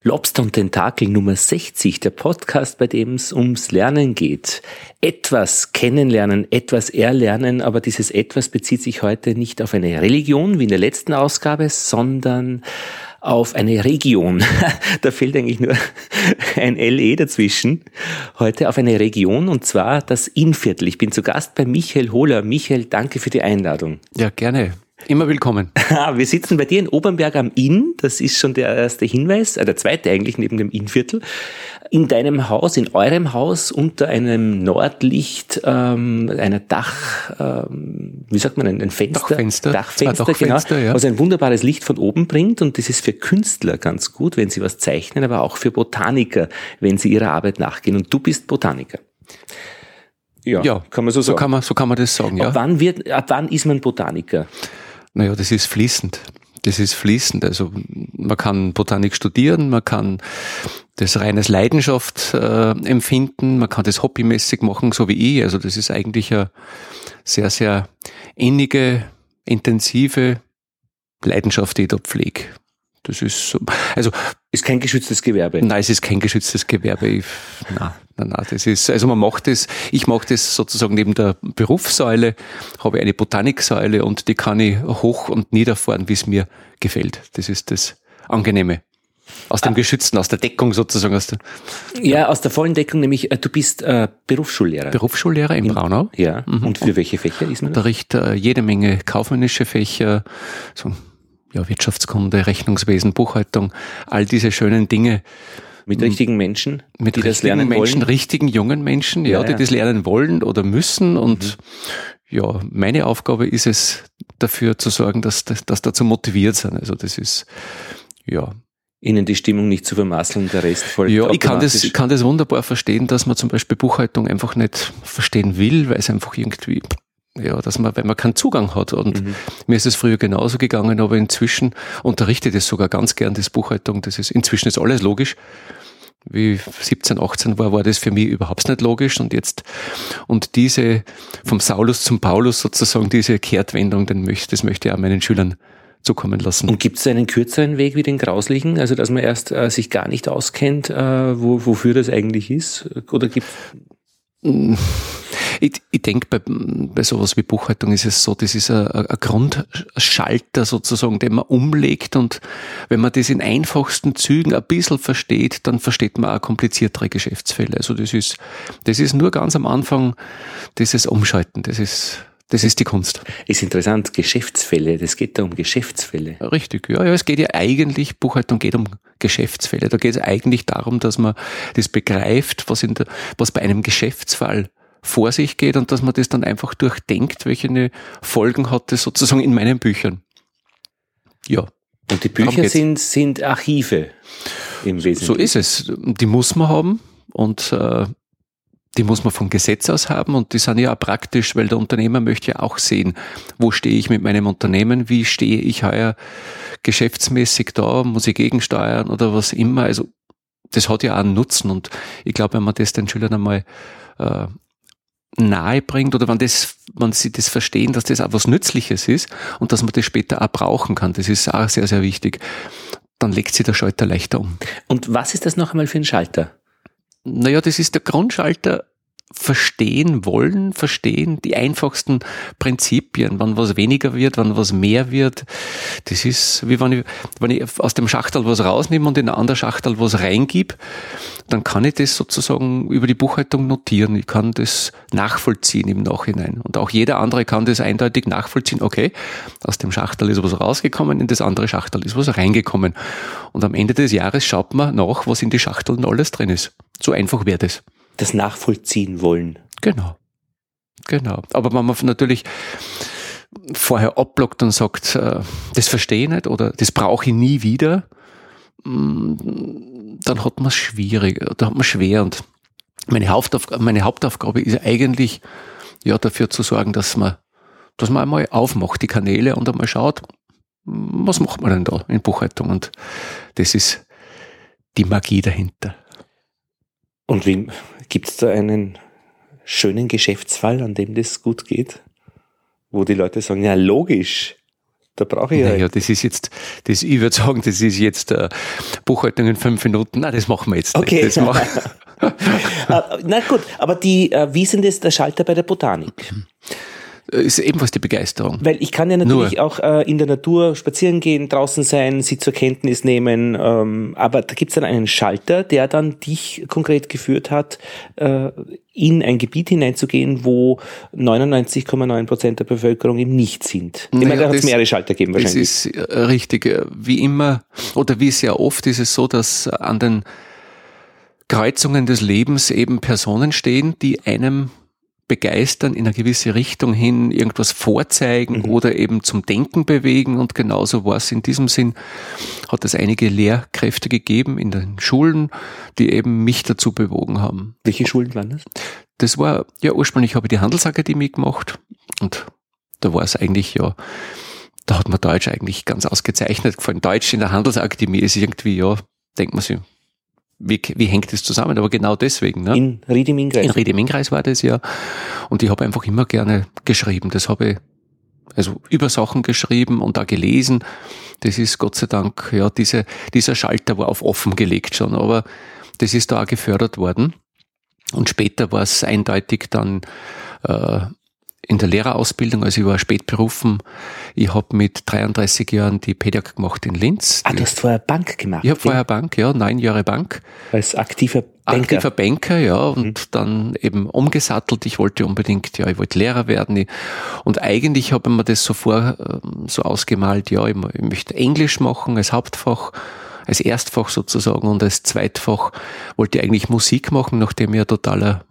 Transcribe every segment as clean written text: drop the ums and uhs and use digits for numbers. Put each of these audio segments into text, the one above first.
Lobster und Tentakel Nummer 60, der Podcast, bei dem es ums Lernen geht. Etwas kennenlernen, etwas erlernen, aber dieses Etwas bezieht sich heute nicht auf eine Religion, wie in der letzten Ausgabe, sondern auf eine Region. Da fehlt eigentlich nur ein LE dazwischen. Heute auf eine Region, und zwar das Innviertel. Ich bin zu Gast bei Michael Hohler. Michael, danke für die Einladung. Ja, gerne. Immer willkommen. Wir sitzen bei dir in Obernberg am Inn, das ist schon der erste Hinweis, der zweite eigentlich neben dem Innviertel. In deinem Haus, in eurem Haus, unter einem Nordlicht, einer wie sagt man, ein Fenster? Dachfenster, genau, ja. Was ein wunderbares Licht von oben bringt, und das ist für Künstler ganz gut, wenn sie was zeichnen, aber auch für Botaniker, wenn sie ihrer Arbeit nachgehen, und du bist Botaniker. Ja, kann man so sagen. So kann man das sagen, ja. Ab wann ist man Botaniker? Naja, das ist fließend. Also man kann Botanik studieren, man kann das reines Leidenschaft empfinden, man kann das hobbymäßig machen, so wie ich. Also das ist eigentlich eine sehr, sehr innige, intensive Leidenschaft, die ich da pflege. Das ist so, also. Ist kein geschütztes Gewerbe? Nein, es ist kein geschütztes Gewerbe. Nein, das ist, also ich mache das sozusagen neben der Berufssäule, habe ich eine Botaniksäule, und die kann ich hoch und nieder fahren, wie es mir gefällt. Das ist das Angenehme. Aus dem Geschützten, aus der Deckung sozusagen. Aus der vollen Deckung, nämlich du bist Berufsschullehrer. Berufsschullehrer in Braunau. Ja, und für welche Fächer ist man das? Unterrichte jede Menge kaufmännische Fächer, so Wirtschaftskunde, Rechnungswesen, Buchhaltung, all diese schönen Dinge. Mit richtigen Menschen, die das lernen wollen? Richtigen jungen Menschen, die das lernen wollen oder müssen. Und meine Aufgabe ist es, dafür zu sorgen, dass dazu motiviert sind. Also das ist, Ihnen die Stimmung nicht zu vermasseln, der Rest folgt automatisch. Ich kann das wunderbar verstehen, dass man zum Beispiel Buchhaltung einfach nicht verstehen will, weil es einfach irgendwie, weil man keinen Zugang hat. Und mir ist es früher genauso gegangen, aber inzwischen unterrichte ich das sogar ganz gern, das Buchhaltung. Inzwischen ist alles logisch. Wie 17, 18 war das für mich überhaupt nicht logisch. Und diese, vom Saulus zum Paulus sozusagen, diese Kehrtwendung, das möchte ich auch meinen Schülern zukommen lassen. Und gibt es einen kürzeren Weg wie den grauslichen? Also, dass man erst sich gar nicht auskennt, wofür das eigentlich ist? Oder gibt's? Ich denke, bei sowas wie Buchhaltung ist es so, das ist ein Grundschalter sozusagen, den man umlegt, und wenn man das in einfachsten Zügen ein bisschen versteht, dann versteht man auch kompliziertere Geschäftsfälle. Also das ist nur ganz am Anfang dieses Umschalten, das ist die Kunst. Ist interessant, Geschäftsfälle, das geht da um Geschäftsfälle. Richtig, ja, es geht ja eigentlich, Buchhaltung geht um Geschäftsfälle. Da geht es eigentlich darum, dass man das begreift, was bei einem Geschäftsfall vor sich geht, und dass man das dann einfach durchdenkt, welche Folgen hat das sozusagen in meinen Büchern. Ja. Und die Bücher sind Archive im Wesentlichen. So ist es. Die muss man haben, und die muss man vom Gesetz aus haben, und die sind ja auch praktisch, weil der Unternehmer möchte ja auch sehen, wo stehe ich mit meinem Unternehmen, wie stehe ich heuer geschäftsmäßig da, muss ich gegensteuern oder was immer. Also das hat ja auch einen Nutzen, und ich glaube, wenn man das den Schülern einmal nahe bringt, oder wenn sie das verstehen, dass das auch was Nützliches ist und dass man das später auch brauchen kann, das ist auch sehr, sehr wichtig, dann legt sich der Schalter leichter um. Und was ist das noch einmal für ein Schalter? Naja, das ist der Grundschalter. Verstehen, die einfachsten Prinzipien, wann was weniger wird, wann was mehr wird. Das ist, wie wenn ich aus dem Schachtel was rausnehme und in eine andere Schachtel was reingib, dann kann ich das sozusagen über die Buchhaltung notieren. Ich kann das nachvollziehen im Nachhinein. Und auch jeder andere kann das eindeutig nachvollziehen. Okay, aus dem Schachtel ist was rausgekommen, in das andere Schachtel ist was reingekommen. Und am Ende des Jahres schaut man nach, was in die Schachteln alles drin ist. So einfach wäre das. Das nachvollziehen wollen. Genau. Aber wenn man natürlich vorher abblockt und sagt, das verstehe ich nicht oder das brauche ich nie wieder, dann hat man es schwierig, da hat man schwer. Und meine Hauptaufgabe ist eigentlich, dafür zu sorgen, dass man einmal aufmacht, die Kanäle, und einmal schaut, was macht man denn da in Buchhaltung? Und das ist die Magie dahinter. Und gibt es da einen schönen Geschäftsfall, an dem das gut geht? Wo die Leute sagen, ja logisch, Da brauche ich naja, ich würde sagen, das ist jetzt Buchhaltung in 5 Minuten. Nein, das machen wir jetzt nicht. Okay. Das na gut, aber wie sind das der Schalter bei der Botanik? Ist ebenfalls die Begeisterung. Weil ich kann ja natürlich auch in der Natur spazieren gehen, draußen sein, sie zur Kenntnis nehmen, aber da gibt's dann einen Schalter, der dann dich konkret geführt hat, in ein Gebiet hineinzugehen, wo 99,9% der Bevölkerung eben nicht sind. Ich meine, da hat es mehrere Schalter gegeben wahrscheinlich. Das ist richtig. Wie immer, oder wie sehr oft ist es so, dass an den Kreuzungen des Lebens eben Personen stehen, die einem begeistern, in eine gewisse Richtung hin irgendwas vorzeigen oder eben zum Denken bewegen, und genauso war es in diesem Sinn, hat es einige Lehrkräfte gegeben in den Schulen, die eben mich dazu bewogen haben. Welche Schulen waren das? Das war, ja, ursprünglich habe ich die Handelsakademie gemacht, und da war es eigentlich, ja, da hat mir Deutsch eigentlich ganz ausgezeichnet gefallen. Deutsch in der Handelsakademie ist irgendwie, ja, denkt man sich, wie hängt das zusammen? Aber genau deswegen. Ne? In Ried im Innkreis? In Ried im Innkreis war das, ja. Und ich habe einfach immer gerne geschrieben. Das habe ich also über Sachen geschrieben und auch gelesen. Das ist Gott sei Dank, ja, dieser Schalter war auf offen gelegt schon, aber das ist da auch gefördert worden. Und später war es eindeutig dann in der Lehrerausbildung, also ich war spät berufen. Ich habe mit 33 Jahren die PEDAG gemacht in Linz. Du hast vorher Bank gemacht? Ich habe vorher Bank, ja, 9 Jahre Bank. Als aktiver Banker? Aktiver Banker, ja, und dann eben umgesattelt. Ich wollte unbedingt, ja, ich wollte Lehrer werden. Und eigentlich habe ich mir das so ausgemalt, ja, ich möchte Englisch machen als Hauptfach, als Erstfach sozusagen, und als Zweitfach wollte ich eigentlich Musik machen, nachdem ich totale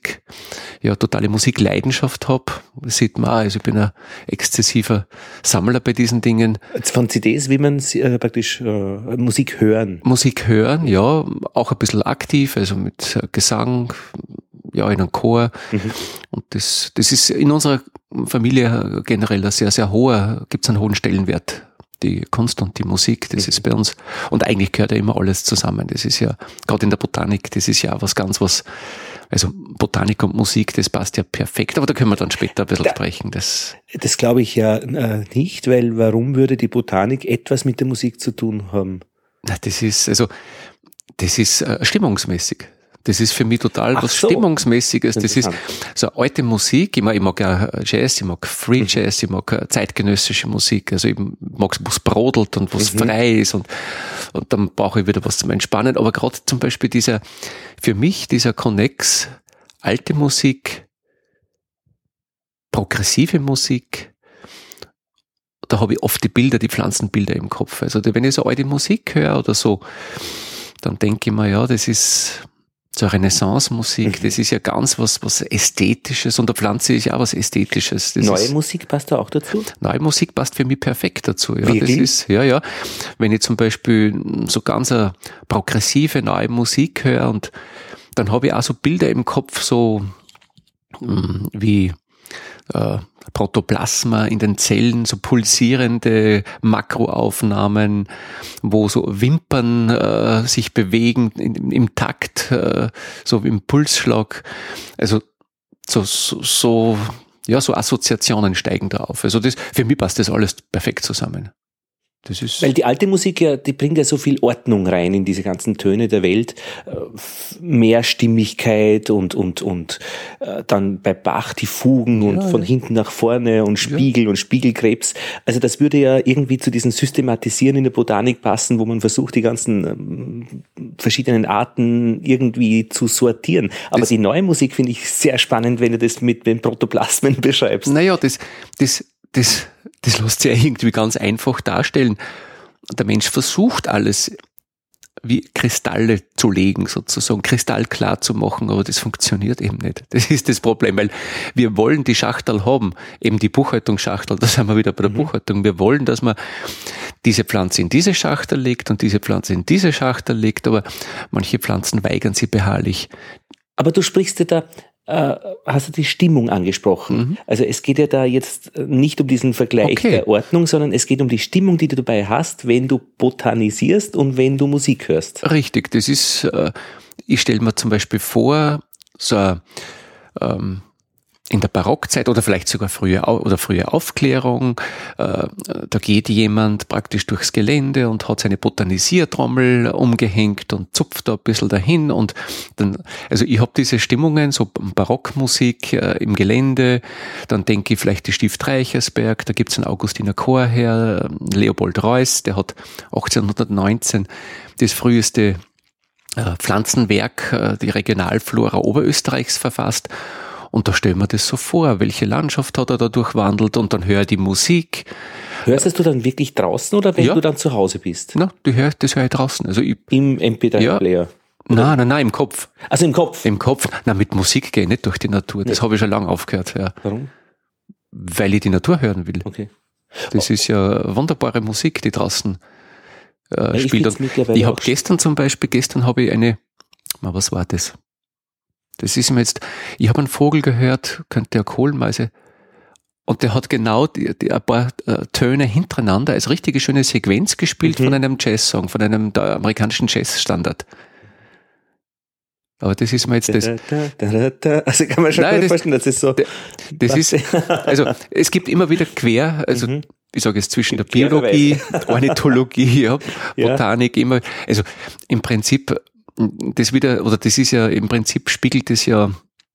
Musikleidenschaft habe. Das sieht man auch, also ich bin ein exzessiver Sammler bei diesen Dingen. Von CDs, wie man praktisch Musik hören? Musik hören, ja, auch ein bisschen aktiv, also mit Gesang, ja, in einem Chor. Und das ist in unserer Familie generell ein sehr, sehr gibt's einen hohen Stellenwert. Die Kunst und die Musik, das ist bei uns, und eigentlich gehört ja immer alles zusammen. Das ist ja, gerade in der Botanik, das ist ja auch also Botanik und Musik, das passt ja perfekt, aber da können wir dann später ein bisschen sprechen. Das glaube ich ja nicht, weil warum würde die Botanik etwas mit der Musik zu tun haben? Na, das ist stimmungsmäßig. Das ist für mich total was Stimmungsmäßiges. Das ist so alte Musik. Ich mag ja Jazz, ich mag Free Jazz, ich mag zeitgenössische Musik. Also ich mag was brodelt und was frei ist, und dann brauche ich wieder was zum Entspannen. Aber gerade zum Beispiel für mich dieser Konnex, alte Musik, progressive Musik, da habe ich oft die Pflanzenbilder im Kopf. Also wenn ich so alte Musik höre oder so, dann denke ich mir, ja, das ist so Renaissance-Musik, das ist ja ganz was Ästhetisches, und der Pflanze ist ja auch was Ästhetisches. Neue Musik passt da auch dazu? Neue Musik passt für mich perfekt dazu. Ja. Wirklich? Das ist, ja. Wenn ich zum Beispiel so ganz eine progressive neue Musik höre, und dann habe ich auch so Bilder im Kopf, so wie Protoplasma in den Zellen, so pulsierende Makroaufnahmen, wo so Wimpern sich bewegen im Takt, so im Pulsschlag. Also so Assoziationen steigen da auf. Also für mich passt das alles perfekt zusammen. Weil die alte Musik ja, die bringt ja so viel Ordnung rein in diese ganzen Töne der Welt, Mehrstimmigkeit und dann bei Bach die Fugen und von hinten nach vorne und Spiegel und Spiegelkrebs. Also das würde ja irgendwie zu diesem Systematisieren in der Botanik passen, wo man versucht, die ganzen verschiedenen Arten irgendwie zu sortieren. Aber die neue Musik finde ich sehr spannend, wenn du das mit den Protoplasmen beschreibst. Naja, das lässt sich ja irgendwie ganz einfach darstellen. Der Mensch versucht alles wie Kristalle zu legen, sozusagen, kristallklar zu machen, aber das funktioniert eben nicht. Das ist das Problem, weil wir wollen die Schachtel haben, eben die Buchhaltungsschachtel, da sind wir wieder bei der Buchhaltung. Wir wollen, dass man diese Pflanze in diese Schachtel legt und diese Pflanze in diese Schachtel legt, aber manche Pflanzen weigern sich beharrlich. Aber du sprichst ja da, hast du die Stimmung angesprochen. Also es geht ja da jetzt nicht um diesen Vergleich der Ordnung, sondern es geht um die Stimmung, die du dabei hast, wenn du botanisierst und wenn du Musik hörst. Richtig, das ist, ich stelle mir zum Beispiel vor, so in der Barockzeit oder vielleicht sogar frühe Aufklärung, da geht jemand praktisch durchs Gelände und hat seine Botanisiertrommel umgehängt und zupft da ein bisschen dahin und dann, also ich habe diese Stimmungen, so Barockmusik im Gelände, dann denke ich vielleicht die Stift Reichersberg, da gibt's einen Augustiner Chorherr, Leopold Reuss, der hat 1819 das früheste Pflanzenwerk, die Regionalflora Oberösterreichs verfasst. Und da stellen wir das so vor, welche Landschaft hat er da durchwandelt und dann höre ich die Musik. Hörst du dann wirklich draußen oder wenn du dann zu Hause bist? Na, das höre ich draußen. Also im MP3-Player? Ja. Nein, im Kopf. Also im Kopf? Im Kopf. Na, mit Musik gehe ich nicht durch die Natur. Das habe ich schon lange aufgehört. Ja. Warum? Weil ich die Natur hören will. Okay. Das ist ja wunderbare Musik, die draußen spielt. Ich habe gestern habe ich was war das? Das ist mir jetzt, ich habe einen Vogel gehört, könnte ja Kohlmeise, und der hat genau ein paar Töne hintereinander als richtige schöne Sequenz gespielt von einem Jazz-Song, von einem amerikanischen Jazz-Standard. Aber das ist mir jetzt das. Also kann man schon vorstellen, dass es so. Das ist, also es gibt immer wieder ich sage jetzt zwischen der Biologie, Ornithologie, Botanik, immer, also im Prinzip, das ist ja, im Prinzip spiegelt es ja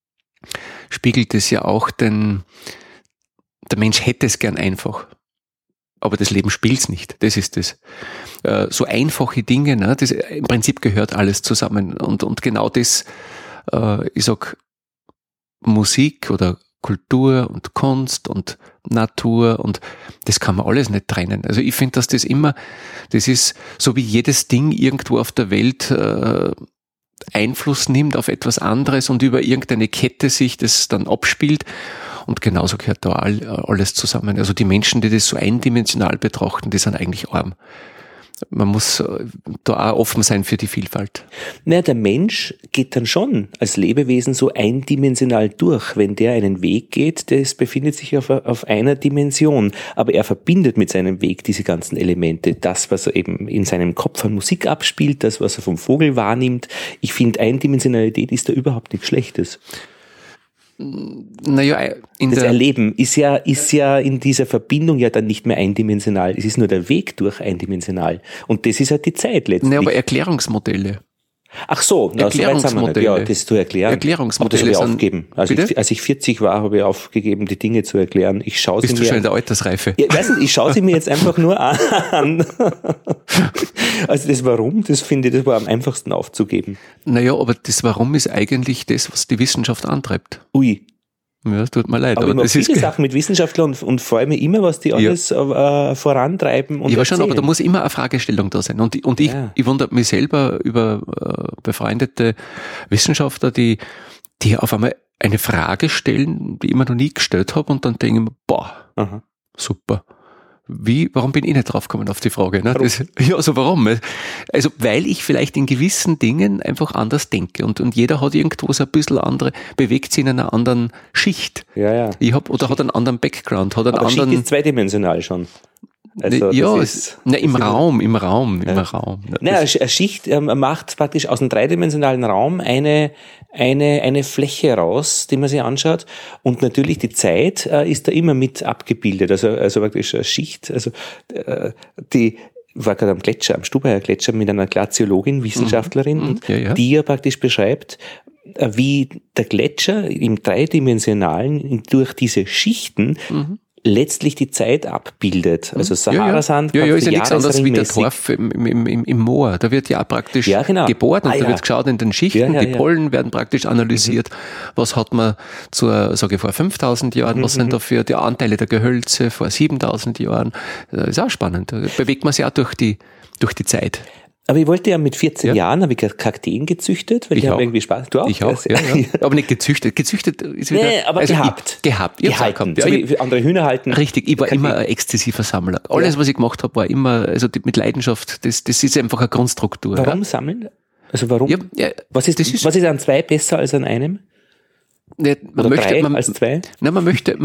auch der Mensch hätte es gern einfach. Aber das Leben spielt's nicht. Das ist das. So einfache Dinge, ne, das, im Prinzip gehört alles zusammen. Und genau das, ich sag, Musik oder Kultur und Kunst und Natur und das kann man alles nicht trennen. Also ich finde, dass das ist so wie jedes Ding irgendwo auf der Welt Einfluss nimmt auf etwas anderes und über irgendeine Kette sich das dann abspielt. Und genauso gehört da alles zusammen. Also die Menschen, die das so eindimensional betrachten, die sind eigentlich arm. Man muss da auch offen sein für die Vielfalt. Naja, der Mensch geht dann schon als Lebewesen so eindimensional durch. Wenn der einen Weg geht, das befindet sich auf einer Dimension. Aber er verbindet mit seinem Weg diese ganzen Elemente. Das, was er eben in seinem Kopf an Musik abspielt, das, was er vom Vogel wahrnimmt. Ich finde, Eindimensionalität ist da überhaupt nichts Schlechtes. Naja, das Erleben ist ja in dieser Verbindung ja dann nicht mehr eindimensional. Es ist nur der Weg durch eindimensional. Und das ist halt die Zeit letztlich. Naja, aber Erklärungsmodelle. Ach so, Erklärungsmodelle. Ja, das zu erklären. Erklärungsmodelle. Aber das habe ich aufgegeben. Als ich 40 war, habe ich aufgegeben, die Dinge zu erklären. Bist du schon in der Altersreife? Ja, ich schaue sie mir jetzt einfach nur an. Also das Warum, das finde ich, das war am einfachsten aufzugeben. Naja, aber das Warum ist eigentlich das, was die Wissenschaft antreibt. Ui. Ja, es tut mir leid. Aber das viele Sachen mit Wissenschaftlern und freue mich immer, was die alles vorantreiben und aber da muss immer eine Fragestellung da sein. Und ich wundere mich selber über befreundete Wissenschaftler, die auf einmal eine Frage stellen, die ich mir noch nie gestellt habe und dann denke ich mir, super. Warum bin ich nicht draufgekommen auf die Frage? Ne? Warum? Also, weil ich vielleicht in gewissen Dingen einfach anders denke und jeder hat irgendwo so ein bisschen bewegt sich in einer anderen Schicht. Ja. Hat einen anderen Background, hat einen aber anderen. Schicht ist zweidimensional schon. Also im Raum. Eine Schicht macht praktisch aus einem dreidimensionalen Raum eine Fläche raus, die man sich anschaut. Und natürlich die Zeit ist da immer mit abgebildet. Also praktisch eine Schicht. Also die war gerade am Stubaier Gletscher mit einer Glaziologin, Wissenschaftlerin, die ja praktisch beschreibt, wie der Gletscher im Dreidimensionalen durch diese Schichten letztlich die Zeit abbildet. Also Sahara-Sand. Ja, ist ja nichts anderes wie der Torf im Moor. Da wird ja auch praktisch gebohrt und da wird geschaut in den Schichten. Die Pollen werden praktisch analysiert. Was hat man vor 5.000 Jahren? Was sind da für die Anteile der Gehölze vor 7.000 Jahren? Das ist auch spannend. Da bewegt man sich auch durch die Zeit. Aber ich wollte ja mit 14 Jahren, habe ich Kakteen gezüchtet, weil ich habe irgendwie Spaß. Du auch? Ich auch, ja. Aber nicht gezüchtet. Gezüchtet ist wieder... Nee, aber gehabt. Gehalten. Wie andere Hühner halten. Richtig, ich war immer ein exzessiver Sammler. Alles, was ich gemacht habe, war immer, also mit Leidenschaft, das ist einfach eine Grundstruktur. Warum sammeln? Also warum? Was ist an zwei besser als an einem? Man möchte als zwei? Nein, man möchte,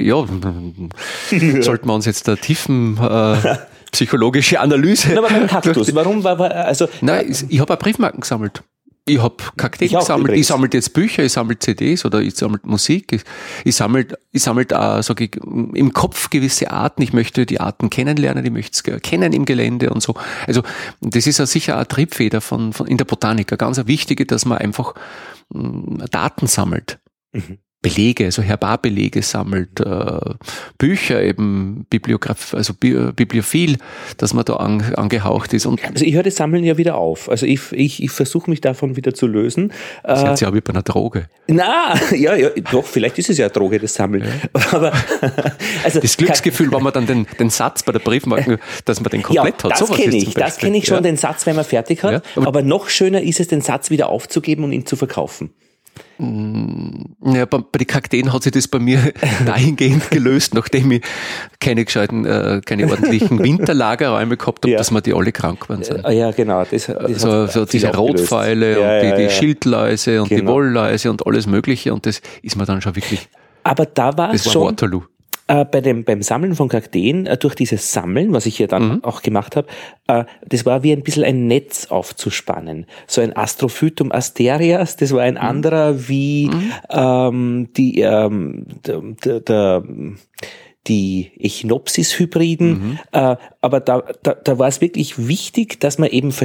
sollten wir uns jetzt da tiefen psychologische Analyse. Aber beim Kaktus, warum Nein, ich habe auch Briefmarken gesammelt. Ich habe Kakteen gesammelt, ich sammle jetzt Bücher, ich sammle CDs oder ich sammle Musik, ich sammle sag ich, im Kopf gewisse Arten, ich möchte die Arten kennenlernen, ich möchte es kennen im Gelände und so. Also das ist ja sicher eine Triebfeder von in der Botanik, eine ganz wichtige, dass man einfach Daten sammelt. Mhm. Belege, also Herbarbelege sammelt, Bücher eben, bibliophil, dass man da angehaucht ist. Und also ich höre das Sammeln ja wieder auf. Also ich versuche mich davon wieder zu lösen. Das hört sich auch wie bei einer Droge. Na, ja, doch, vielleicht ist es ja eine Droge, das Sammeln. Ja. Aber, also, das Glücksgefühl, wenn man dann den Satz bei der Briefmarke, dass man den komplett hat. Das kenne ich schon, den Satz, wenn man fertig hat. Ja. Aber noch schöner ist es, den Satz wieder aufzugeben und ihn zu verkaufen. Ja, bei den Kakteen hat sich das bei mir dahingehend gelöst, nachdem ich keine ordentlichen Winterlagerräume gehabt habe, dass wir die alle krank geworden sind. Ja, genau. So diese Rotpfeile und die Schildläuse und die Wollläuse und alles Mögliche, und das ist mir dann schon wirklich. Aber da war es schon. Waterloo. Beim Sammeln von Kakteen, durch dieses Sammeln, was ich ja dann auch gemacht habe, das war wie ein bisschen ein Netz aufzuspannen. So ein Astrophytum asterias, das war ein anderer wie die Echinopsis-Hybriden, aber da war es wirklich wichtig, dass man eben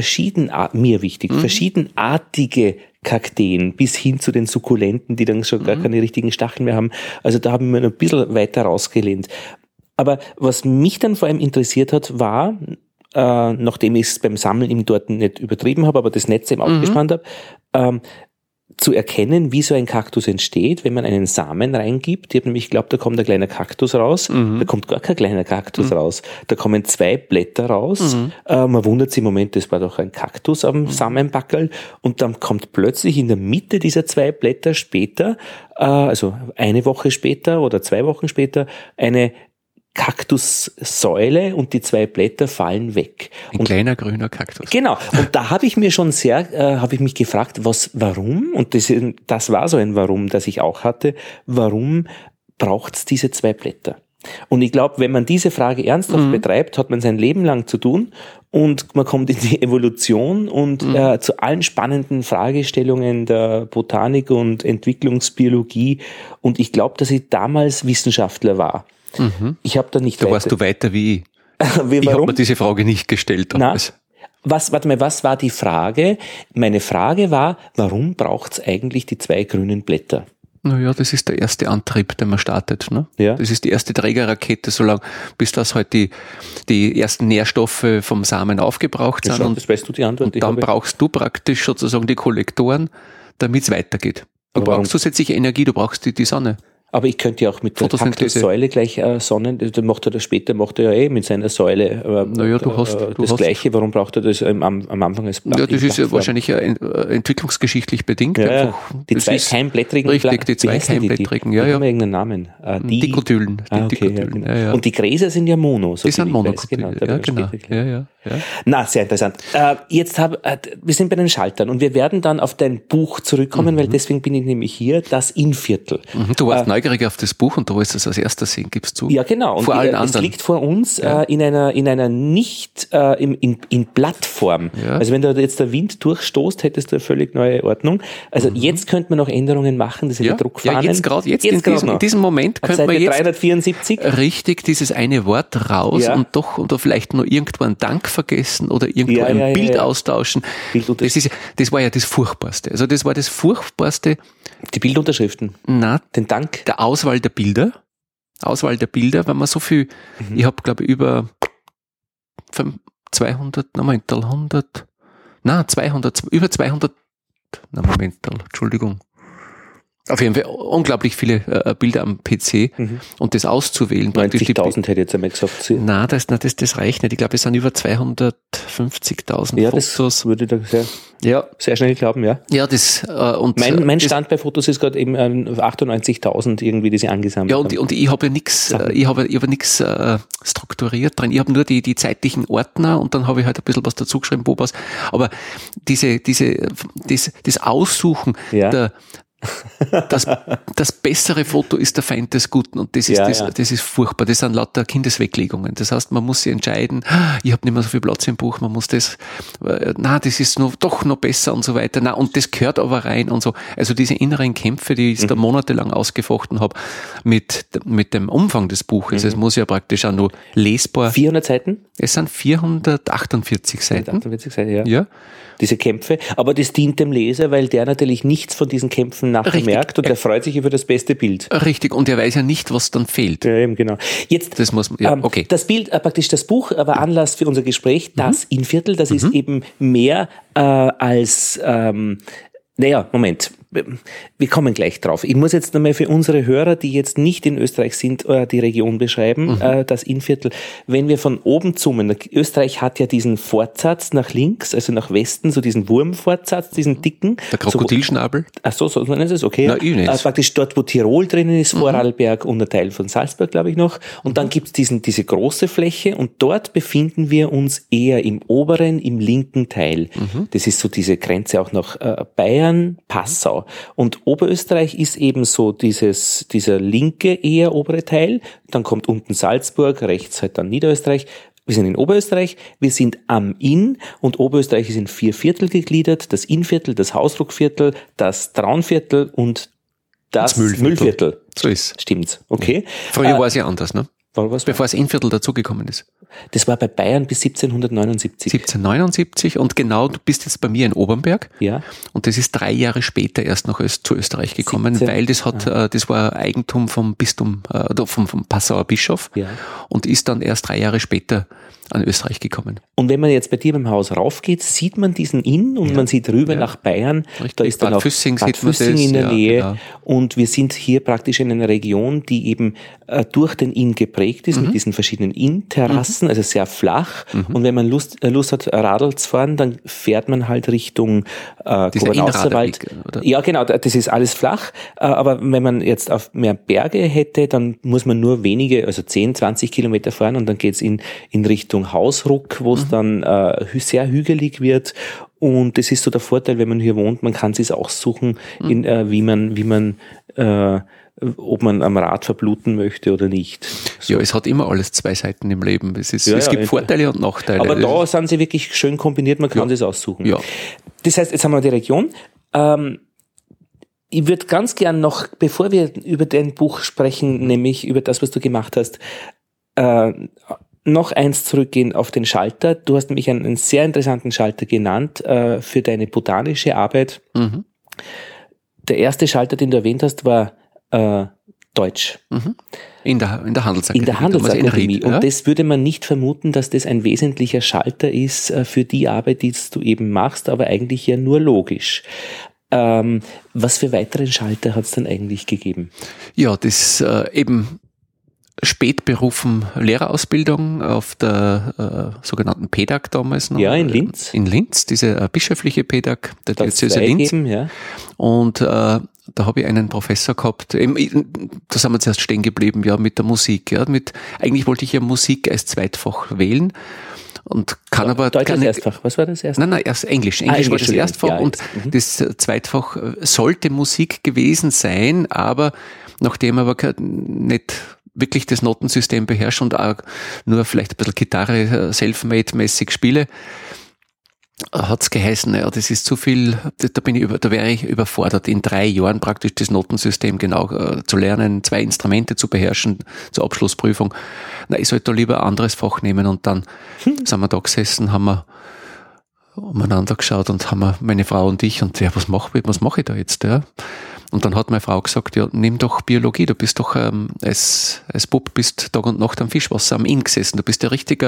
verschiedenartige Kakteen bis hin zu den Sukkulenten, die dann schon gar keine richtigen Stacheln mehr haben. Also da haben wir ein bisschen weiter rausgelehnt. Aber was mich dann vor allem interessiert hat, war, nachdem ich es beim Sammeln eben dort nicht übertrieben habe, aber das Netz eben aufgespannt habe, zu erkennen, wie so ein Kaktus entsteht, wenn man einen Samen reingibt. Ich habe nämlich geglaubt, da kommt ein kleiner Kaktus raus. Da kommt gar kein kleiner Kaktus raus. Da kommen 2 Blätter raus. Man wundert sich im Moment, das war doch ein Kaktus am Samenbackerl. Und dann kommt plötzlich in der Mitte dieser 2 Blätter später, also eine Woche später oder 2 Wochen später, eine Kaktussäule und die 2 Blätter fallen weg. Ein kleiner grüner Kaktus. Genau. Und da habe ich mir schon habe ich mich gefragt, warum? Und das war so ein Warum, das ich auch hatte. Warum braucht's diese 2 Blätter? Und ich glaube, wenn man diese Frage ernsthaft betreibt, hat man sein Leben lang zu tun und man kommt in die Evolution und zu allen spannenden Fragestellungen der Botanik und Entwicklungsbiologie. Und ich glaube, dass ich damals Wissenschaftler war. Ich habe da nicht weiter. Da warst du weiter wie ich. Ich habe mir diese Frage nicht gestellt. Was war die Frage? Meine Frage war, warum braucht's eigentlich die 2 grünen Blätter? Naja, das ist der erste Antrieb, den man startet. Ne? Ja. Das ist die erste Trägerrakete, solange bis das halt die ersten Nährstoffe vom Samen aufgebraucht sind. Ja, das weißt du die Antwort. Und dann brauchst du praktisch sozusagen die Kollektoren, damit es weitergeht. Du brauchst zusätzliche Energie, du brauchst die Sonne. Aber ich könnte ja auch mit der Kaktussäule gleich sonnen, dann macht er das später, mit seiner Säule du hast Gleiche. Warum braucht er das am Anfang als Ja, das ist ja wahrscheinlich entwicklungsgeschichtlich bedingt. Ja, die 2 keimblättrigen. Richtig, die 2 keimblättrigen, ja. Die haben irgendeinen Namen. Dikotylen. Genau. Ja. Und die Gräser sind ja Mono. Die sind Monokotyl, genau. Ja. Na, sehr interessant. Wir sind bei den Schaltern und wir werden dann auf dein Buch zurückkommen, weil deswegen bin ich nämlich hier, das Innviertel. Du warst neugierig auf das Buch und du wolltest es als erster sehen, gibst du? Ja, genau. Und vor allen anderen. Es liegt vor uns in einer nicht in Blattform. Ja. Also wenn da jetzt der Wind durchstoßt, hättest du eine völlig neue Ordnung. Also jetzt könnte man noch Änderungen machen, das ist die Druckfahnen. Ja, jetzt in diesem Moment könnte man jetzt 374 richtig dieses eine Wort raus und da vielleicht noch irgendwo einen Dank vergessen oder irgendwo ein Bild austauschen. Das war ja das Furchtbarste. Also das war das Furchtbarste. Die Bildunterschriften. Na, den Dank. Der Auswahl der Bilder, weil man so viel, ich habe glaube ich über 200, Entschuldigung. Auf jeden Fall unglaublich viele Bilder am PC und das auszuwählen. 90.000 hätte ich jetzt einmal gesagt. Nein, das reicht nicht. Ich glaube, es sind über 250.000 Fotos. Das würde ich sehr schnell glauben, ja. Ja, und mein Stand bei Fotos ist gerade eben 98.000 irgendwie, die sie angesammelt haben. Und ich habe ja nichts strukturiert drin. Ich habe nur die zeitlichen Ordner und dann habe ich halt ein bisschen was dazu geschrieben, aber das Aussuchen das bessere Foto ist der Feind des Guten und das ist furchtbar. Das sind lauter Kindesweglegungen. Das heißt, man muss sich entscheiden, ich habe nicht mehr so viel Platz im Buch, man muss das, das ist doch noch besser und so weiter. Und das gehört aber rein und so. Also diese inneren Kämpfe, die ich da monatelang ausgefochten habe mit dem Umfang des Buches. Es muss ja praktisch auch nur lesbar. 400 Seiten? Es sind 448 Seiten. 448 Seiten, ja. Diese Kämpfe. Aber das dient dem Leser, weil der natürlich nichts von diesen Kämpfen nachher merkt und er freut sich über das beste Bild. Richtig. Und er weiß ja nicht, was dann fehlt. Ja, eben, genau. Jetzt, das muss man, okay. Das Bild, praktisch das Buch war Anlass für unser Gespräch. Das Innviertel, das ist eben mehr als, Moment. Wir kommen gleich drauf. Ich muss jetzt nochmal für unsere Hörer, die jetzt nicht in Österreich sind, die Region beschreiben, das Innviertel. Wenn wir von oben zoomen, Österreich hat ja diesen Fortsatz nach links, also nach Westen, so diesen Wurmfortsatz, diesen dicken. Der Krokodilschnabel. So nennen sie es, okay. Na, ich nicht. Praktisch dort, wo Tirol drinnen ist, Vorarlberg und ein Teil von Salzburg, glaube ich noch. Und dann gibt's diese große Fläche und dort befinden wir uns eher im oberen, im linken Teil. Das ist so diese Grenze auch nach Bayern, Passau. Und Oberösterreich ist eben so dieser linke, eher obere Teil. Dann kommt unten Salzburg, rechts halt dann Niederösterreich. Wir sind in Oberösterreich, wir sind am Inn und Oberösterreich ist in 4 Viertel gegliedert. Das Innviertel, das Hausruckviertel, das Traunviertel und das Müllviertel. So ist. Stimmt's, okay. Ja. Früher war es ja anders, ne? Bevor das Innviertel dazugekommen ist. Das war bei Bayern bis 1779. 1779 und genau, du bist jetzt bei mir in Obernberg. Ja. Und das ist 3 Jahre später erst noch zu Österreich gekommen, weil das war Eigentum vom Bistum, vom Passauer Bischof. Ja. Und ist dann erst 3 Jahre später an Österreich gekommen. Und wenn man jetzt bei dir beim Haus raufgeht, sieht man diesen Inn und man sieht rüber nach Bayern. Richtig. Da ist dann Bad auch Füssing Bad Füssing in der Nähe. Genau. Und wir sind hier praktisch in einer Region, die eben durch den Inn geprägt ist, mit diesen verschiedenen Inn-Terrassen, also sehr flach. Und wenn man Lust hat, Radl zu fahren, dann fährt man halt Richtung Kobernauserwald. Ja, genau, das ist alles flach. Aber wenn man jetzt auf mehr Berge hätte, dann muss man nur wenige, also 10, 20 Kilometer fahren und dann geht's in Richtung Hausruck, wo es dann sehr hügelig wird. Und das ist so der Vorteil, wenn man hier wohnt, man kann es aussuchen, ob man am Rad verbluten möchte oder nicht. So. Ja, es hat immer alles 2 Seiten im Leben. Es gibt Vorteile und Nachteile. Aber da sind sie wirklich schön kombiniert, man kann das aussuchen. Ja. Das heißt, jetzt haben wir die Region. Ich würde ganz gern noch, bevor wir über dein Buch sprechen, nämlich über das, was du gemacht hast, noch eins zurückgehen auf den Schalter. Du hast nämlich einen sehr interessanten Schalter genannt für deine botanische Arbeit. Der erste Schalter, den du erwähnt hast, war Deutsch. In der Handelsakademie. In der Handelsakademie. Und das würde man nicht vermuten, dass das ein wesentlicher Schalter ist für die Arbeit, die du eben machst, aber eigentlich ja nur logisch. Was für weiteren Schalter hat es dann eigentlich gegeben? Ja, das eben spätberufen Lehrerausbildung auf der sogenannten PEDAG damals noch. Ja, in Linz. In Linz, diese bischöfliche PEDAG, der Diözese Linz. Ja. Und da habe ich einen Professor gehabt, da sind wir zuerst stehen geblieben, ja, mit der Musik. Ja, eigentlich wollte ich ja Musik als Zweitfach wählen. Und kann aber Deutsch als Erstfach. Was war das Erstfach? Nein, erst Englisch. Englisch war das Erstfach ja, und das Zweitfach sollte Musik gewesen sein, aber nachdem aber nicht wirklich das Notensystem beherrscht und auch nur vielleicht ein bisschen Gitarre selfmade-mäßig spiele, hat's geheißen, ja, das ist zu viel, da wäre ich überfordert, in 3 Jahren praktisch das Notensystem genau zu lernen, 2 Instrumente zu beherrschen zur Abschlussprüfung. Na, ich sollte da lieber ein anderes Fach nehmen und dann sind wir da gesessen, haben wir umeinander geschaut und haben wir, meine Frau und ich, und ja, was mache ich da jetzt, ja? Und dann hat meine Frau gesagt, ja, nimm doch Biologie, du bist doch als Bub bist Tag und Nacht am Fischwasser am Inn gesessen, du bist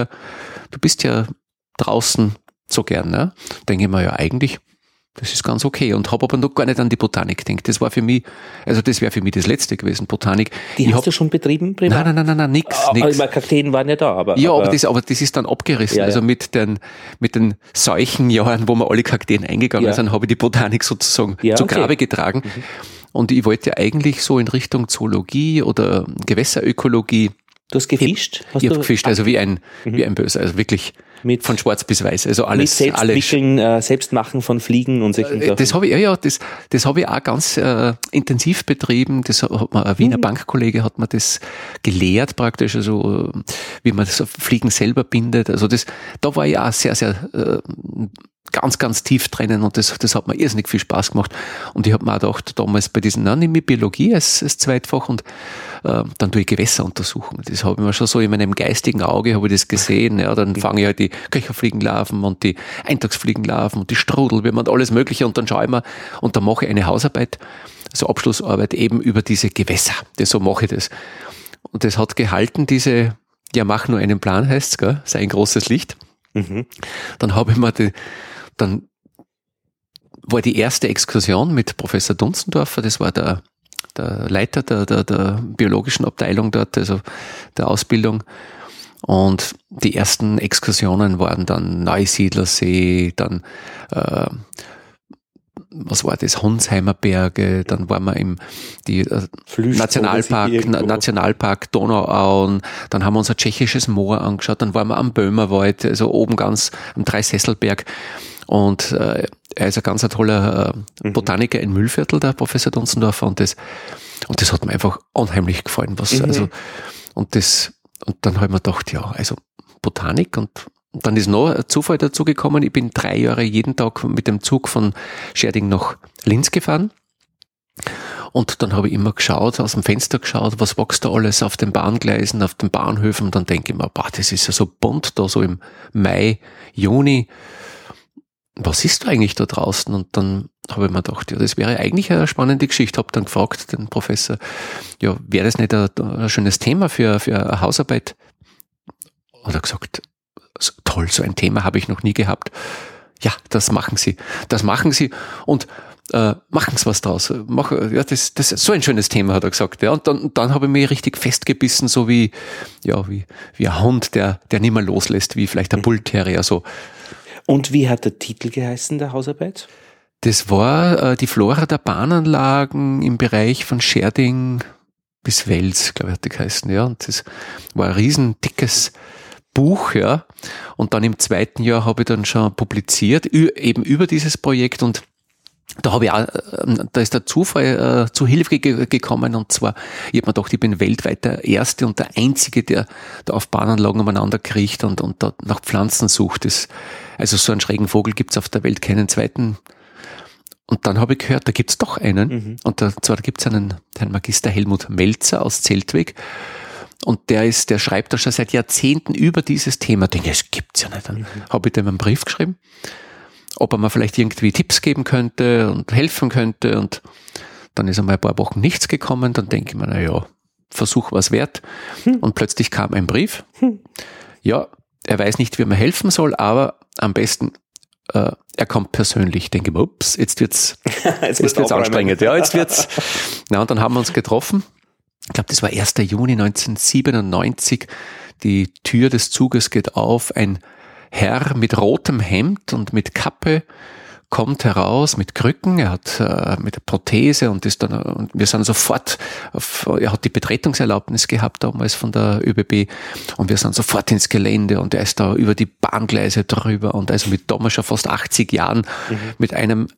ja draußen so gern, ne? Denke ich mir, ja, eigentlich, das ist ganz okay. Und habe aber noch gar nicht an die Botanik gedacht. Das wäre für mich das Letzte gewesen, Botanik. Die hast du schon betrieben, privat? Nein, nix. Aber Kakteen waren ja da, aber das ist dann abgerissen. Ja. Also mit den Seuchenjahren, wo wir alle Kakteen eingegangen sind, habe ich die Botanik sozusagen zu Grabe getragen. Und ich wollte ja eigentlich so in Richtung Zoologie oder Gewässerökologie. Du hast gefischt? Ich habe gefischt, also wie ein Böser, also wirklich von schwarz bis weiß, also alles. Mit Selbstwickeln, Selbstmachen von Fliegen und solchen Sachen. Das habe ich, das habe ich auch ganz intensiv betrieben. Das hat mir ein Wiener Bankkollege hat mir das gelehrt praktisch, also wie man das Fliegen selber bindet. Also da war ich auch sehr, sehr ganz, ganz tief drinnen und das hat mir irrsinnig viel Spaß gemacht. Und ich habe mir auch gedacht, damals bei diesen, nehme ich Biologie als Zweitfach und dann tue ich Gewässeruntersuchungen. Das habe ich mir schon so in meinem geistigen Auge, habe ich das gesehen. Ja, dann fange ich halt die Köcherfliegenlarven und die Eintagsfliegenlarven und die Strudelwürmer und alles Mögliche und dann schaue ich mir und dann mache ich eine Hausarbeit, also Abschlussarbeit eben über diese Gewässer. So mache ich das. Und das hat gehalten, mach nur einen Plan heißt's, gell? Sei ein großes Licht. Dann habe ich mir dann war die erste Exkursion mit Professor Dunzendorfer, das war der Leiter der biologischen Abteilung dort, also der Ausbildung. Und die ersten Exkursionen waren dann Neusiedlersee, dann was war das, Honsheimer Berge, dann waren wir im Nationalpark Donauauen, dann haben wir uns ein tschechisches Moor angeschaut, dann waren wir am Böhmerwald, also oben ganz am Dreisesselberg. Und er ist ein ganz toller Botaniker in Mühlviertel, der Professor Dunzendorfer, und das hat mir einfach unheimlich gefallen, und dann habe ich mir gedacht, ja, also Botanik, und dann ist noch ein Zufall dazu gekommen, ich bin 3 Jahre jeden Tag mit dem Zug von Scherding nach Linz gefahren. Und dann habe ich immer geschaut, aus dem Fenster geschaut, was wächst da alles auf den Bahngleisen, auf den Bahnhöfen, und dann denke ich mir, das ist ja so bunt da, so im Mai, Juni. Was ist da eigentlich da draußen? Und dann habe ich mir gedacht, ja, das wäre eigentlich eine spannende Geschichte. Habe dann gefragt, den Professor, ja, wäre das nicht ein schönes Thema für eine Hausarbeit? Und er hat gesagt, toll, so ein Thema habe ich noch nie gehabt. Ja, das machen Sie und machen Sie was draus. Das ist so ein schönes Thema, hat er gesagt. Ja, und dann habe ich mich richtig festgebissen, so wie ein Hund, der nicht mehr loslässt, wie vielleicht ein Bullterrier, so. Und wie hat der Titel geheißen, der Hausarbeit? Das war die Flora der Bahnanlagen im Bereich von Scherding bis Wels, glaube ich, hat die geheißen. Ja, und das war ein riesen dickes Buch, ja. Und dann im 2. Jahr habe ich dann schon publiziert, eben über dieses Projekt, und da habe ich auch, da ist der Zufall zu Hilfe gekommen, und zwar, ich habe mir gedacht, ich bin weltweit der Erste und der Einzige, der da auf Bahnanlagen umeinander kriecht und da nach Pflanzen sucht. Also so einen schrägen Vogel gibt's auf der Welt keinen zweiten. Und dann habe ich gehört, da gibt's doch einen. Und zwar da gibt's einen Herrn Magister Helmut Melzer aus Zeltweg. Und der schreibt da schon seit Jahrzehnten über dieses Thema. Ich denke, das gibt's ja nicht. Dann habe ich dem einen Brief geschrieben, ob er mir vielleicht irgendwie Tipps geben könnte und helfen könnte. Und dann ist einmal ein paar Wochen nichts gekommen. Dann denke ich mir, naja, Versuch war's wert. Und plötzlich kam ein Brief. Ja, er weiß nicht, wie er mir helfen soll, aber am besten, er kommt persönlich. Ich denke, ups, jetzt wird's anstrengend. Ja, jetzt wird's. Na, und dann haben wir uns getroffen. Ich glaube, das war 1. Juni 1997. Die Tür des Zuges geht auf. Ein Herr mit rotem Hemd und mit Kappe kommt heraus mit Krücken. Er hat mit der Prothese und wir sind sofort er hat die Betretungserlaubnis gehabt damals von der ÖBB, und wir sind sofort ins Gelände, und er ist da über die Bahngleise drüber, und also mit damals schon fast 80 Jahren mit einer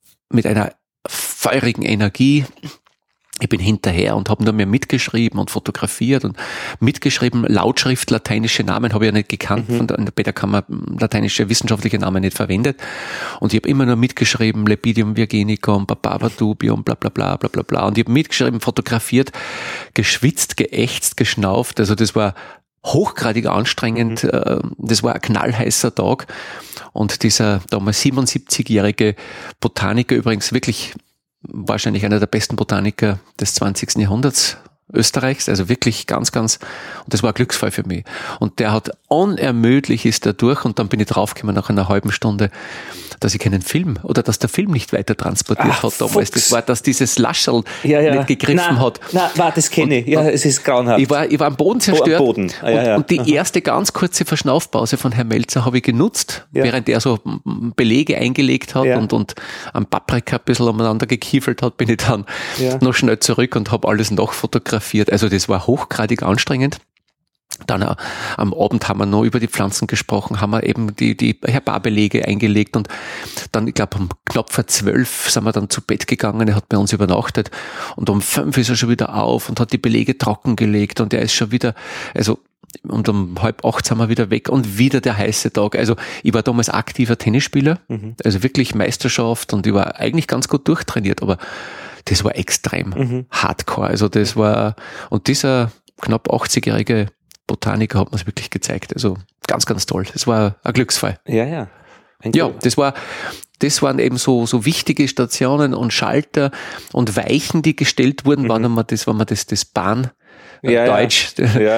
feurigen Energie. Ich bin hinterher und habe nur mehr mitgeschrieben und fotografiert und mitgeschrieben. Lautschrift, lateinische Namen habe ich ja nicht gekannt. Von der Bäderkammer lateinische wissenschaftliche Namen nicht verwendet. Und ich habe immer nur mitgeschrieben, Lepidium virginicum, Papaverdubium, bla bla bla bla bla bla. Und ich habe mitgeschrieben, fotografiert, geschwitzt, geächtzt, geschnauft. Also das war hochgradig anstrengend. Das war ein knallheißer Tag. Und dieser damals 77-jährige Botaniker, übrigens wirklich wahrscheinlich einer der besten Botaniker des 20. Jahrhunderts Österreichs, also wirklich ganz, ganz, und das war ein Glücksfall für mich. Und der hat unermüdlich ist er durch, und dann bin ich draufgekommen nach einer halben Stunde, dass ich keinen Film, oder dass der Film nicht weiter transportiert hat damals. Fuchs. Das war, dass dieses Lascherl nicht gegriffen hat. Das kenne ich. Ja, es ist grauenhaft. Ich war am Boden zerstört. Am Boden. Und die erste ganz kurze Verschnaufpause von Herrn Melzer habe ich genutzt, während er so Belege eingelegt hat und am Paprika ein bisschen umeinander gekiefelt hat, bin ich dann noch schnell zurück und habe alles noch fotografiert. Also das war hochgradig anstrengend. Dann am Abend haben wir noch über die Pflanzen gesprochen, haben wir eben die Herbarbelege eingelegt und dann, ich glaube, um knapp vor 12 sind wir dann zu Bett gegangen, er hat bei uns übernachtet und um 5 ist er schon wieder auf und hat die Belege trockengelegt und er ist schon wieder, also und um 7:30 sind wir wieder weg und wieder der heiße Tag. Also ich war damals aktiver Tennisspieler, also wirklich Meisterschaft und ich war eigentlich ganz gut durchtrainiert, aber das war extrem hardcore. Also das war, und dieser knapp 80-jährige Botaniker hat mir es wirklich gezeigt. Also ganz, ganz toll. Das war ein Glücksfall. Ja. Ja, das waren eben so wichtige Stationen und Schalter und Weichen, die gestellt wurden, wenn man das Bahn Deutsch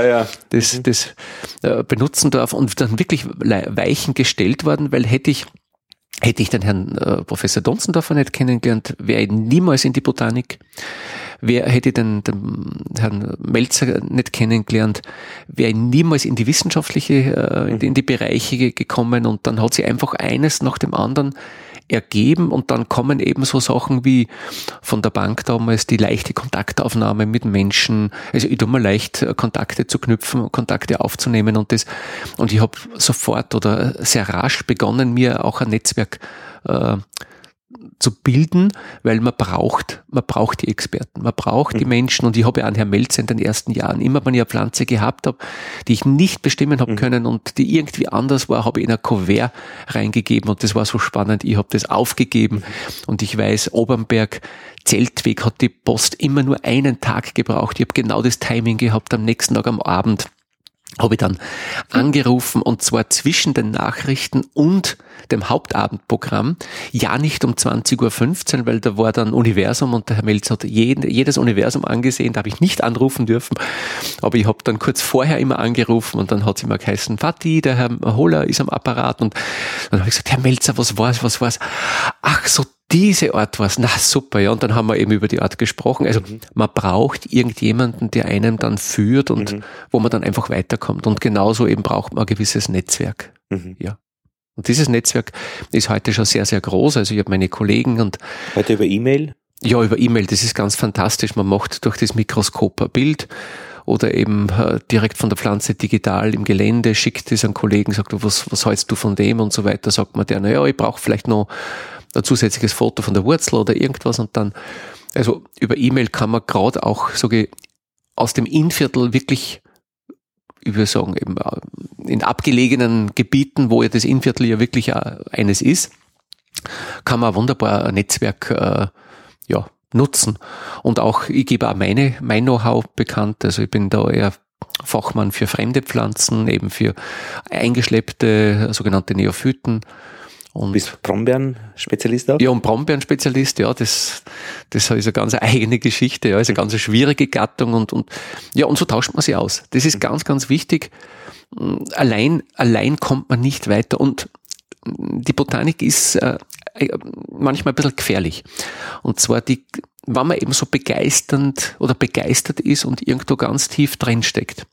das benutzen darf und dann wirklich Weichen gestellt worden, weil hätte ich den Herrn Professor Donzendorfer nicht kennengelernt, wäre ich niemals in die Botanik. Hätte ich den Herrn Melzer nicht kennengelernt, wäre ich niemals in die wissenschaftliche, in die Bereiche gekommen und dann hat sich einfach eines nach dem anderen ergeben und dann kommen eben so Sachen wie von der Bank damals die leichte Kontaktaufnahme mit Menschen, also ich tue mir leicht Kontakte zu knüpfen, Kontakte aufzunehmen und ich habe sofort oder sehr rasch begonnen, mir auch ein Netzwerk zu bilden, weil man braucht die Experten, man braucht die Menschen und ich habe ja an Herrn Melzer in den ersten Jahren, immer wenn ich eine Pflanze gehabt habe, die ich nicht bestimmen habe können und die irgendwie anders war, habe ich in ein Kuvert reingegeben und das war so spannend, ich habe das aufgegeben und ich weiß, Obernberg, Zeltweg hat die Post immer nur einen Tag gebraucht, ich habe genau das Timing gehabt, am nächsten Tag am Abend habe ich dann angerufen und zwar zwischen den Nachrichten und dem Hauptabendprogramm, ja nicht um 20:15 Uhr, weil da war dann Universum und der Herr Melz hat jedes Universum angesehen, da habe ich nicht anrufen dürfen, aber ich habe dann kurz vorher immer angerufen und dann hat es immer geheißen, Vati, der Herr Holler ist am Apparat und dann habe ich gesagt, Herr Melzer, was war's? Ach so, diese Art war's, na super, ja, und dann haben wir eben über die Art gesprochen, also man braucht irgendjemanden, der einem dann führt und wo man dann einfach weiterkommt und genauso eben braucht man ein gewisses Netzwerk, ja. Und dieses Netzwerk ist heute schon sehr, sehr groß, also ich habe meine Kollegen und... Heute über E-Mail? Ja, über E-Mail, das ist ganz fantastisch, man macht durch das Mikroskop ein Bild oder eben direkt von der Pflanze digital im Gelände, schickt es an Kollegen, sagt, was hältst du von dem und so weiter, sagt man der, naja, ich brauche vielleicht noch ein zusätzliches Foto von der Wurzel oder irgendwas und dann, also über E-Mail kann man gerade auch, sage ich, aus dem Innviertel wirklich, ich würde sagen, eben in abgelegenen Gebieten, wo ja das Innviertel ja wirklich eines ist, kann man wunderbar ein Netzwerk nutzen. Und auch, ich gebe auch mein Know-how bekannt, also ich bin da eher Fachmann für fremde Pflanzen, eben für eingeschleppte, sogenannte Neophyten. Und bist Brombeeren-Spezialist auch? Ja, und Brombeeren-Spezialist, ja, das ist eine ganz eigene Geschichte, ja, ist eine ganz schwierige Gattung und so tauscht man sie aus. Das ist ganz, ganz wichtig. Allein kommt man nicht weiter und die Botanik ist manchmal ein bisschen gefährlich. Und zwar wenn man eben so begeistert ist und irgendwo ganz tief drin steckt,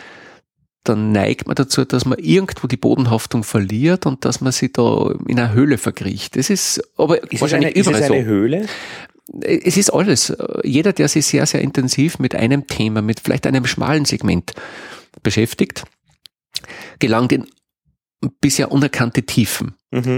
dann neigt man dazu, dass man irgendwo die Bodenhaftung verliert und dass man sich da in einer Höhle verkriecht. Das ist aber wahrscheinlich überall so. Ist es eine Höhle? Es ist alles. Jeder, der sich sehr, sehr intensiv mit einem Thema, mit vielleicht einem schmalen Segment beschäftigt, gelangt in bisher unerkannte Tiefen.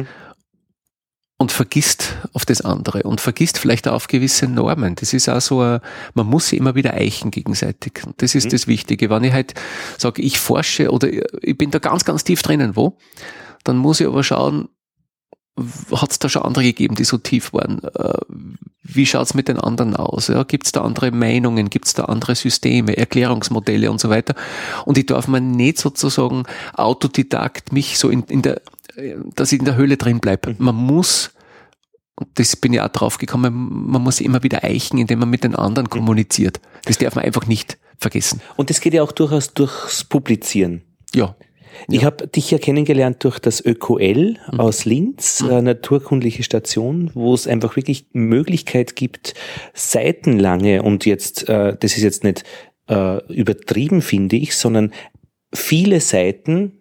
Und vergisst auf das andere und vergisst vielleicht auch auf gewisse Normen. Das ist auch so, man muss sich immer wieder eichen gegenseitig. Und das ist das Wichtige. Wenn ich halt sage, ich forsche oder ich bin da ganz, ganz tief drinnen, dann muss ich aber schauen, hat es da schon andere gegeben, die so tief waren? Wie schaut's mit den anderen aus? Ja, gibt's da andere Meinungen? Gibt's da andere Systeme, Erklärungsmodelle und so weiter? Und ich darf mir nicht sozusagen autodidakt mich so dass ich in der Höhle drin bleibe. Man muss, und das bin ich auch drauf gekommen, man muss immer wieder eichen, indem man mit den anderen kommuniziert. Das darf man einfach nicht vergessen. Und das geht ja auch durchaus durchs Publizieren. Ja. Ich habe dich ja kennengelernt durch das ÖQL aus Linz, naturkundliche Station, wo es einfach wirklich Möglichkeit gibt, seitenlange und jetzt, das ist jetzt nicht übertrieben, finde ich, sondern viele Seiten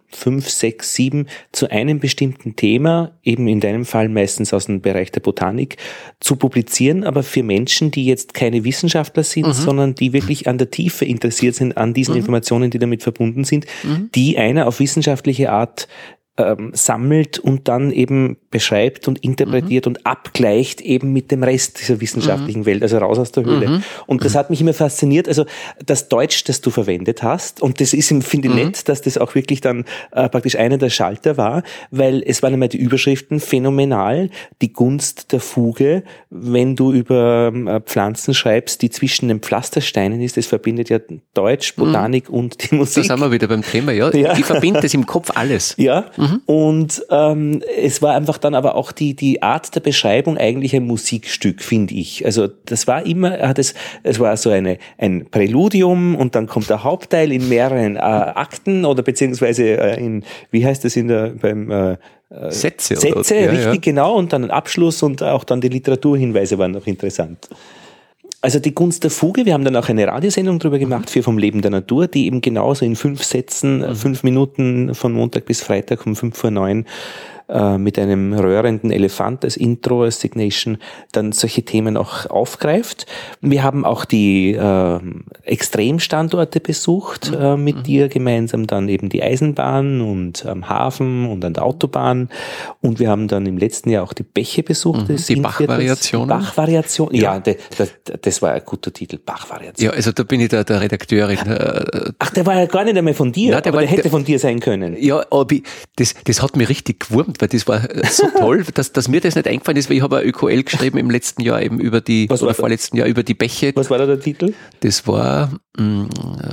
5, 6, 7 zu einem bestimmten Thema, eben in deinem Fall meistens aus dem Bereich der Botanik, zu publizieren, aber für Menschen, die jetzt keine Wissenschaftler sind, sondern die wirklich an der Tiefe interessiert sind, an diesen Informationen, die damit verbunden sind, die einer auf wissenschaftliche Art sammelt und dann eben beschreibt und interpretiert und abgleicht eben mit dem Rest dieser wissenschaftlichen Welt, also raus aus der Höhle. Und das hat mich immer fasziniert, also das Deutsch, das du verwendet hast, und das ist, finde ich nett, dass das auch wirklich dann praktisch einer der Schalter war, weil es waren einmal die Überschriften phänomenal, die Gunst der Fuge, wenn du über Pflanzen schreibst, die zwischen den Pflastersteinen ist, das verbindet ja Deutsch, Botanik und die Musik. Da sind wir wieder beim Thema, ja. Ich verbinde das im Kopf alles. Ja. Und es war einfach dann aber auch die Art der Beschreibung eigentlich ein Musikstück, finde ich. Also das war immer, es war so ein Präludium und dann kommt der Hauptteil in mehreren Akten oder beziehungsweise wie heißt das beim Sätze, richtig, genau, und dann ein Abschluss und auch dann die Literaturhinweise waren noch interessant. Also die Gunst der Fuge, wir haben dann auch eine Radiosendung drüber gemacht, für vom Leben der Natur, die eben genauso in 5 Sätzen, 5 Minuten von Montag bis Freitag um 8:45 mit einem röhrenden Elefant als Intro, als Signation, dann solche Themen auch aufgreift. Wir haben auch die Extremstandorte besucht, mit dir gemeinsam dann eben die Eisenbahn und am Hafen und an der Autobahn. Und wir haben dann im letzten Jahr auch die Bäche besucht. Die Bachvariationen. Ja, das war ein guter Titel, Bachvariation. Ja, also da bin ich der Redakteurin. Ach, der war ja gar nicht einmal von dir, Nein, der hätte von dir sein können. Ja, aber das hat mich richtig gewurmt, weil das war so toll, dass mir das nicht eingefallen ist, weil ich habe ein ÖQL geschrieben im letzten Jahr eben vorletzten Jahr über die Bäche. Was war da der Titel? Das war in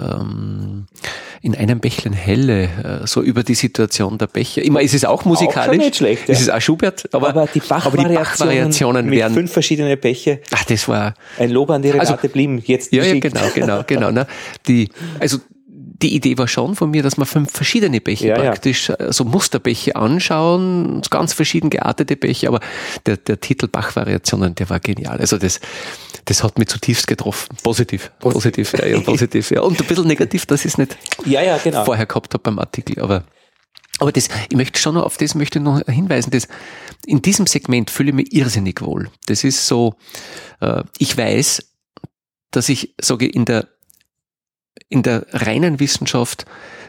einem Bächlein Helle, so über die Situation der Bäche. Ich meine, es ist auch musikalisch. Auch schon nicht schlecht, ja. Es ist auch Schubert, aber die Bachvariationen mit 5 verschiedene Bäche. Ach, das war ein Lob an die Renate Blim. Jetzt ja, genau. Ne? Die Idee war schon von mir, dass wir 5 verschiedene Bäche praktisch, so Musterbäche anschauen, ganz verschieden geartete Bäche, aber der Titel Bachvariationen, der war genial. Also das hat mich zutiefst getroffen. Positiv. Ja. Und ein bisschen negativ, dass ich es nicht genau. vorher gehabt habe beim Artikel, aber ich möchte schon noch, auf das möchte ich noch hinweisen, dass in diesem Segment fühle ich mich irrsinnig wohl. Das ist so, ich weiß, dass ich sage, in der reinen Wissenschaft,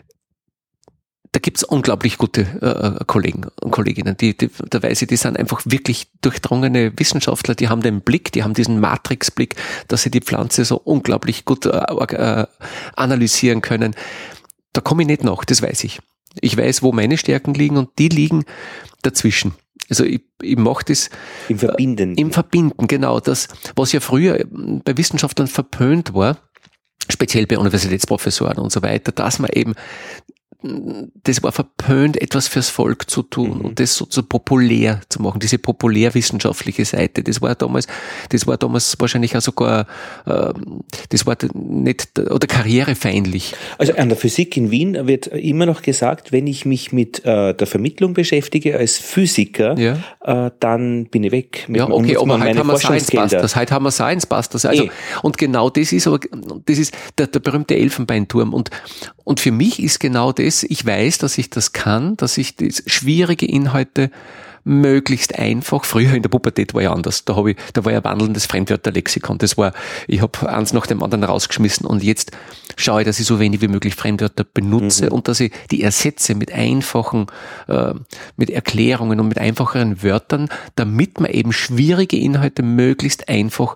da gibt's unglaublich gute Kollegen und Kolleginnen, da weiß ich, die sind einfach wirklich durchdrungene Wissenschaftler, die haben den Blick, die haben diesen Matrixblick, dass sie die Pflanze so unglaublich gut analysieren können. Da komme ich nicht nach, das weiß ich. Ich weiß, wo meine Stärken liegen und die liegen dazwischen. Also ich mache das im Verbinden. Im Verbinden, genau. Das, was ja früher bei Wissenschaftlern verpönt war, speziell bei Universitätsprofessoren und so weiter, dass man eben, das war verpönt, etwas fürs Volk zu tun und das so populär zu machen, diese populärwissenschaftliche Seite. Das war damals wahrscheinlich auch sogar, das war nicht, oder karrierefeindlich. Also an der Physik in Wien wird immer noch gesagt, wenn ich mich mit der Vermittlung beschäftige als Physiker, dann bin ich weg. Ja, okay, aber heute haben wir Science Busters. Also, und genau das ist der berühmte Elfenbeinturm und für mich ist genau das, ich weiß, dass ich das kann, dass ich das schwierige Inhalte möglichst einfach, früher in der Pubertät war ja anders, da war ja wandelndes Fremdwörterlexikon, ich habe eins nach dem anderen rausgeschmissen und jetzt schaue ich, dass ich so wenig wie möglich Fremdwörter benutze und dass ich die ersetze mit einfachen, mit Erklärungen und mit einfacheren Wörtern, damit man eben schwierige Inhalte möglichst einfach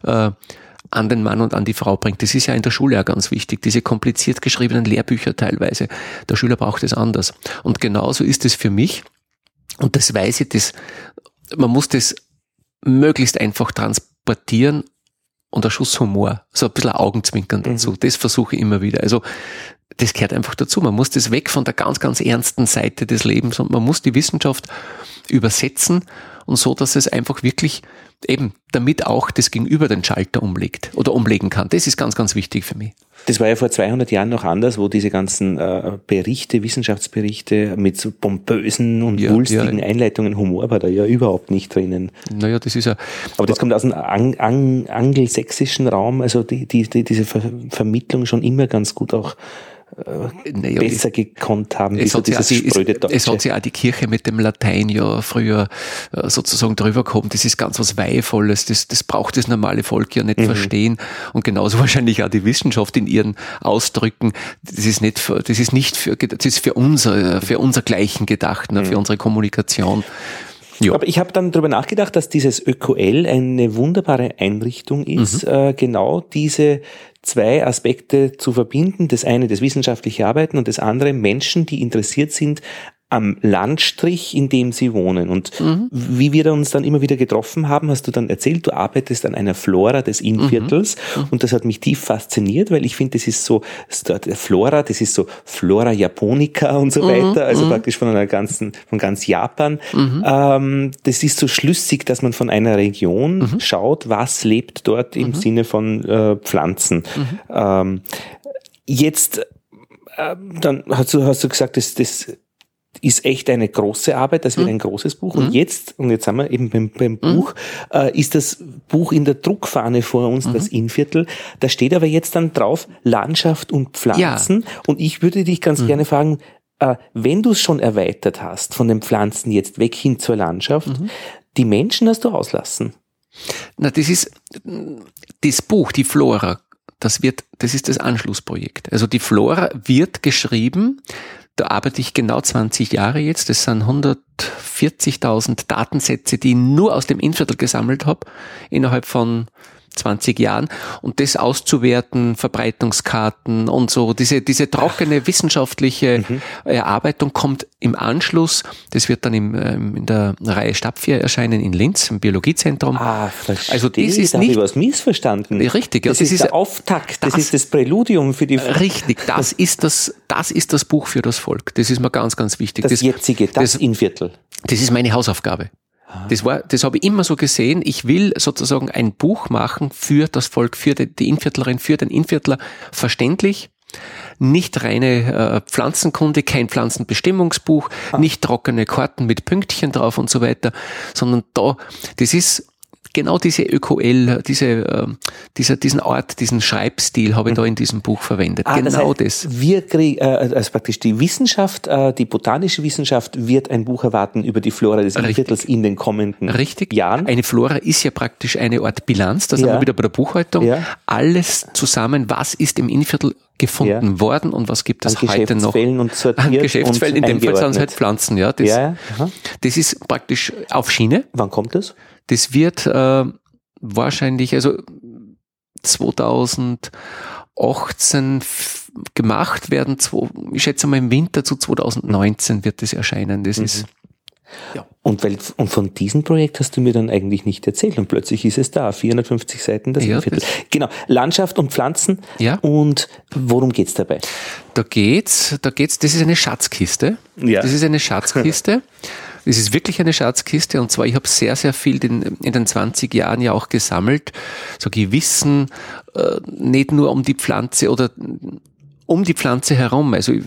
an den Mann und an die Frau bringt. Das ist ja in der Schule auch ganz wichtig, diese kompliziert geschriebenen Lehrbücher teilweise. Der Schüler braucht es anders. Und genauso ist es für mich, und das weiß ich, man muss das möglichst einfach transportieren und ein Schuss Humor, so ein bisschen Augenzwinkern dazu. Das versuche ich immer wieder. Also das gehört einfach dazu. Man muss das weg von der ganz, ganz ernsten Seite des Lebens und man muss die Wissenschaft übersetzen und so, dass es einfach wirklich eben, damit auch das Gegenüber den Schalter umlegt oder umlegen kann. Das ist ganz, ganz wichtig für mich. Das war ja vor 200 Jahren noch anders, wo diese ganzen Berichte, Wissenschaftsberichte mit so pompösen und wulstigen Einleitungen, Humor war da ja überhaupt nicht drinnen. Naja, das ist ja... Aber das kommt aus dem angelsächsischen Raum, also diese Vermittlung schon immer ganz gut auch besser gekonnt haben, wie so dieses spröde Deutsche. Es hat sich auch die Kirche mit dem Latein ja früher sozusagen drüber gehoben. Das ist ganz was Weihevolles, das braucht das normale Volk ja nicht verstehen. Und genauso wahrscheinlich auch die Wissenschaft in ihren Ausdrücken. Das ist für unser Gleichen gedacht, für unsere Kommunikation. Ja. Aber ich habe dann darüber nachgedacht, dass dieses ÖKL eine wunderbare Einrichtung ist, genau diese zwei Aspekte zu verbinden. Das eine, das wissenschaftliche Arbeiten, und das andere, Menschen, die interessiert sind am Landstrich, in dem sie wohnen. Und wie wir uns dann immer wieder getroffen haben, hast du dann erzählt, du arbeitest an einer Flora des Innviertels, und das hat mich tief fasziniert, weil ich finde, das ist so Flora, das ist so Flora Japonica und so weiter, also praktisch von ganz Japan. Das ist so schlüssig, dass man von einer Region schaut, was lebt dort im Sinne von Pflanzen. Jetzt dann hast du gesagt, das ist echt eine große Arbeit, das wird ein großes Buch. Und jetzt sind wir eben beim Buch, ist das Buch in der Druckfahne vor uns, das Innviertel. Da steht aber jetzt dann drauf Landschaft und Pflanzen. Ja. Und ich würde dich ganz gerne fragen, wenn du es schon erweitert hast, von den Pflanzen jetzt weg hin zur Landschaft, die Menschen hast du auslassen. Na, das ist das Buch, die Flora, das ist das Anschlussprojekt. Also die Flora wird geschrieben. Da arbeite ich genau 20 Jahre jetzt. Das sind 140.000 Datensätze, die ich nur aus dem Innviertel gesammelt habe, innerhalb von 20 Jahren. Und das auszuwerten, Verbreitungskarten und so, diese trockene wissenschaftliche Erarbeitung kommt im Anschluss. Das wird dann in der Reihe Stadtvier erscheinen in Linz, im Biologiezentrum. Verstehe. Also das ist da nicht, habe ich was missverstanden. Richtig. Das ist der Auftakt, das ist das Präludium für die... Richtig, das ist das Buch für das Volk. Das ist mir ganz, ganz wichtig. Das Innviertel. Das ist meine Hausaufgabe. Das habe ich immer so gesehen. Ich will sozusagen ein Buch machen für das Volk, für die Innviertlerin, für den Innviertler, verständlich. Nicht reine Pflanzenkunde, kein Pflanzenbestimmungsbuch, nicht trockene Karten mit Pünktchen drauf und so weiter, sondern das ist genau diese ÖKL, diesen Art, diesen Schreibstil habe ich da in diesem Buch verwendet. Genau das. Wir kriegen, also praktisch die Wissenschaft, die botanische Wissenschaft wird ein Buch erwarten über die Flora des Innviertels in den kommenden Jahren. Eine Flora ist ja praktisch eine Art Bilanz, da sind wir wieder bei der Buchhaltung. Ja. Alles zusammen, was ist im Innviertel gefunden worden und was gibt es heute noch? Und sortiert an Geschäftsfeldern, in dem Fall sind es halt Pflanzen. Ja, das ist praktisch auf Schiene. Wann kommt das? Das wird wahrscheinlich 2018 gemacht werden. Ich schätze mal im Winter zu 2019 wird das erscheinen. Das ist Und von diesem Projekt hast du mir dann eigentlich nicht erzählt und plötzlich ist es da, 450 Seiten, das Innviertel. Genau, Landschaft und Pflanzen. Ja. Und worum geht's dabei? Da geht's, das ist eine Schatzkiste. Ja. Das ist eine Schatzkiste. Es ist wirklich eine Schatzkiste, und zwar, ich habe sehr, sehr viel in den 20 Jahren ja auch gesammelt, so Wissen, nicht nur um die Pflanze oder um die Pflanze herum, also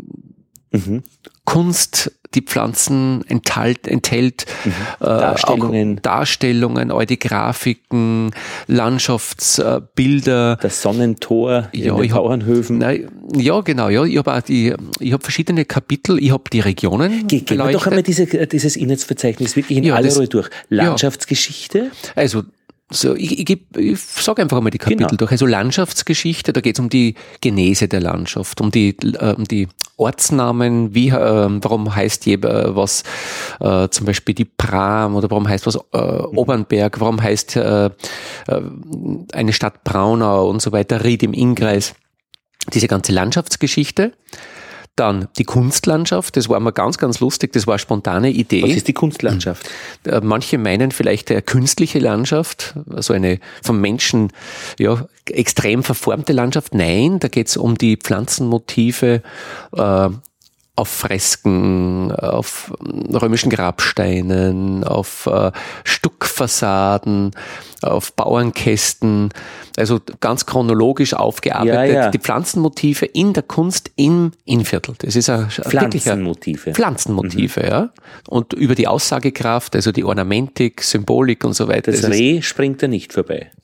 Kunst, die Pflanzen enthält Darstellungen, alte Grafiken, Landschaftsbilder. Das Sonnentor in den Bauernhöfen. Ja, genau. Ja. Ich habe verschiedene Kapitel. Ich habe die Regionen beleuchtet. Gehen wir doch einmal dieses Inhaltsverzeichnis wirklich in aller Ruhe durch. Landschaftsgeschichte. Also ich sage einfach einmal die Kapitel durch. Also Landschaftsgeschichte, da geht es um die Genese der Landschaft, um die Ortsnamen, warum heißt was zum Beispiel die Pram, oder warum heißt was Obernberg, warum heißt eine Stadt Braunau und so weiter, Ried im Innkreis. Diese ganze Landschaftsgeschichte. Dann die Kunstlandschaft, das war mir ganz, ganz lustig, das war eine spontane Idee. Was ist die Kunstlandschaft? Manche meinen vielleicht eine künstliche Landschaft, also eine vom Menschen extrem verformte Landschaft. Nein, da geht es um die Pflanzenmotive auf Fresken, auf römischen Grabsteinen, auf Stuckfassaden, auf Bauernkästen, also ganz chronologisch aufgearbeitet. Ja. Die Pflanzenmotive in der Kunst im Innviertel. Das ist Pflanzenmotive. Ja. Und über die Aussagekraft, also die Ornamentik, Symbolik und so weiter. Das Reh springt da nicht vorbei.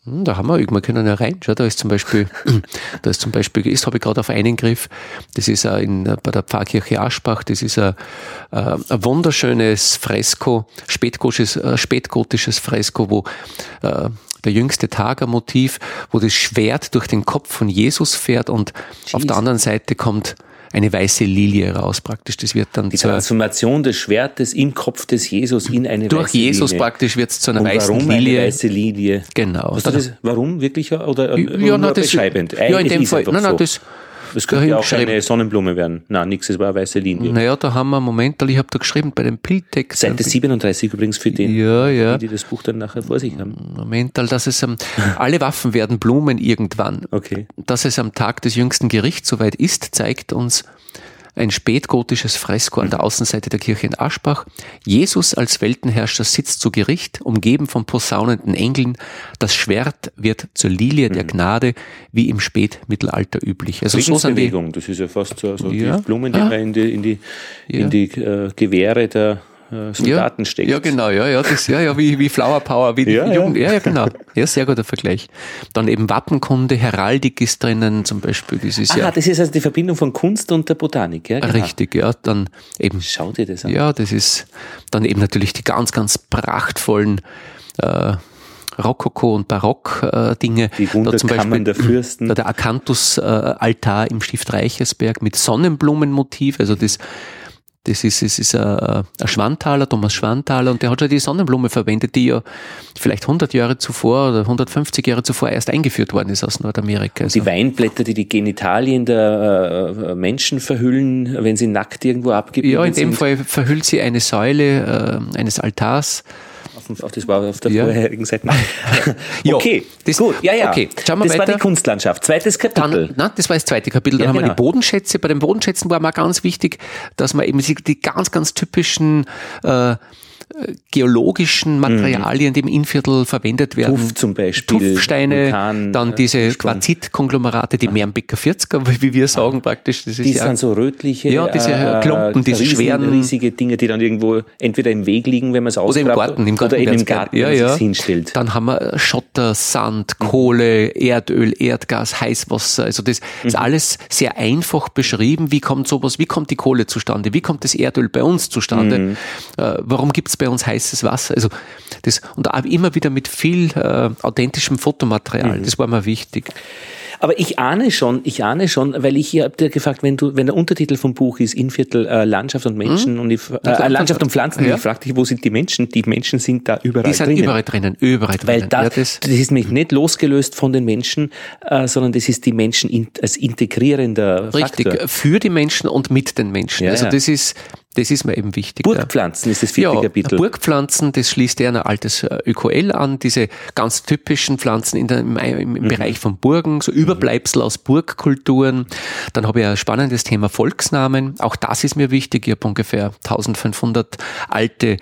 Da haben wir können ja reinschauen. Da ist zum Beispiel, das habe ich gerade auf einen Griff, das ist bei der Pfarrkirche Aschbach, das ist ein wunderschönes Fresko, spätgotisches Fresko, wo der jüngste Tag ein Motiv, wo das Schwert durch den Kopf von Jesus fährt und auf der anderen Seite kommt eine weiße Lilie raus praktisch. Das wird dann die Transformation des Schwertes im Kopf des Jesus in eine durch weiße Jesus Lilie. Praktisch wird es zu einer und weißen warum Lilie. Eine weiße Lilie. Genau. Was das, warum wirklich oder ja, nur das, beschreibend? Ja, in dem Fall. Das könnte ja auch eine Sonnenblume werden. Nein, nix, es war eine weiße Linie. Naja, da haben wir, ich habe da geschrieben bei dem Bildtext. Seite 37 übrigens für die das Buch dann nachher vor sich haben. Dass es alle Waffen werden Blumen irgendwann. Okay. Dass es am Tag des jüngsten Gerichts soweit ist, zeigt uns ein spätgotisches Fresko an der Außenseite der Kirche in Aschbach. Jesus als Weltenherrscher sitzt zu Gericht, umgeben von posaunenden Engeln. Das Schwert wird zur Lilie der Gnade, wie im Spätmittelalter üblich. Also so sind die, das ist ja fast so die Blumen, die man in die Gewehre der Soldaten steckt. Ja, genau, wie Flower Power, wie die Jugend. Ja, genau. Ja, sehr guter Vergleich. Dann eben Wappenkunde, Heraldik ist drinnen, zum Beispiel. Das ist das ist also die Verbindung von Kunst und der Botanik, ja? Genau. Richtig, ja. Dann eben. Schau dir das an. Ja, das ist dann eben natürlich die ganz, ganz prachtvollen Rokoko- und Barock-Dinge. Die Wunderkammern der Fürsten. Der Akanthus-Altar im Stift Reichersberg mit Sonnenblumenmotiv, also das ist ein Schwanthaler, Thomas Schwanthaler, und der hat schon die Sonnenblume verwendet, die ja vielleicht 100 Jahre zuvor oder 150 Jahre zuvor erst eingeführt worden ist aus Nordamerika. Also die Weinblätter, die die Genitalien der Menschen verhüllen, wenn sie nackt irgendwo abgebildet sind. Ja, in dem Fall verhüllt sie eine Säule eines Altars. Das war auf der vorherigen Seite. Okay, gut. Ja. Okay, schauen wir das weiter. war die Kunstlandschaft. Zweites Kapitel. Das war das zweite Kapitel. Dann haben wir die Bodenschätze. Bei den Bodenschätzen war mal ganz wichtig, dass man eben die ganz, ganz typischen geologischen Materialien, die im Innviertel verwendet werden. Tuff zum Beispiel. Tuffsteine, Vulkan, dann diese Quarzit-Konglomerate, die Meerenbecker 40er, wie wir sagen praktisch. Das ist die sind so rötliche, diese Klumpen, diese schweren. Riesige Dinge, die dann irgendwo entweder im Weg liegen, wenn man es ausgrabt. Oder im Garten, oder eben im Garten, wenn man es hinstellt. Dann haben wir Schotter, Sand, Kohle, Erdöl, Erdgas, Heißwasser. Also das ist alles sehr einfach beschrieben. Wie kommt die Kohle zustande? Wie kommt das Erdöl bei uns zustande? Warum gibt es bei uns heißes Wasser? Also das, und auch immer wieder mit viel authentischem Fotomaterial. Das war mir wichtig. Aber ich ahne schon, weil ich habe dir gefragt, wenn der Untertitel vom Buch ist Innviertel Landschaft und Menschen und Landschaft und Pflanzen, ich fragte dich, wo sind die Menschen? Die Menschen sind da überall drinnen. Die sind überall drinnen. Weil das ist nämlich nicht losgelöst von den Menschen, sondern das ist die Menschen als integrierender Faktor. Richtig, für die Menschen und mit den Menschen. Ja, also das ist mir eben wichtig. Burgpflanzen ist das vierte Kapitel. Burgpflanzen, das schließt eher ein altes ÖKL an, diese ganz typischen Pflanzen im Bereich von Burgen, so Überbleibsel aus Burgkulturen. Dann habe ich ein spannendes Thema Volksnamen. Auch das ist mir wichtig. Ich habe ungefähr 1500 alte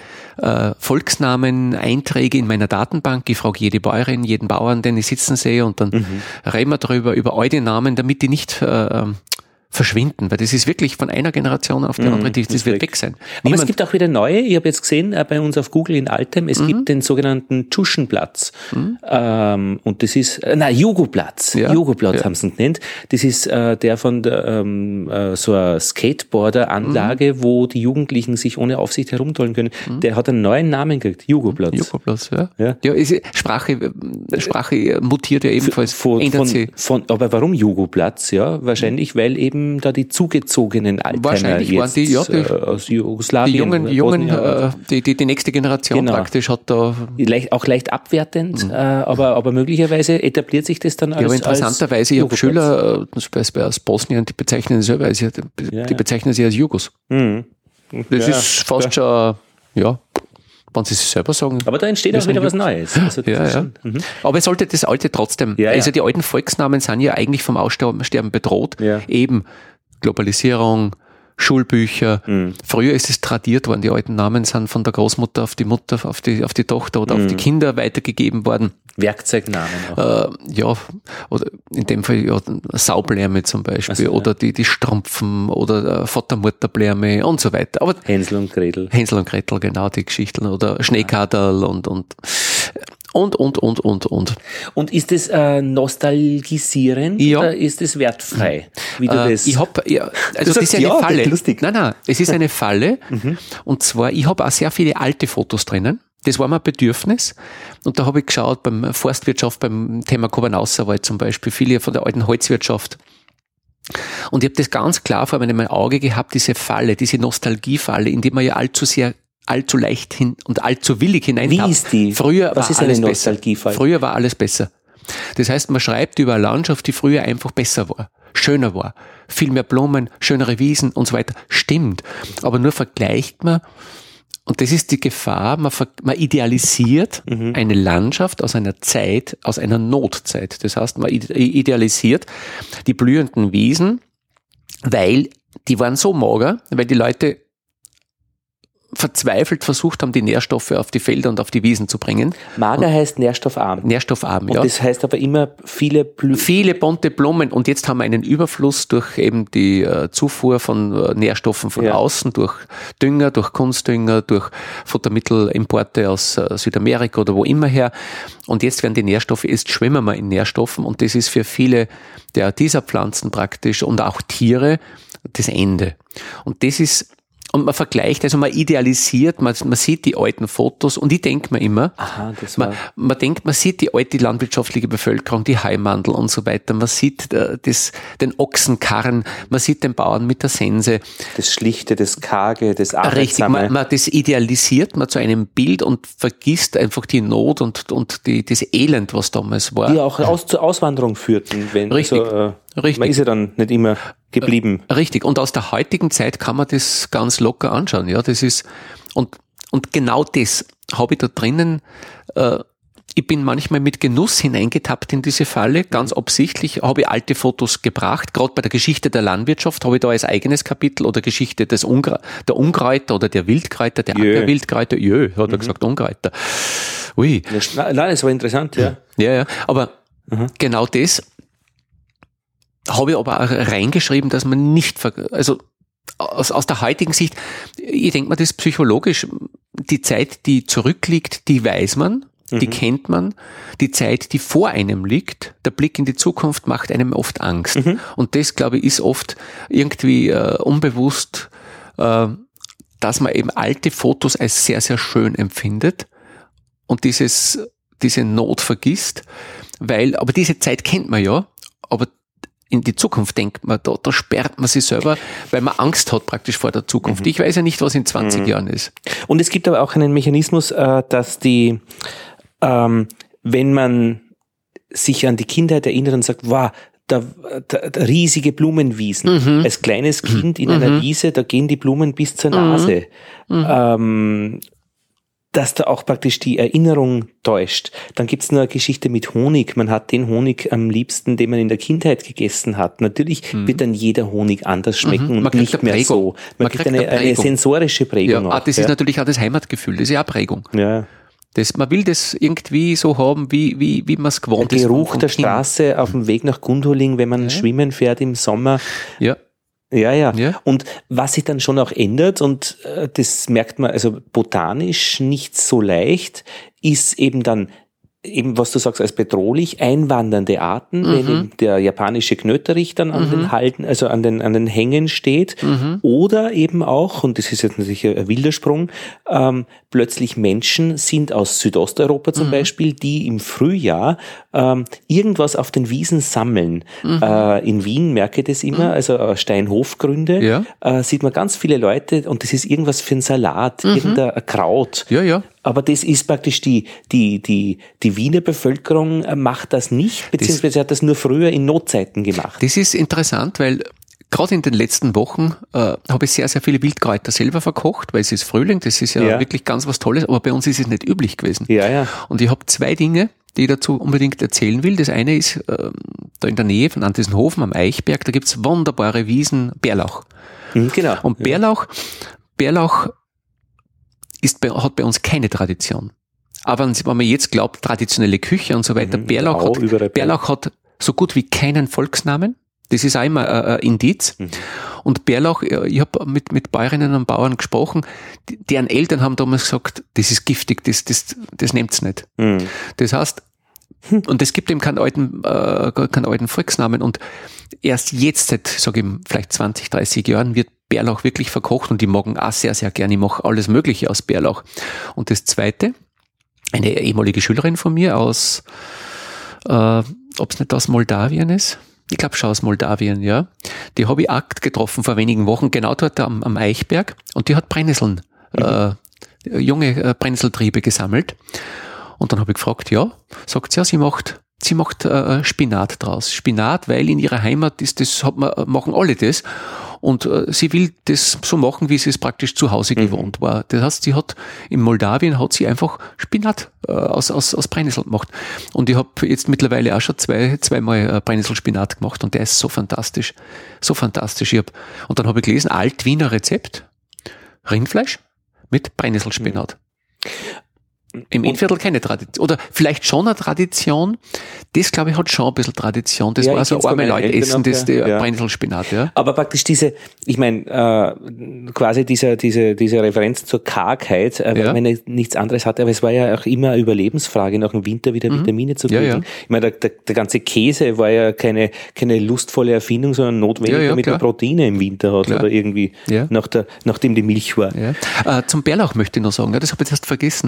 Volksnamen-Einträge in meiner Datenbank. Ich frage jede Bäuerin, jeden Bauern, den ich sitzen sehe, und dann reden wir über all die Namen, damit die nicht verschwinden, weil das ist wirklich von einer Generation auf die andere, das wird weg sein. Aber es gibt auch wieder neue, ich habe jetzt gesehen, bei uns auf Google in Altem, es gibt den sogenannten Tschuschenplatz. Und das ist, Jugoplatz. Jugoplatz haben sie ihn genannt. Das ist der von der, so einer Skateboarder-Anlage, wo die Jugendlichen sich ohne Aufsicht herumtollen können. Der hat einen neuen Namen gekriegt, Jugoplatz. Jugoplatz, ja. Sprache mutiert ja ebenfalls. Aber warum Jugoplatz? Ja, wahrscheinlich, weil eben da die zugezogenen Altheimer jetzt aus Jugoslawien. Die Jungen, die nächste Generation praktisch hat da... Auch leicht abwertend, aber möglicherweise etabliert sich das dann als... Ja, aber interessanterweise, ich habe Schüler, zum Beispiel aus Bosnien, die bezeichnen sie selber, die bezeichnen sie als Jugos. Das ist fast schon, wenn sie es selber sagen. Aber da entsteht auch wieder was Neues. Also Aber es sollte das Alte trotzdem. Also die alten Volksnamen sind ja eigentlich vom Aussterben bedroht. Ja. Eben Globalisierung, Schulbücher. Früher ist es tradiert worden. Die alten Namen sind von der Großmutter auf die Mutter, auf die Tochter oder auf die Kinder weitergegeben worden. Werkzeugnamen auch. Oder in dem Fall Saublärme zum Beispiel, oder die Strumpfen oder Vater-Mutter-Blärme und so weiter. Aber Hänsel und Gretel, genau, die Geschichten, oder Schneekadel und Und. Und ist es nostalgisierend oder ist es wertfrei? Wie du das das ist eine Falle. Lustig. Nein, es ist eine Falle. Und zwar, ich habe auch sehr viele alte Fotos drinnen. Das war mir ein Bedürfnis. Und da habe ich geschaut, beim Forstwirtschaft, beim Thema Kobernauserwald zum Beispiel, viele von der alten Holzwirtschaft. Und ich habe das ganz klar vor meinem Auge gehabt, diese Falle, diese Nostalgiefalle, in die man ja allzu leicht und allzu willig hineintappt. Wie ist die? Früher Was war ist eine alles Nostalgiefalle? besser. Früher war alles besser. Das heißt, man schreibt über eine Landschaft, die früher einfach besser war, schöner war, viel mehr Blumen, schönere Wiesen und so weiter. Stimmt. Aber nur vergleicht man, und das ist die Gefahr, man idealisiert eine Landschaft aus einer Zeit, aus einer Notzeit. Das heißt, man idealisiert die blühenden Wiesen, weil die waren so mager, weil die Leute verzweifelt versucht haben, die Nährstoffe auf die Felder und auf die Wiesen zu bringen. Mager heißt nährstoffarm. Nährstoffarm, ja. Und das heißt aber immer viele bunte Blumen. Und jetzt haben wir einen Überfluss durch eben die Zufuhr von Nährstoffen von außen, durch Dünger, durch Kunstdünger, durch Futtermittelimporte aus Südamerika oder wo immer her. Und jetzt werden die Nährstoffe, jetzt schwimmen wir in Nährstoffen. Und das ist für viele dieser Pflanzen praktisch und auch Tiere das Ende. Und das ist, und man vergleicht, also man idealisiert, man sieht die alten Fotos und ich denke mir immer, man sieht die alte landwirtschaftliche Bevölkerung, die Heimandel und so weiter, man sieht den Ochsenkarren, man sieht den Bauern mit der Sense. Das Schlichte, das Karge, das Arbeitsame. Richtig, man das idealisiert man zu einem Bild und vergisst einfach die Not und das Elend, was damals war. Die auch zur Auswanderung führten. Richtig. Richtig. Man ist ja dann nicht immer geblieben. Richtig. Und aus der heutigen Zeit kann man das ganz locker anschauen. Ja, das ist, und genau das habe ich da drinnen, ich bin manchmal mit Genuss hineingetappt in diese Falle, ganz absichtlich habe ich alte Fotos gebracht, gerade bei der Geschichte der Landwirtschaft habe ich da als eigenes Kapitel oder Geschichte der Unkräuter oder der Wildkräuter, der Ackerwildkräuter, hat er gesagt, Unkräuter. Ui. Nein, das war interessant, ja. Ja, aber genau das habe ich aber auch reingeschrieben, dass man nicht, also aus der heutigen Sicht, ich denke mal, das ist psychologisch, die Zeit, die zurückliegt, die weiß man, die kennt man, die Zeit, die vor einem liegt, der Blick in die Zukunft macht einem oft Angst. Und das, glaube ich, ist oft irgendwie unbewusst, dass man eben alte Fotos als sehr, sehr schön empfindet und diese Not vergisst, aber diese Zeit kennt man ja, aber in die Zukunft denkt man, da sperrt man sich selber, weil man Angst hat praktisch vor der Zukunft. Ich weiß ja nicht, was in 20 Jahren ist. Und es gibt aber auch einen Mechanismus, dass wenn man sich an die Kindheit erinnert und sagt, wow, da riesige Blumenwiesen. Als kleines Kind in einer Wiese, da gehen die Blumen bis zur Nase. Dass da auch praktisch die Erinnerung täuscht. Dann gibt's noch eine Geschichte mit Honig. Man hat den Honig am liebsten, den man in der Kindheit gegessen hat. Natürlich wird dann jeder Honig anders schmecken und nicht mehr so. Man kriegt eine sensorische Prägung. Ja, das ist natürlich auch das Heimatgefühl, das ist ja auch Prägung. Ja. Man will das irgendwie so haben, wie man es gewohnt ist. Der Geruch der Straße auf dem Weg nach Gundoling, wenn man schwimmen fährt im Sommer. Ja. Ja. Und was sich dann schon auch ändert, und das merkt man also botanisch nicht so leicht, ist eben dann, was du sagst als bedrohlich, einwandernde Arten, wenn eben der japanische Knöterich dann an den Halden, also an den Hängen steht, oder eben auch, und das ist jetzt natürlich ein wilder Sprung, plötzlich Menschen sind aus Südosteuropa zum Beispiel, die im Frühjahr irgendwas auf den Wiesen sammeln. In Wien merke ich das immer, also Steinhofgründe, sieht man ganz viele Leute, und das ist irgendwas für ein Salat, irgendein Kraut. Ja. Aber das ist praktisch die Wiener Bevölkerung macht das nicht, beziehungsweise hat das nur früher in Notzeiten gemacht. Das ist interessant, weil gerade in den letzten Wochen habe ich sehr, sehr viele Wildkräuter selber verkocht, weil es ist Frühling, das ist ja wirklich ganz was Tolles, aber bei uns ist es nicht üblich gewesen. Ja. Und ich habe 2 Dinge, die ich dazu unbedingt erzählen will. Das eine ist, da in der Nähe von Antessenhofen am Eichberg, da gibt's wunderbare Wiesen, Bärlauch. Genau. Und Bärlauch hat bei uns keine Tradition. Aber wenn man jetzt glaubt, traditionelle Küche und so weiter, Bärlauch hat so gut wie keinen Volksnamen. Das ist auch immer ein Indiz. Und Bärlauch, ich habe mit Bäuerinnen und Bauern gesprochen, deren Eltern haben damals gesagt, das ist giftig, das nehmt's nicht. Das heißt, und es gibt eben keinen alten Volksnamen. Und erst jetzt, seit, sage ich, vielleicht 20, 30 Jahren, wird Bärlauch wirklich verkocht und die mogen auch sehr, sehr gern. Ich mache alles Mögliche aus Bärlauch. Und das Zweite, eine ehemalige Schülerin von mir aus, ob es nicht aus Moldawien ist? Ich glaube schon aus Moldawien, ja. Die habe ich auch getroffen vor wenigen Wochen, genau dort am Eichberg. Und die hat Brennnesseln, junge Brennnesseltriebe gesammelt. Und dann habe ich gefragt, ja, sagt sie, ja, sie macht Spinat draus. Spinat, weil in ihrer Heimat machen alle das. Und sie will das so machen, wie sie es praktisch zu Hause gewohnt war. Das heißt, in Moldawien hat sie einfach Spinat aus Brennnesseln gemacht. Und ich habe jetzt mittlerweile auch schon zweimal Brennnesselspinat gemacht und der ist so fantastisch. So fantastisch. Und dann habe ich gelesen, Alt-Wiener Rezept, Rindfleisch mit Brennnesselspinat. Im Innviertel keine Tradition. Oder vielleicht schon eine Tradition. Das, glaube ich, hat schon ein bisschen Tradition. Das war so arme Leute essen, das Brennnesselspinat, ja. Aber praktisch quasi diese Referenz zur Kargheit, wenn er nichts anderes hatte, aber es war ja auch immer eine Überlebensfrage, nach dem Winter wieder Vitamine zu kriegen. Ja. Ich meine, der ganze Käse war ja keine lustvolle Erfindung, sondern notwendig, damit man Proteine im Winter hat, oder irgendwie, nachdem die Milch war. Ja. Zum Bärlauch möchte ich noch sagen, das habe ich erst vergessen.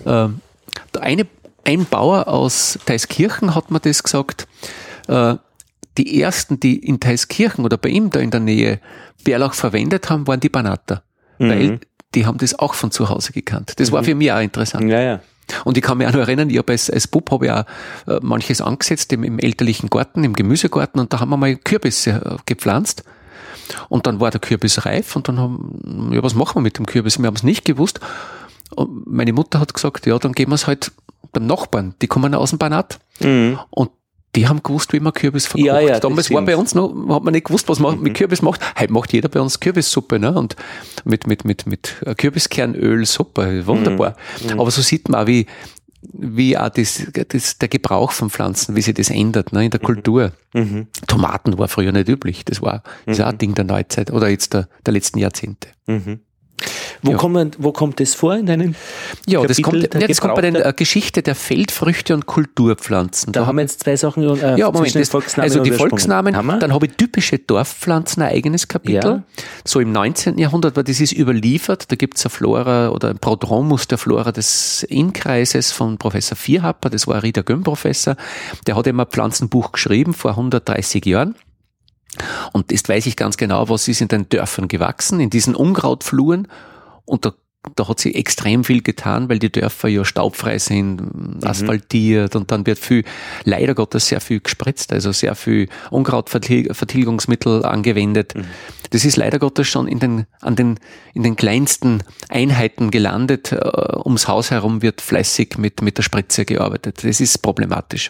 Ein Bauer aus Theiskirchen hat mir das gesagt, die ersten, die in Theiskirchen oder bei ihm da in der Nähe Bärlauch verwendet haben, waren die Banater, weil die haben das auch von zu Hause gekannt. Das war für mich auch interessant. Ja. Und ich kann mich auch noch erinnern, ich habe als Bub habe ich auch manches angesetzt im elterlichen Garten, im Gemüsegarten, und da haben wir mal Kürbisse gepflanzt. Und dann war der Kürbis reif und dann was machen wir mit dem Kürbis? Wir haben es nicht gewusst. Und meine Mutter hat gesagt, ja, dann gehen wir es halt beim Nachbarn. Die kommen aus dem Banat. Und die haben gewusst, wie man Kürbis verkocht. Ja, damals war bei uns noch, hat man nicht gewusst, was man mit Kürbis macht. Heute macht jeder bei uns Kürbissuppe, ne? Und mit Kürbiskernöl, super, wunderbar. Aber so sieht man auch, wie auch der Gebrauch von Pflanzen, wie sich das ändert, ne, in der Kultur. Tomaten war früher nicht üblich. Das war auch ein Ding der Neuzeit oder jetzt der letzten Jahrzehnte. Wo kommt das vor in deinen das kommt bei der Geschichte der Feldfrüchte und Kulturpflanzen. Da haben wir jetzt zwei Sachen. Volksnamen also die Volksnamen, dann habe ich typische Dorfpflanzen, ein eigenes Kapitel. Ja. So im 19. Jahrhundert, weil das ist überliefert, da gibt es eine Flora oder ein Prodromus der Flora des Innkreises von Professor Vierhapper, das war ein Rieder Gömm-Professor, der hat immer ein Pflanzenbuch geschrieben vor 130 Jahren. Und jetzt weiß ich ganz genau, was ist in den Dörfern gewachsen, in diesen Unkrautfluren. Und da hat sich extrem viel getan, weil die Dörfer ja staubfrei sind, asphaltiert, und dann wird leider Gottes sehr viel gespritzt, also sehr viel Unkrautvertilgungsmittel angewendet. Das ist leider Gottes schon in den kleinsten Einheiten gelandet. Ums Haus herum wird fleißig mit der Spritze gearbeitet. Das ist problematisch.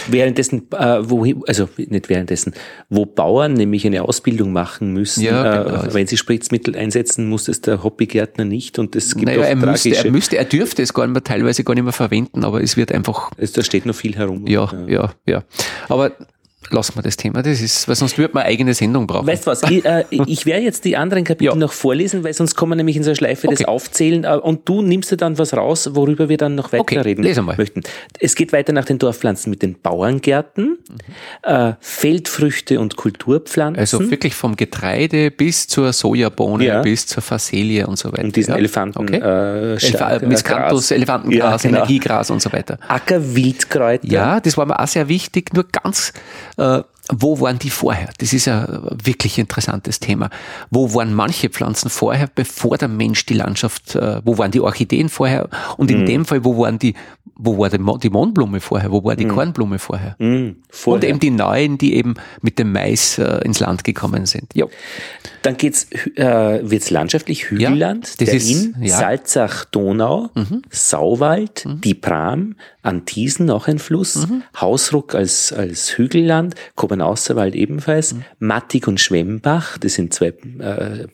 Wo Bauern nämlich eine Ausbildung machen müssen, wenn sie Spritzmittel einsetzen, muss es der Hobbygärtner nicht, und es gibt er dürfte es teilweise gar nicht mehr verwenden, aber es wird einfach... Da steht noch viel herum. Ja. Aber lassen wir das Thema, weil sonst würde man eine eigene Sendung brauchen. Weißt du was, ich werde jetzt die anderen Kapitel noch vorlesen, weil sonst kommen wir nämlich in so eine Schleife des Aufzählen, und du nimmst dir dann was raus, worüber wir dann noch weiterreden möchten. Es geht weiter nach den Dorfpflanzen mit den Bauerngärten, Feldfrüchte und Kulturpflanzen. Also wirklich vom Getreide bis zur Sojabohne, bis zur Faselie und so weiter. Und diesen Elefanten, Miscanthus, Elefantengras, Energiegras und so weiter. Ackerwildkräuter. Ja, das war mir auch sehr wichtig, nur ganz... wo waren die vorher? Das ist ein wirklich interessantes Thema. Wo waren manche Pflanzen vorher, bevor der Mensch die Landschaft, wo waren die Orchideen vorher? Und in dem Fall, wo war die Mohnblume vorher? Wo war die Kornblume vorher? Und eben die neuen, die eben mit dem Mais ins Land gekommen sind. Jo. Dann wird's landschaftlich Hügelland, der Inn, Salzach, Donau, Sauwald, die Pram, Antisen, auch ein Fluss, Hausruck als Hügelland, Kobernaußerwald ebenfalls, Mattig und Schwemmbach, das sind zwei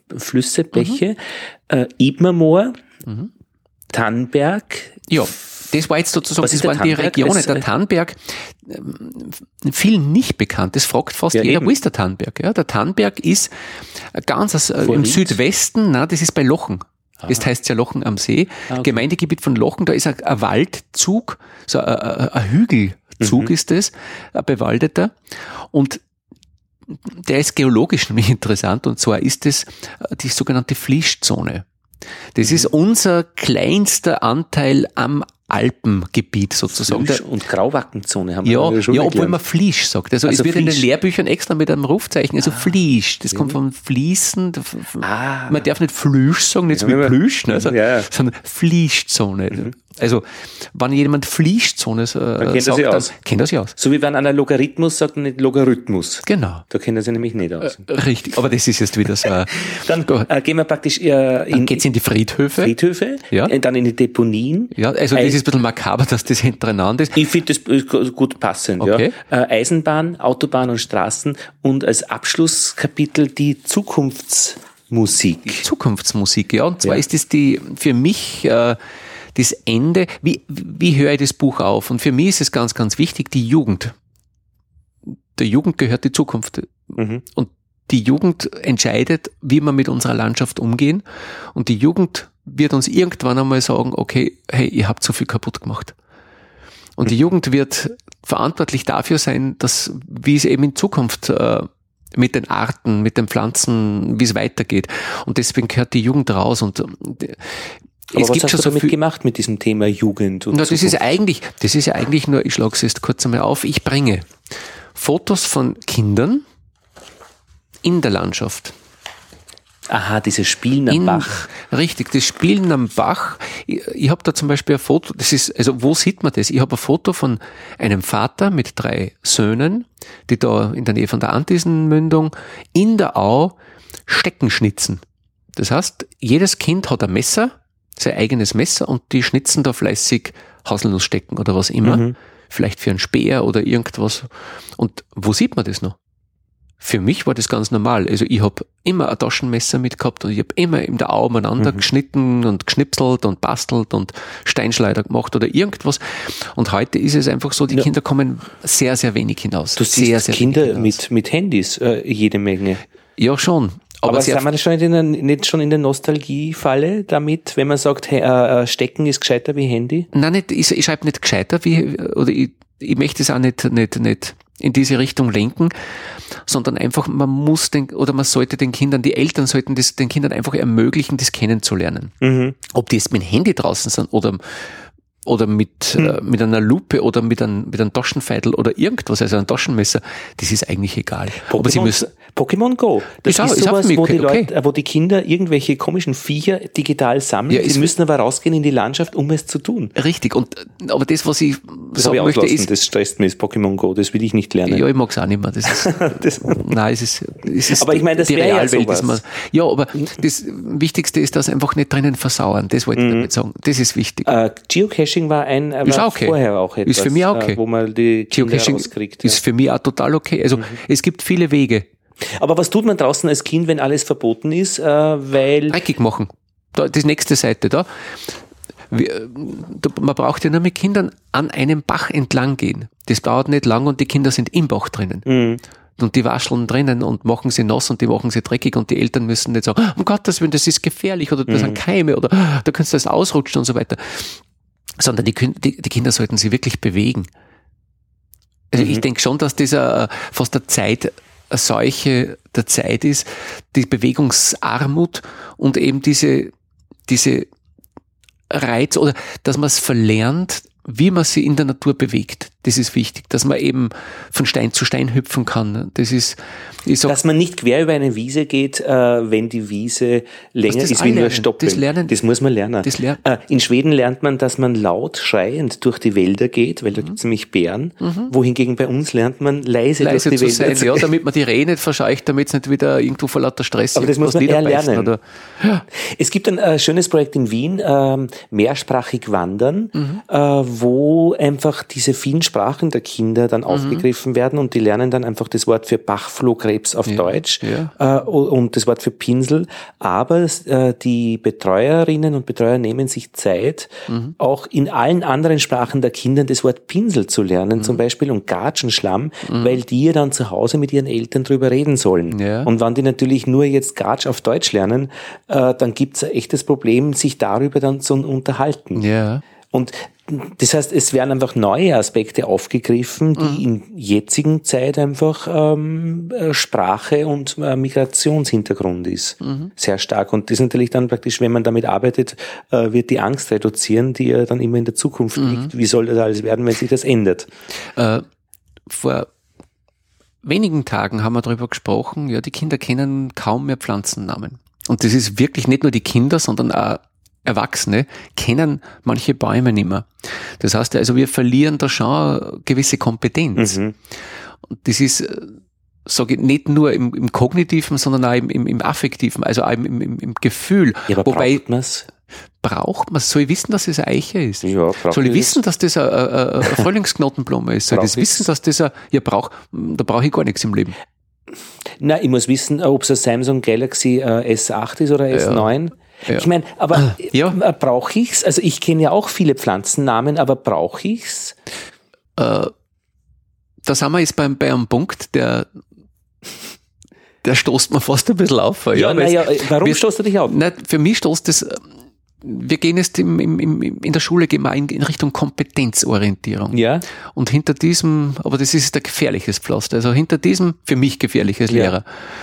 Flüsse, Bäche, Ibmermoor, Tannberg. Ja, Das war jetzt sozusagen, Was das ist der waren die Tannberg? Regionen. Der Tannberg, vielen nicht bekannt, das fragt fast Ja, jeder, eben. wo ist der Tannberg? Ja, der Tannberg ist ganz im Ried? Südwesten, das ist bei Lochen. Das heißt ja Lochen am See. Okay. Gemeindegebiet von Lochen, da ist ein Waldzug, so ein Hügelzug ist das, ein bewaldeter. Und der ist geologisch nämlich interessant, und zwar ist es die sogenannte Fließzone. Das ist unser kleinster Anteil am Alpengebiet sozusagen. Fliesch- und Grauwackenzone haben Ja, wir schon ja, obwohl gelernt. man Fliesch sagt. Also Also es wird in den Fliesch. Lehrbüchern extra mit einem Rufzeichen, also Fliesch. Das kommt vom Fließen. Man darf nicht Flüsch sagen, nicht so wie Ja, Plüsch, ne, ja. sondern Fließzone. Also, wenn jemand Fließzone kennt er sich aus. kennt er sich aus. So wie wenn einer Logarithmus sagt, nicht Logarithmus. Genau. Da kennen sie nämlich nicht aus. Richtig. Aber das ist jetzt wieder so. Dann gehen wir praktisch Dann geht's in die Friedhöfe. Friedhöfe, Ja. dann in die Deponien. Ja, also das ist ein bisschen makaber, dass das hintereinander ist. Ich finde das gut passend. Okay. Ja. Eisenbahn, Autobahn und Straßen und als Abschlusskapitel die Zukunftsmusik. Zukunftsmusik, ja. Und zwar Ja. ist das für mich das Ende. Wie höre ich das Buch auf? Und für mich ist es ganz, ganz wichtig, die Jugend. Der Jugend gehört die Zukunft. Mhm. Und die Jugend entscheidet, wie wir mit unserer Landschaft umgehen. Und die Jugend wird uns irgendwann einmal sagen, okay, hey, ihr habt so viel kaputt gemacht. Und die Jugend wird verantwortlich dafür sein, dass, wie es eben in Zukunft mit den Arten, mit den Pflanzen, wie es weitergeht. Und deswegen gehört die Jugend raus. Und Aber es was gibt hast schon du so damit viel. gemacht mit diesem Thema Jugend? Und Na, das ist Zukunft? ja eigentlich nur, ich schlage es jetzt kurz einmal auf, ich bringe Fotos von Kindern in der Landschaft. Aha, dieses Spielen am Bach. Richtig, das Spielen am Bach. Ich habe da zum Beispiel ein Foto, das ist, also wo sieht man das? Ich habe ein Foto von einem Vater mit 3 Söhnen, die da in der Nähe von der Antiesenmündung in der Au Stecken schnitzen. Das heißt, jedes Kind hat ein Messer, sein eigenes Messer, und die schnitzen da fleißig Haselnussstecken oder was immer. Vielleicht für einen Speer oder irgendwas. Und wo sieht man das noch? Für mich war das ganz normal. Also ich habe immer ein Taschenmesser mitgehabt und ich habe immer in der Au umeinander geschnitten und geschnipselt und bastelt und Steinschleider gemacht oder irgendwas. Und heute ist es einfach so, die Kinder kommen sehr, sehr wenig hinaus. Du siehst sehr Kinder wenig hinaus. mit Handys, jede Menge. Ja, schon. Aber sehr sind wir nicht schon in der Nostalgiefalle damit, wenn man sagt, hey, Stecken ist gescheiter wie Handy? Nein, nicht, ich schreibe nicht gescheiter, oder ich möchte es auch nicht in diese Richtung lenken, sondern einfach, man sollte den Kindern, die Eltern sollten den Kindern einfach ermöglichen, das kennenzulernen. Ob die jetzt mit dem Handy draußen sind oder mit einer Lupe oder mit einem Taschenfeitel oder irgendwas, also ein Taschenmesser, das ist eigentlich egal. Aber sie müssen, Pokémon Go. Das Ist auch ist sowas, für mich wo die okay. Leute, wo die Kinder irgendwelche komischen Viecher digital sammeln. Ja, Die ist- müssen aber rausgehen in die Landschaft, um es zu tun. richtig, aber das, was ich Das sagen habe ich möchte, ausgelassen. ist, Das stresst mich, das Pokémon Go. Das will ich nicht lernen. ja, ich mag es auch nicht mehr. Das ist, Das- nein, es ist Aber ich meine, das die wäre ja Realwelt ist sowas. ja, aber das Wichtigste ist, dass einfach nicht drinnen versauern. Das wollte ich damit sagen. Das ist wichtig. Geocaching war Ist war auch okay. vorher auch etwas, Ist für mich auch okay. wo man die Kinder Geocaching rauskriegt. ist für mich auch total okay. Also es gibt viele Wege. Aber was tut man draußen als Kind, wenn alles verboten ist? Weil Dreckig machen. Da, die nächste Seite da. Man braucht ja nur mit Kindern an einem Bach entlang gehen. Das dauert nicht lang und die Kinder sind im Bach drinnen. Und die wascheln drinnen und machen sie nass und die machen sie dreckig und die Eltern müssen nicht sagen, um Gottes Willen, das ist gefährlich oder das sind Keime oder da kannst du das ausrutschen und so weiter. Sondern die Kinder sollten sich wirklich bewegen. Also ich denke schon, dass das fast eine Seuche der Zeit ist, die Bewegungsarmut und eben diese Reiz oder dass man es verlernt, wie man sich in der Natur bewegt. Das ist wichtig, dass man eben von Stein zu Stein hüpfen kann. Das ist, ich sag, dass man nicht quer über eine Wiese geht, wenn die Wiese länger das ist wie nur anlernen. Stoppeln. Das muss man lernen. In Schweden lernt man, dass man laut schreiend durch die Wälder geht, weil da gibt es nämlich Bären. Wohingegen bei uns lernt man leise durch die zu Wälder sein, zu ja, gehen. damit man die Rehe nicht verscheucht, damit es nicht wieder irgendwo vor lauter Stress Aber das muss man eher niederbeißen lernen. oder, Es gibt ein schönes Projekt in Wien, mehrsprachig wandern, wo einfach diese Sprachen der Kinder dann aufgegriffen werden und die lernen dann einfach das Wort für Bachflohkrebs auf Deutsch und das Wort für Pinsel. Aber die Betreuerinnen und Betreuer nehmen sich Zeit, auch in allen anderen Sprachen der Kinder das Wort Pinsel zu lernen, zum Beispiel und Gatschenschlamm, weil die ja dann zu Hause mit ihren Eltern drüber reden sollen. Ja. Und wenn die natürlich nur jetzt Gatsch auf Deutsch lernen, dann gibt's ein echtes Problem, sich darüber dann zu unterhalten. Ja. Und das heißt, es werden einfach neue Aspekte aufgegriffen, die in jetzigen Zeit einfach Sprache und Migrationshintergrund ist. Sehr stark. Und das ist natürlich dann praktisch, wenn man damit arbeitet, wird die Angst reduzieren, die ja dann immer in der Zukunft liegt. Wie soll das alles werden, wenn sich das ändert? Vor wenigen Tagen haben wir darüber gesprochen, ja, die Kinder kennen kaum mehr Pflanzennamen. Und das ist wirklich nicht nur die Kinder, sondern auch Erwachsene kennen manche Bäume nicht mehr. Das heißt, also wir verlieren da schon eine gewisse Kompetenz. Und das ist, sage ich, nicht nur im Kognitiven, sondern auch im Affektiven, also auch im Gefühl. Ja, aber wobei, braucht man's? Braucht man? Soll ich wissen, dass es eine Eiche ist? Ja, soll ich wissen, dass das eine Frühlingsknotenblume ist? Soll ich wissen, dass das da brauche ich gar nichts im Leben. Na, ich muss wissen, ob es ein Samsung Galaxy S8 ist oder S9. Ja. Ich meine, aber brauche ich's? Also ich kenne ja auch viele Pflanzennamen, aber brauche ich's? Da sind wir jetzt bei einem Punkt, der stoßt mir fast ein bisschen auf. Warum stoßt du dich auf? Für mich stoßt das, wir gehen jetzt in der Schule gehen wir in Richtung Kompetenzorientierung. Ja. Und hinter diesem, aber das ist ein gefährliches Pflaster, also hinter diesem für mich gefährliches Lehrer.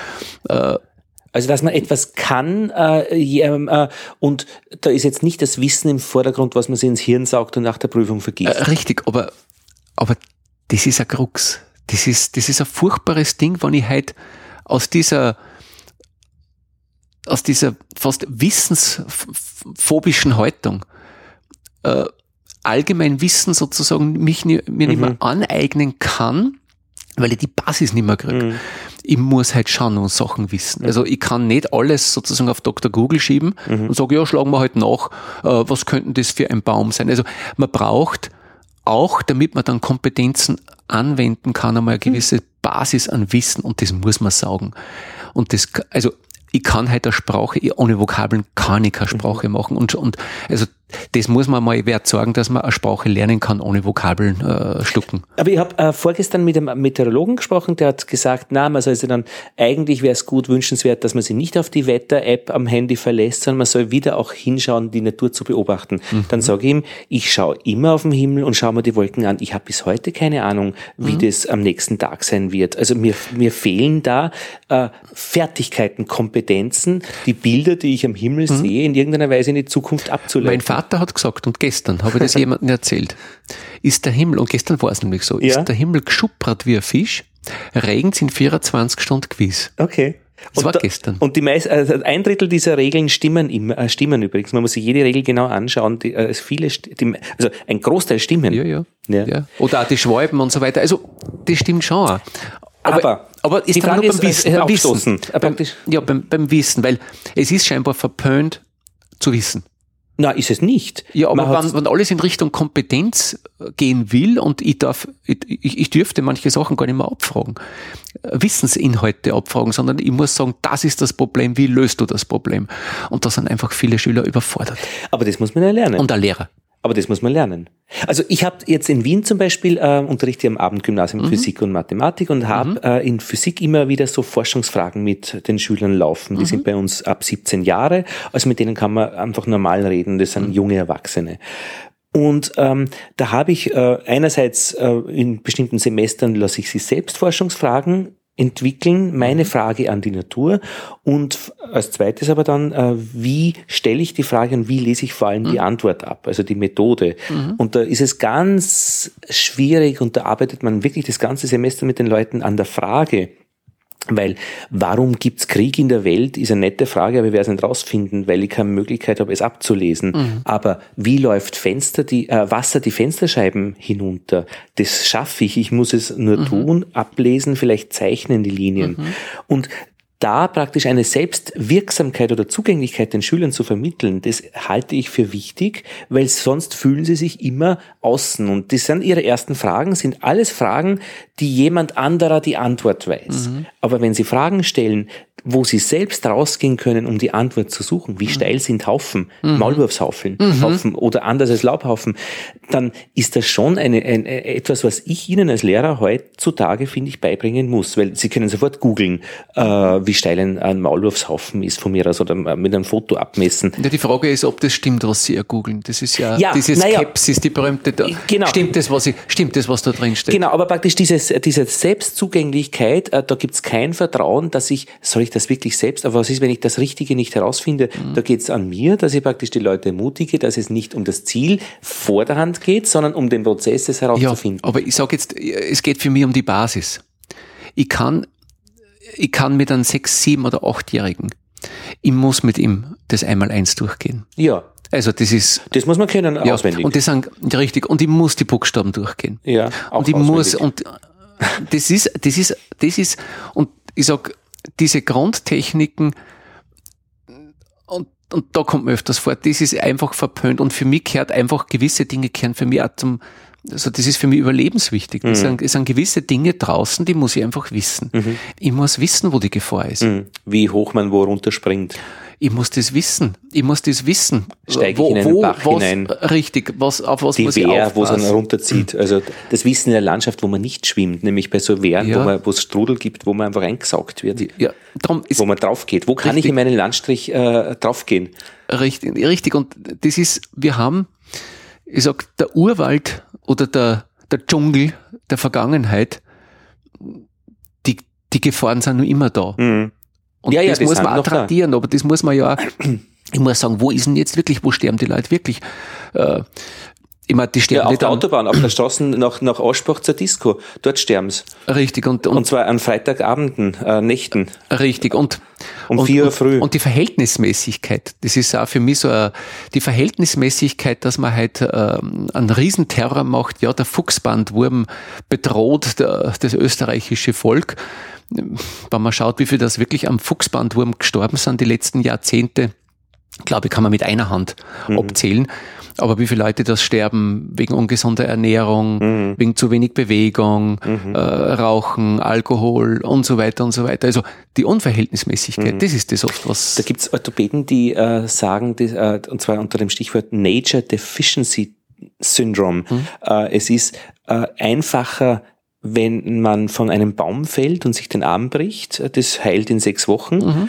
Also, dass man etwas kann und da ist jetzt nicht das Wissen im Vordergrund, was man sich ins Hirn saugt und nach der Prüfung vergisst. Richtig, aber das ist ein Krux. Das ist ein furchtbares Ding, wenn ich halt aus dieser fast wissensphobischen Haltung allgemein Wissen sozusagen mir nicht mehr aneignen kann, weil ich die Basis nicht mehr kriege. Ich muss halt schauen und Sachen wissen. Also ich kann nicht alles sozusagen auf Dr. Google schieben und sage, ja, schlagen wir halt nach, was könnten das für ein Baum sein. Also man braucht auch, damit man dann Kompetenzen anwenden kann, einmal eine gewisse Basis an Wissen und das muss man saugen. Und das, also ich kann halt eine Sprache, ohne Vokabeln kann ich keine Sprache machen und also das muss man mal Wert sagen, dass man eine Sprache lernen kann, ohne Vokabeln schlucken. Aber ich habe vorgestern mit einem Meteorologen gesprochen, der hat gesagt, man soll sich dann, eigentlich wäre es gut, wünschenswert, dass man sich nicht auf die Wetter-App am Handy verlässt, sondern man soll wieder auch hinschauen, die Natur zu beobachten. Dann sage ich ihm, ich schaue immer auf den Himmel und schaue mir die Wolken an. Ich habe bis heute keine Ahnung, wie das am nächsten Tag sein wird. Also mir fehlen da Fertigkeiten, Kompetenzen, die Bilder, die ich am Himmel sehe, in irgendeiner Weise in die Zukunft abzuleiten. Mein Vater hat gesagt, und gestern habe ich das jemandem erzählt, ist der Himmel, und gestern war es nämlich so, ist der Himmel geschuppert wie ein Fisch, regnet in 24 Stunden gewiss. Okay. Das war gestern. Und ein Drittel dieser Regeln stimmen übrigens. Man muss sich jede Regel genau anschauen. Also ein Großteil stimmen. Ja. Oder auch die Schwalben und so weiter. Also das stimmt schon. Aber ist die dann Frage nur beim Wissen. Beim Wissen, weil es ist scheinbar verpönt zu wissen. Na, ist es nicht. Ja, aber wenn alles in Richtung Kompetenz gehen will und ich dürfte manche Sachen gar nicht mehr abfragen, Wissensinhalte abfragen, sondern ich muss sagen, das ist das Problem, wie löst du das Problem? Und da sind einfach viele Schüler überfordert. Aber das muss man ja lernen. Und der Lehrer. Aber das muss man lernen. Also ich habe jetzt in Wien zum Beispiel unterrichte am Abendgymnasium Physik und Mathematik und habe in Physik immer wieder so Forschungsfragen mit den Schülern laufen. Die sind bei uns ab 17 Jahre, also mit denen kann man einfach normal reden, das sind junge Erwachsene. Und da habe ich einerseits in bestimmten Semestern lasse ich sie selbst Forschungsfragen entwickeln, meine Frage an die Natur und als zweites aber dann, wie stelle ich die Frage und wie lese ich vor allem die Antwort ab, also die Methode. Und da ist es ganz schwierig und da arbeitet man wirklich das ganze Semester mit den Leuten an der Frage. Weil, warum gibt's Krieg in der Welt, ist eine nette Frage, aber ich werde es nicht rausfinden, weil ich keine Möglichkeit habe, es abzulesen. Aber wie läuft Wasser die Fensterscheiben hinunter? Das schaffe ich. Ich muss es nur tun, ablesen, vielleicht zeichnen die Linien. Und da praktisch eine Selbstwirksamkeit oder Zugänglichkeit den Schülern zu vermitteln, das halte ich für wichtig, weil sonst fühlen sie sich immer außen. Und das sind ihre ersten Fragen, sind alles Fragen, die jemand anderer die Antwort weiß. Aber wenn sie Fragen stellen, wo sie selbst rausgehen können, um die Antwort zu suchen, wie steil sind Haufen, Maulwurfshaufen Haufen oder anders als Laubhaufen, dann ist das schon etwas, was ich ihnen als Lehrer heutzutage, finde ich, beibringen muss, weil sie können sofort googeln, wie steil ein Maulwurfshaufen ist von mir aus oder mit einem Foto abmessen. Ja, die Frage ist, ob das stimmt, was sie googeln. Das ist ja diese Skepsis, die berühmte. Genau. Stimmt das, was da drin steht? Genau, aber praktisch diese Selbstzugänglichkeit, da gibt's kein Vertrauen, dass soll ich das wirklich selbst, aber was ist, wenn ich das Richtige nicht herausfinde? Da geht's an mir, dass ich praktisch die Leute ermutige, dass es nicht um das Ziel vor der Hand geht, sondern um den Prozess, das herauszufinden. Ja, aber ich sage jetzt, es geht für mich um die Basis. Ich kann mit einem 6-, 7- oder 8-Jährigen, ich muss mit ihm das Einmaleins durchgehen. Ja. Also das muss man können, auswendig. Und das sind richtig, und ich muss die Buchstaben durchgehen. Ja, auch und ich auswendig. muss, und das ist, und ich sag, diese Grundtechniken, und da kommt mir öfters vor, das ist einfach verpönt, und für mich gehört einfach, gewisse Dinge gehören für mich auch also das ist für mich überlebenswichtig. Es sind gewisse Dinge draußen, die muss ich einfach wissen. Ich muss wissen, wo die Gefahr ist. Wie hoch man wo runterspringt. Ich muss das wissen. Steige ich in einen Bach hinein. Richtig, auf was die muss ich Wehr, aufpassen. wo es einen runterzieht. Also das Wissen in der Landschaft, wo man nicht schwimmt, nämlich bei so Wehren, wo es Strudel gibt, wo man einfach eingesaugt wird. Ja, darum ist wo man drauf geht. Wo kann ich in meinen Landstrich draufgehen? Richtig. Und das ist, wir haben, ich sag, der Urwald oder der Dschungel der Vergangenheit, die Gefahren sind noch immer da. Und das muss man auch tradieren, aber das muss man ja auch, ich muss sagen, wo ist denn jetzt wirklich, wo sterben die Leute wirklich? Ich meine, die sterben auf der Autobahn, auf der Straße nach Aschbach zur Disco, dort sterben sie. Richtig. Und zwar an Freitagabenden, Nächten. Richtig. Und um 4 Uhr früh. Und die Verhältnismäßigkeit, das ist auch für mich so die Verhältnismäßigkeit, dass man halt einen Riesenterror macht. Ja, der Fuchsbandwurm bedroht das österreichische Volk. Wenn man schaut, wie viel das wirklich am Fuchsbandwurm gestorben sind die letzten Jahrzehnte, glaube ich, kann man mit einer Hand abzählen. Aber wie viele Leute das sterben wegen ungesunder Ernährung, wegen zu wenig Bewegung, Rauchen, Alkohol und so weiter und so weiter. Also die Unverhältnismäßigkeit, das ist das oft, was... Da gibt's Orthopäden, die sagen, und zwar unter dem Stichwort Nature Deficiency Syndrome. Es ist einfacher, wenn man von einem Baum fällt und sich den Arm bricht, das heilt in 6 Wochen,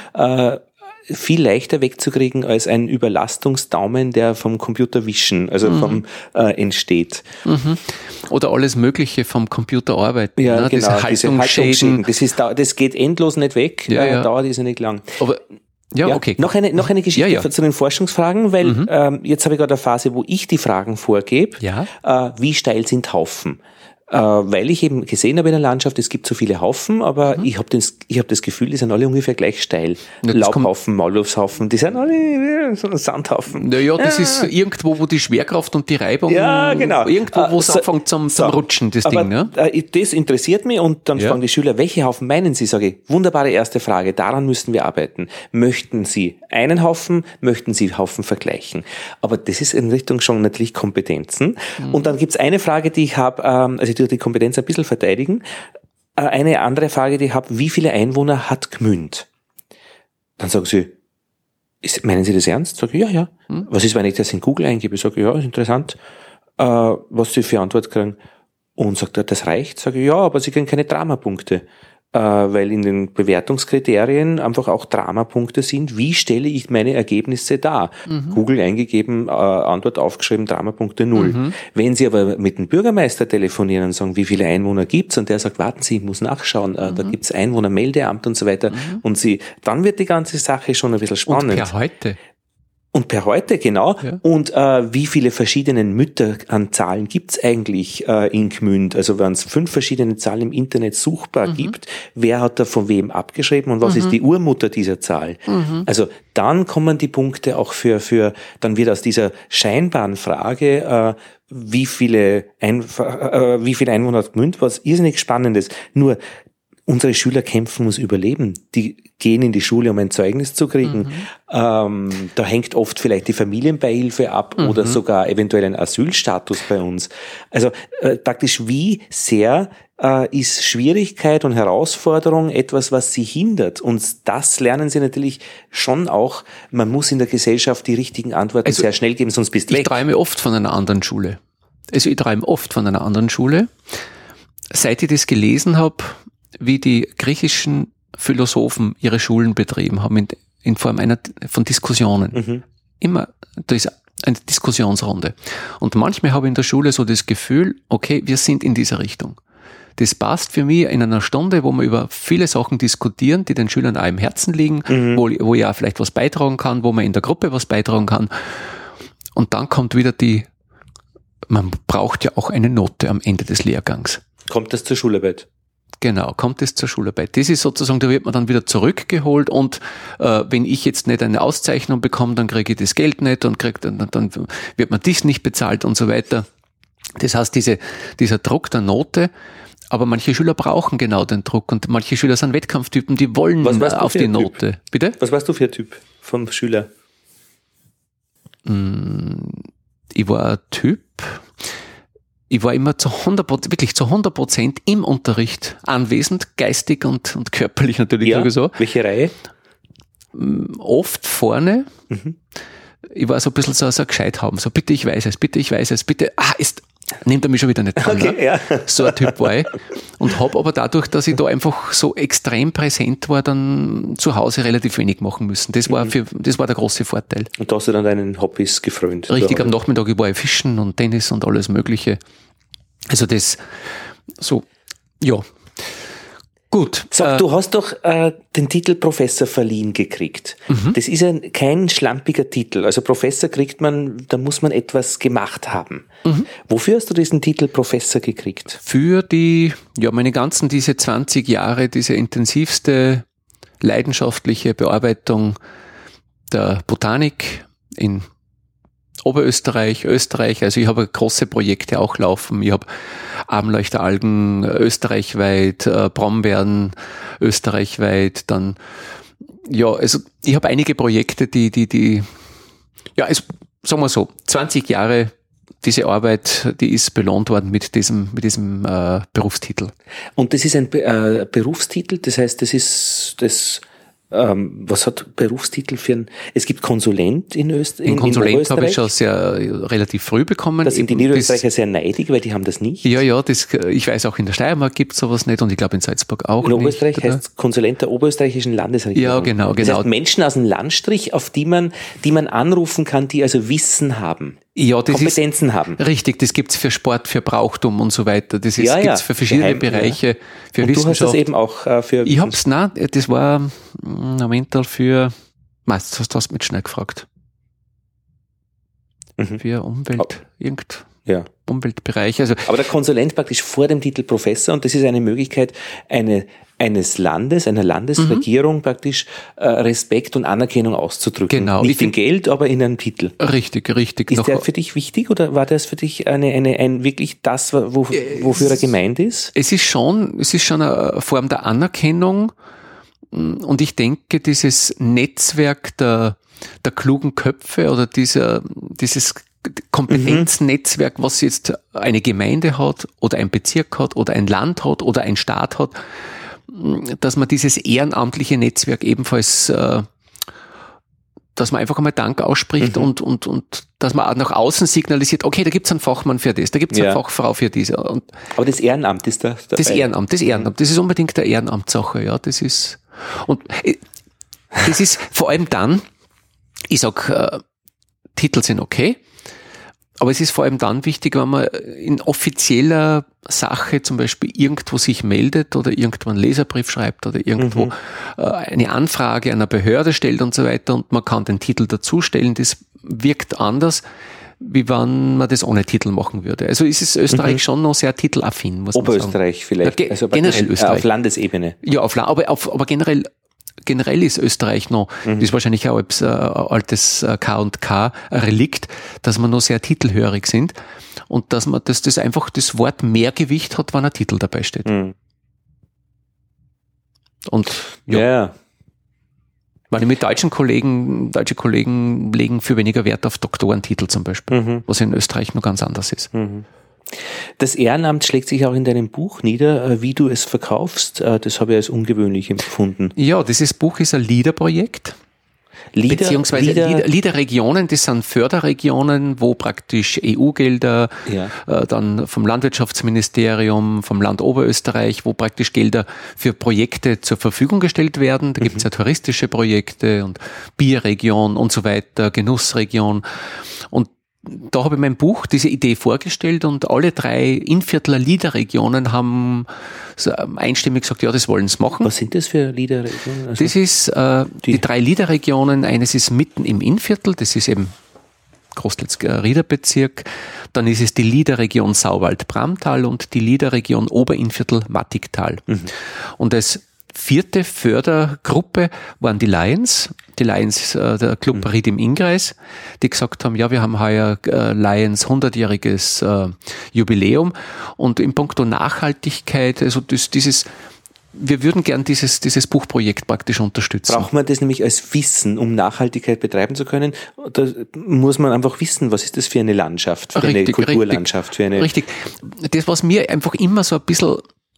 viel leichter wegzukriegen als ein Überlastungsdaumen, der vom Computerwischen, entsteht. Oder alles Mögliche vom Computer arbeiten. Ja, ne? genau. Diese Haltungsschäden. Das geht endlos nicht weg, dauert ist ja nicht lang. Aber okay. Noch eine Geschichte zu den Forschungsfragen, weil jetzt habe ich gerade eine Phase, wo ich die Fragen vorgebe. Ja. Wie steil sind Haufen? Weil ich eben gesehen habe in der Landschaft, es gibt so viele Haufen, aber ich habe das Gefühl, die sind alle ungefähr gleich steil. Laubhaufen, Maulwurfshaufen, die sind alle so ein Sandhaufen. Naja, das ist irgendwo, wo die Schwerkraft und die Reibung, irgendwo, wo es anfängt zum Rutschen, das Ding. Ne? Das interessiert mich und dann fragen die Schüler, welche Haufen meinen Sie? Sage ich, wunderbare erste Frage, daran müssen wir arbeiten. Möchten Sie einen Haufen, möchten Sie Haufen vergleichen? Aber das ist in Richtung schon natürlich Kompetenzen. Und dann gibt's eine Frage, die ich habe, also ich tue die Kompetenz ein bisschen verteidigen. Eine andere Frage, die ich habe, wie viele Einwohner hat Gmünd? Dann sagen sie, meinen Sie das ernst? Sag ich, ja. Was ist, wenn ich das in Google eingebe? Sag ich, ja, ist interessant, was Sie für Antwort kriegen. Und sagt er, das reicht? Sag ich, ja, aber Sie kriegen keine Dramapunkte. Weil in den Bewertungskriterien einfach auch Dramapunkte sind. Wie stelle ich meine Ergebnisse dar? Google eingegeben, Antwort aufgeschrieben, Dramapunkte 0. Wenn Sie aber mit dem Bürgermeister telefonieren und sagen, wie viele Einwohner gibt's? Und der sagt, warten Sie, ich muss nachschauen, da gibt's Einwohnermeldeamt und so weiter. Und dann wird die ganze Sache schon ein bisschen spannend. Und per heute, genau. Ja. Und wie viele verschiedene Mütter an Zahlen gibt's eigentlich in Gmünd? Also wenn es 5 verschiedene Zahlen im Internet suchbar gibt, wer hat da von wem abgeschrieben und was ist die Urmutter dieser Zahl? Also dann kommen die Punkte auch dann wird aus dieser scheinbaren Frage, wie viele Einwohner hat Gmünd, was irrsinnig Spannendes. Nur unsere Schüler kämpfen ums Überleben. Die gehen in die Schule, um ein Zeugnis zu kriegen. Da hängt oft vielleicht die Familienbeihilfe ab oder sogar eventuell ein Asylstatus bei uns. Also praktisch wie sehr ist Schwierigkeit und Herausforderung etwas, was sie hindert. Und das lernen sie natürlich schon auch. Man muss in der Gesellschaft die richtigen Antworten sehr schnell geben, sonst bist du weg. Ich träume oft von einer anderen Schule. Seit ich das gelesen habe, wie die griechischen Philosophen ihre Schulen betrieben haben, in Form von Diskussionen. Immer, da ist eine Diskussionsrunde. Und manchmal habe ich in der Schule so das Gefühl, okay, wir sind in dieser Richtung. Das passt für mich in einer Stunde, wo wir über viele Sachen diskutieren, die den Schülern auch im Herzen liegen, wo ich auch vielleicht was beitragen kann, wo man in der Gruppe was beitragen kann. Und dann kommt wieder man braucht ja auch eine Note am Ende des Lehrgangs. Kommt das zur Schularbeit? Genau, kommt es zur Schularbeit. Das ist sozusagen, da wird man dann wieder zurückgeholt und wenn ich jetzt nicht eine Auszeichnung bekomme, dann kriege ich das Geld nicht und dann wird man das nicht bezahlt und so weiter. Das heißt, dieser Druck der Note, aber manche Schüler brauchen genau den Druck und manche Schüler sind Wettkampftypen, die wollen auf die Note. Bitte? Was warst du für ein Typ vom Schüler? Ich war ein Typ, ich war immer wirklich zu 100% im Unterricht anwesend, geistig und körperlich natürlich sowieso. Welche Reihe? Oft vorne. Ich war so ein bisschen so ein Gescheithaben, so bitte ich weiß es, bitte, nimmt er mich schon wieder nicht dran. Okay, ja. So ein Typ war ich. Und habe aber dadurch, dass ich da einfach so extrem präsent war, dann zu Hause relativ wenig machen müssen. Das war der große Vorteil. Und da hast du dann deinen Hobbys gefrönt? Richtig, am Nachmittag war ich fischen und Tennis und alles Mögliche. Also das, so, ja. Gut. Sag, du hast doch den Titel Professor verliehen gekriegt. Das ist ja kein schlampiger Titel. Also Professor kriegt man, da muss man etwas gemacht haben. Wofür hast du diesen Titel Professor gekriegt? Für meine ganzen diese 20 Jahre, diese intensivste leidenschaftliche Bearbeitung der Botanik in Oberösterreich, Österreich, also ich habe große Projekte auch laufen. Ich habe Armleuchteralgen österreichweit, Brombeeren österreichweit, dann, also ich habe einige Projekte, sagen wir so, 20 Jahre diese Arbeit, die ist belohnt worden mit diesem Berufstitel. Und das ist ein Berufstitel, das heißt, was hat Berufstitel es gibt Konsulent in Österreich? Den Konsulent habe ich schon relativ früh bekommen. Da sind die Niederösterreicher sehr neidig, weil die haben das nicht. Ja, ich weiß auch in der Steiermark gibt es sowas nicht und ich glaube in Salzburg auch nicht. In Oberösterreich heißt es Konsulent der oberösterreichischen Landesregierung. Ja, genau. Das heißt Menschen aus dem Landstrich, auf die man anrufen kann, die also Wissen haben. Ja, Kompetenzen haben. Richtig, das gibt's für Sport, für Brauchtum und so weiter. Das gibt's für verschiedene Bereiche, für und Wissenschaft. Du hast das eben auch für... Das war für... Meistens hast du das mit schnell gefragt. Für Umwelt, Umweltbereich. Also, aber der Konsulent praktisch vor dem Titel Professor, und das ist eine Möglichkeit, eines Landes, einer Landesregierung praktisch Respekt und Anerkennung auszudrücken. Genau. Nicht in Geld, aber in einem Titel. Richtig. Ist der für dich wichtig oder war das für dich wirklich das, wofür er gemeint ist? Es ist schon eine Form der Anerkennung und ich denke, dieses Netzwerk der klugen Köpfe oder dieses Kompetenznetzwerk, was jetzt eine Gemeinde hat oder ein Bezirk hat oder ein Land hat oder ein Staat hat, dass man dieses ehrenamtliche Netzwerk ebenfalls, dass man einfach einmal Dank ausspricht und dass man auch nach außen signalisiert, okay, da gibt's einen Fachmann für das, da gibt's eine Fachfrau für das. Aber das Ehrenamt ist da dabei. Das Ehrenamt, das ist unbedingt eine Ehrenamtssache, ja, das ist vor allem dann, ich sag, Titel sind okay, aber es ist vor allem dann wichtig, wenn man in offizieller Sache zum Beispiel irgendwo sich meldet oder irgendwo einen Leserbrief schreibt oder irgendwo eine Anfrage an eine Behörde stellt und so weiter und man kann den Titel dazustellen. Das wirkt anders, wie wenn man das ohne Titel machen würde. Also ist es Österreich schon noch sehr titelaffin, muss man sagen. Oberösterreich vielleicht. Also generell Österreich. Auf Landesebene. Ja, aber generell ist Österreich noch, das ist wahrscheinlich auch ein altes K&K-Relikt, dass wir noch sehr titelhörig sind und dass man das einfach das Wort Mehrgewicht hat, wenn ein Titel dabei steht. Und weil ich mit deutsche Kollegen legen viel weniger Wert auf Doktorentitel zum Beispiel, was in Österreich nur ganz anders ist. Das Ehrenamt schlägt sich auch in deinem Buch nieder, wie du es verkaufst. Das habe ich als ungewöhnlich empfunden. Ja, dieses Buch ist ein LEADER-Projekt. Beziehungsweise LEADER-Regionen, das sind Förderregionen, wo praktisch EU-Gelder, dann vom Landwirtschaftsministerium, vom Land Oberösterreich, wo praktisch Gelder für Projekte zur Verfügung gestellt werden. Da gibt es ja touristische Projekte und Bierregion und so weiter, Genussregion. Und da habe ich mein Buch, diese Idee vorgestellt und alle 3 Innviertler LEADER-Regionen haben einstimmig gesagt, ja, das wollen sie machen. Was sind das für LEADER-Regionen? Also das ist die 3 LEADER-Regionen. Eines ist mitten im Innviertel, das ist eben Großlitz-Rieder-Bezirk. Dann ist es die LEADER-Region Sauwald-Bramtal und die LEADER-Region Oberinnviertel-Mattigtal. Und als 4. Fördergruppe waren die Lions. Die Lions, der Club Ried im Innkreis, die gesagt haben, ja, wir haben heuer Lions 100-jähriges Jubiläum und in puncto Nachhaltigkeit, also wir würden gern dieses Buchprojekt praktisch unterstützen. Braucht man das nämlich als Wissen, um Nachhaltigkeit betreiben zu können? Da muss man einfach wissen, was ist das für eine Landschaft, für eine Kulturlandschaft, für eine... Richtig. Das, was mir einfach immer so ein bisschen,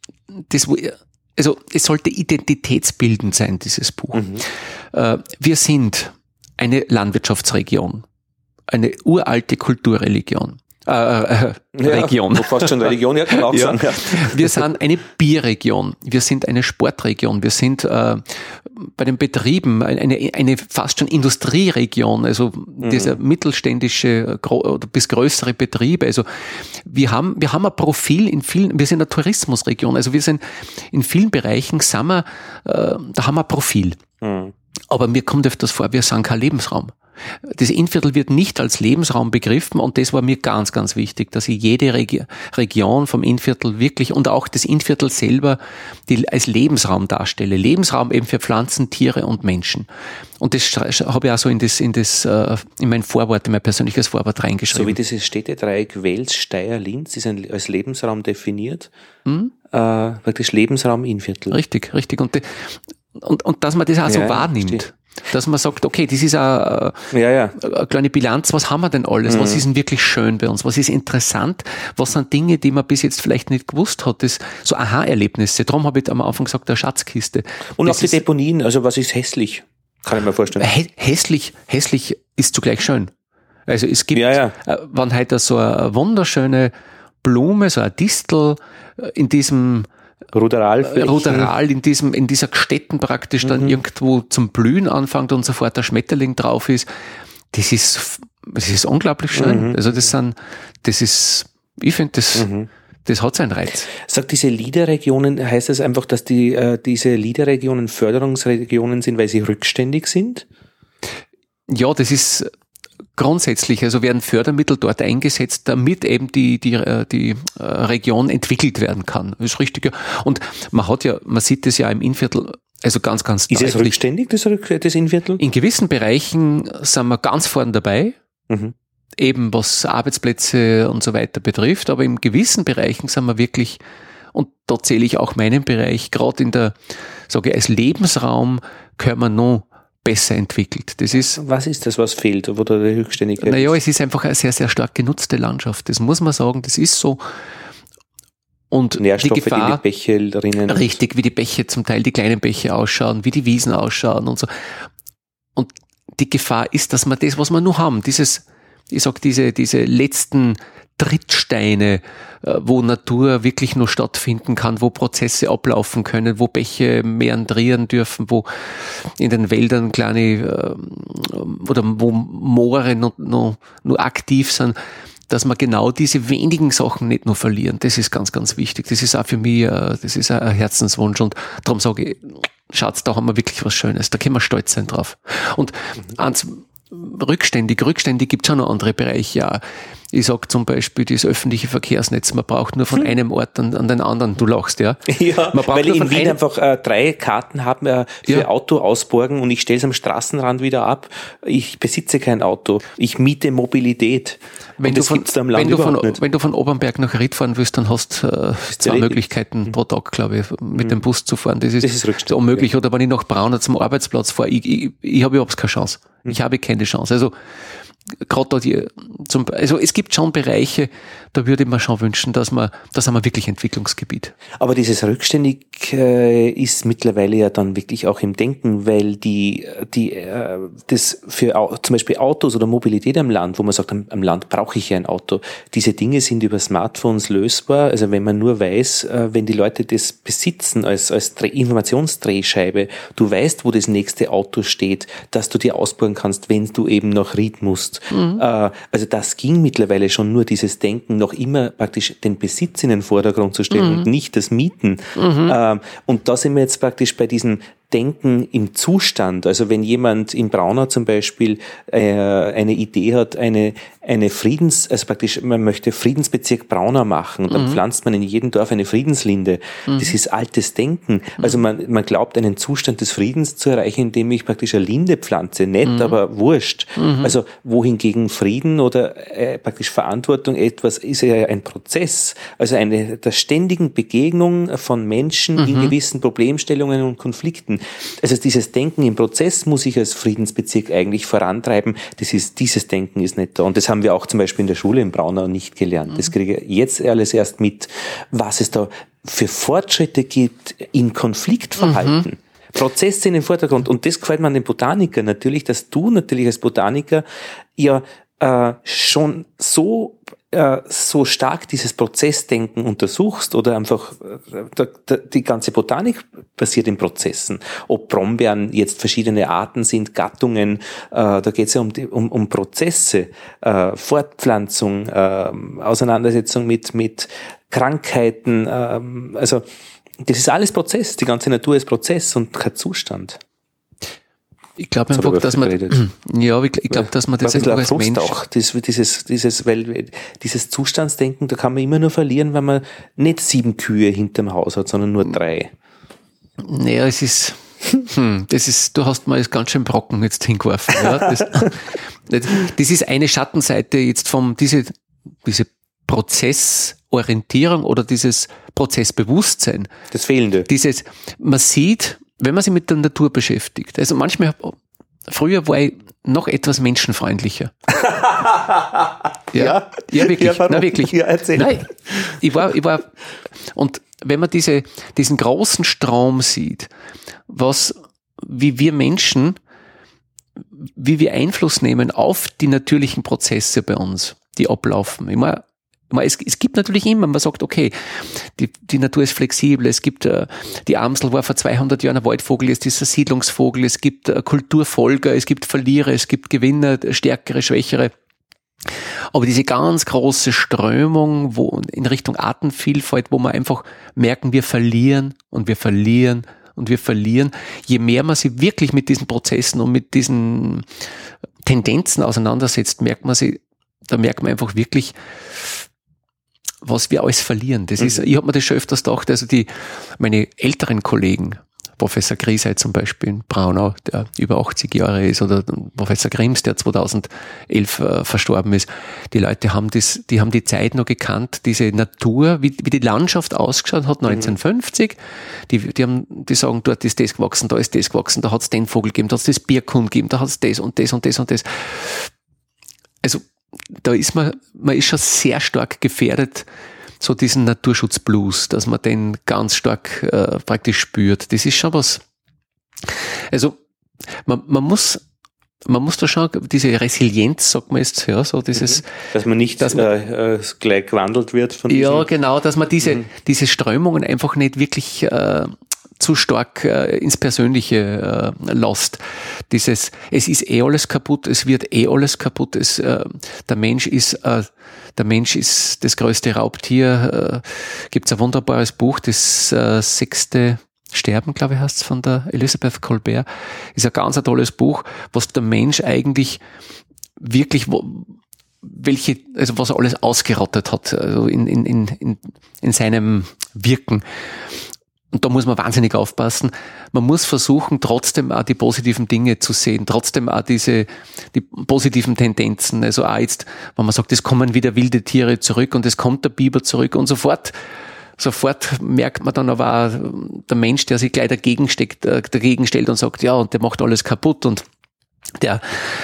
also es sollte identitätsbildend sein, dieses Buch. Wir sind eine Landwirtschaftsregion, eine uralte Kulturreligion. Region. Fast schon Religion, kann man auch sagen. Ja. Wir sind eine Bierregion, wir sind eine Sportregion, wir sind bei den Betrieben eine fast schon Industrieregion, also dieser mittelständische bis größere Betriebe. Also wir haben ein Profil wir sind eine Tourismusregion, also wir sind in vielen Bereichen, da haben wir ein Profil. Aber mir kommt öfters vor, wir sind kein Lebensraum. Das Innviertel wird nicht als Lebensraum begriffen und das war mir ganz, ganz wichtig, dass ich jede Region vom Innviertel wirklich und auch das Innviertel selber als Lebensraum darstelle. Lebensraum eben für Pflanzen, Tiere und Menschen. Und das habe ich auch so in mein Vorwort, in mein persönliches Vorwort reingeschrieben. So wie dieses Städtedreieck Wels, Steyr, Linz ist als Lebensraum definiert. Praktisch Lebensraum Innviertel. Richtig. Und dass man das auch so wahrnimmt. Verstehe. Dass man sagt, okay, das ist eine kleine Bilanz, was haben wir denn alles? Was ist denn wirklich schön bei uns? Was ist interessant? Was sind Dinge, die man bis jetzt vielleicht nicht gewusst hat? Das so Aha-Erlebnisse. Darum habe ich am Anfang gesagt, eine Schatzkiste. Und auch die Deponien, also was ist hässlich? Kann ich mir vorstellen. Hässlich ist zugleich schön. Also es gibt, wenn heute so eine wunderschöne Blume, so eine Distel in diesem Ruderal in dieser Gstetten praktisch dann irgendwo zum Blühen anfängt und sofort der Schmetterling drauf ist. Das ist unglaublich schön. Also ich finde, das hat seinen Reiz. Sagt diese LEADER-Regionen, heißt das einfach, dass diese LEADER-Regionen Förderungsregionen sind, weil sie rückständig sind? Ja, das ist grundsätzlich, also werden Fördermittel dort eingesetzt, damit eben die Region entwickelt werden kann. Das ist richtig. Und man sieht das ja im Innviertel, also ganz, ganz deutlich. Ist es rückständig, das Innviertel? In gewissen Bereichen sind wir ganz vorn dabei, eben was Arbeitsplätze und so weiter betrifft, aber in gewissen Bereichen sind wir wirklich, und da zähle ich auch meinen Bereich, gerade als Lebensraum können wir noch besser entwickelt. Was ist das, was fehlt, wo da die Rückständigkeit ist? Naja, es ist einfach eine sehr, sehr stark genutzte Landschaft. Das muss man sagen, das ist so. Und Nährstoffe, die Gefahr, die Bäche drinnen. Richtig, wie die Bäche zum Teil, die kleinen Bäche ausschauen, wie die Wiesen ausschauen und so. Und die Gefahr ist, dass wir das, was wir nur haben, diese letzten Trittsteine, wo Natur wirklich nur stattfinden kann, wo Prozesse ablaufen können, wo Bäche meandrieren dürfen, wo in den Wäldern kleine oder wo Moore nur aktiv sind, dass wir genau diese wenigen Sachen nicht nur verlieren. Das ist ganz, ganz wichtig. Das ist auch für mich, das ist ein Herzenswunsch und darum sage ich, schaut's, da haben wir wirklich was Schönes. Da können wir stolz sein drauf. Und rückständig gibt's auch noch andere Bereiche. Ja. Ich sag zum Beispiel das öffentliche Verkehrsnetz, man braucht nur von einem Ort an den anderen. Du lachst, ja? Ja, man braucht weil ich in Wien einfach 3 Karten habe für Auto ausborgen und ich stelle es am Straßenrand wieder ab. Ich besitze kein Auto. Ich miete Mobilität. Wenn du von Obernberg nach Ried fahren willst, dann hast du 2 Möglichkeiten pro Tag, glaube ich, mit dem Bus zu fahren. Das ist unmöglich. Ja. Oder wenn ich nach Braunau zum Arbeitsplatz fahre, ich habe überhaupt keine Chance. Ich habe keine Chance. Also gerade da also es gibt schon Bereiche, da würde ich mir schon wünschen, da haben wir wirklich Entwicklungsgebiet. Aber dieses Rückständig ist mittlerweile ja dann wirklich auch im Denken, weil das für zum Beispiel Autos oder Mobilität am Land, wo man sagt, am Land brauche ich ja ein Auto, diese Dinge sind über Smartphones lösbar. Also wenn man nur weiß, wenn die Leute das besitzen als Informationsdrehscheibe, du weißt, wo das nächste Auto steht, dass du dir ausbauen kannst, wenn du eben nach Ried musst. Also das ging mittlerweile schon, nur dieses Denken, noch immer praktisch den Besitz in den Vordergrund zu stellen und nicht das Mieten. Und da sind wir jetzt praktisch bei diesem Denken im Zustand. Also wenn jemand in Braunau zum Beispiel eine Idee hat, also praktisch, man möchte Friedensbezirk Braunau machen und dann pflanzt man in jedem Dorf eine Friedenslinde. Das ist altes Denken. Also man glaubt, einen Zustand des Friedens zu erreichen, indem ich praktisch eine Linde pflanze. Nett, aber wurscht. Also wohingegen Frieden oder praktisch Verantwortung ist ja ein Prozess. Also der ständigen Begegnung von Menschen in gewissen Problemstellungen und Konflikten. Also dieses Denken im Prozess muss ich als Friedensbezirk eigentlich vorantreiben. Dieses Denken ist nicht da. Und das haben wir auch zum Beispiel in der Schule in Braunau nicht gelernt. Das kriege ich jetzt alles erst mit, was es da für Fortschritte gibt in Konfliktverhalten. Prozesse in den Vordergrund. Und das gefällt mir an den Botanikern natürlich, dass du natürlich als Botaniker ja schon so stark dieses Prozessdenken untersuchst oder einfach die ganze Botanik basiert in Prozessen. Ob Brombeeren jetzt verschiedene Arten sind, Gattungen, da geht es ja um Prozesse, Fortpflanzung, Auseinandersetzung mit Krankheiten, also das ist alles Prozess, die ganze Natur ist Prozess und kein Zustand. Ich glaube einfach, dass man, dass man das einfach als Mensch auch, weil dieses Zustandsdenken, da kann man immer nur verlieren, wenn man nicht 7 Kühe hinterm Haus hat, sondern nur 3. Naja, es ist, du hast mal ganz schön Brocken jetzt hingeworfen, ja. Das ist eine Schattenseite jetzt diese Prozessorientierung oder dieses Prozessbewusstsein. Das Fehlende. Man sieht, wenn man sich mit der Natur beschäftigt, also früher war ich noch etwas menschenfreundlicher. Ja, wirklich. Ja, warum? Nein, wirklich. Ja, erzähl. Nein, ich war, und wenn man diesen großen Strom sieht, wie wir Menschen, wie wir Einfluss nehmen auf die natürlichen Prozesse bei uns, die ablaufen. Es gibt natürlich immer, man sagt, okay, die Natur ist flexibel, es gibt, die Amsel war vor 200 Jahren ein Waldvogel, jetzt ist ein Siedlungsvogel, es gibt Kulturfolger, es gibt Verlierer, es gibt Gewinner, Stärkere, Schwächere. Aber diese ganz große Strömung, wo in Richtung Artenvielfalt, wo wir einfach merken, wir verlieren und wir verlieren und wir verlieren, je mehr man sich wirklich mit diesen Prozessen und mit diesen Tendenzen auseinandersetzt, merkt man einfach wirklich, was wir alles verlieren. Das ist, ich habe mir das schon öfters gedacht, also meine älteren Kollegen, Professor Griesheit zum Beispiel in Braunau, der über 80 Jahre ist, oder Professor Grimms, der 2011 verstorben ist, die Leute haben die Zeit noch gekannt, diese Natur, wie die Landschaft ausgeschaut hat 1950, die sagen, dort ist das gewachsen, da ist das gewachsen, da hat es den Vogel gegeben, da hat es das Birkhuhn gegeben, da hat es das und das und das und das. Also da ist man ist schon sehr stark gefährdet, so diesen Naturschutzblues, dass man den ganz stark praktisch spürt. Das ist schon was. Also man muss da schon diese Resilienz, sagt man jetzt, ja, so dieses, dass man nicht gleich gewandelt wird von diesem. Ja, genau, dass man diese Strömungen einfach nicht wirklich zu stark ins Persönliche lässt. Es ist alles kaputt, es wird alles kaputt, der Mensch ist das größte Raubtier. Gibt's ein wunderbares Buch, das 6. Sterben, glaube ich, heißt es, von der Elisabeth Colbert. Ist ein ganz tolles Buch, was der Mensch eigentlich wirklich, was er alles ausgerottet hat, also in seinem Wirken. Und da muss man wahnsinnig aufpassen. Man muss versuchen, trotzdem auch die positiven Dinge zu sehen, trotzdem auch die positiven Tendenzen. Also auch jetzt, wenn man sagt, es kommen wieder wilde Tiere zurück und es kommt der Biber zurück und sofort merkt man dann aber auch der Mensch, der sich gleich dagegen stellt und sagt, ja, und der macht alles kaputt und der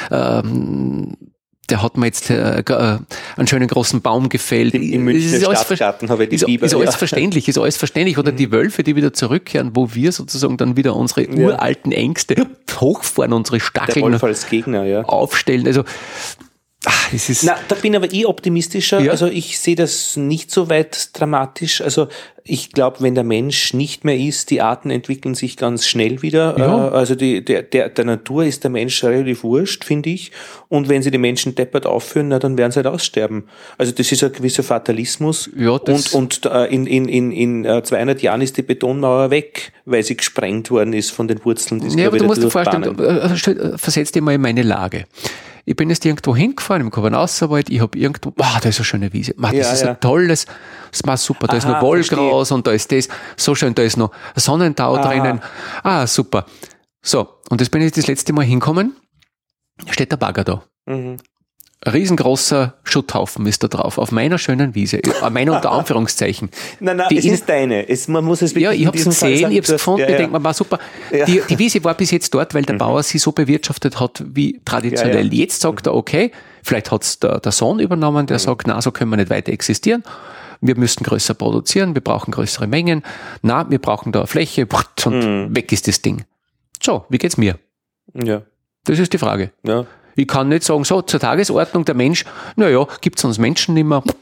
hat mir jetzt einen schönen großen Baum gefällt. Im Münchner Stadtgarten habe ich die Biber. Ist alles verständlich. Oder die Wölfe, die wieder zurückkehren, wo wir sozusagen dann wieder unsere uralten Ängste hochfahren, unsere Stacheln der Wolf als Gegner, aufstellen. Also, es ist... da bin aber optimistischer. Ja. Also ich sehe das nicht so weit dramatisch. Also ich glaube, wenn der Mensch nicht mehr ist, die Arten entwickeln sich ganz schnell wieder. Ja. Also der Natur ist der Mensch relativ wurscht, finde ich. Und wenn sie die Menschen deppert aufführen, dann werden sie halt aussterben. Also das ist ein gewisser Fatalismus. Ja, und in 200 Jahren ist die Betonmauer weg, weil sie gesprengt worden ist von den Wurzeln. Ja, aber du musst dir vorstellen, versetz dir mal in meine Lage. Ich bin jetzt irgendwo hingefahren, im Kobernauserwald, ich habe irgendwo, da ist eine schöne Wiese, das ist ein tolles, das war super, da ist noch Wollgras und da ist das, so schön, da ist noch Sonnentau drinnen, super. So, und jetzt bin ich das letzte Mal hingekommen, steht der Bagger da. Mhm. Ein riesengroßer Schutthaufen ist da drauf, auf meiner schönen Wiese, meiner unter Anführungszeichen. Nein, es ist deine. Man muss es wirklich. Ja, ich habe es gesehen, ich habe es gefunden, ich denke mir, war super. Ja. Die Wiese war bis jetzt dort, weil der Bauer sie so bewirtschaftet hat wie traditionell. Ja. Jetzt sagt er, okay, vielleicht hat es der Sohn übernommen, der sagt, na, so können wir nicht weiter existieren. Wir müssten größer produzieren, wir brauchen größere Mengen. Na, wir brauchen da eine Fläche und weg ist das Ding. So, wie geht's mir? Ja. Das ist die Frage. Ja. Ich kann nicht sagen, so zur Tagesordnung der Mensch, gibt's uns Menschen nicht mehr.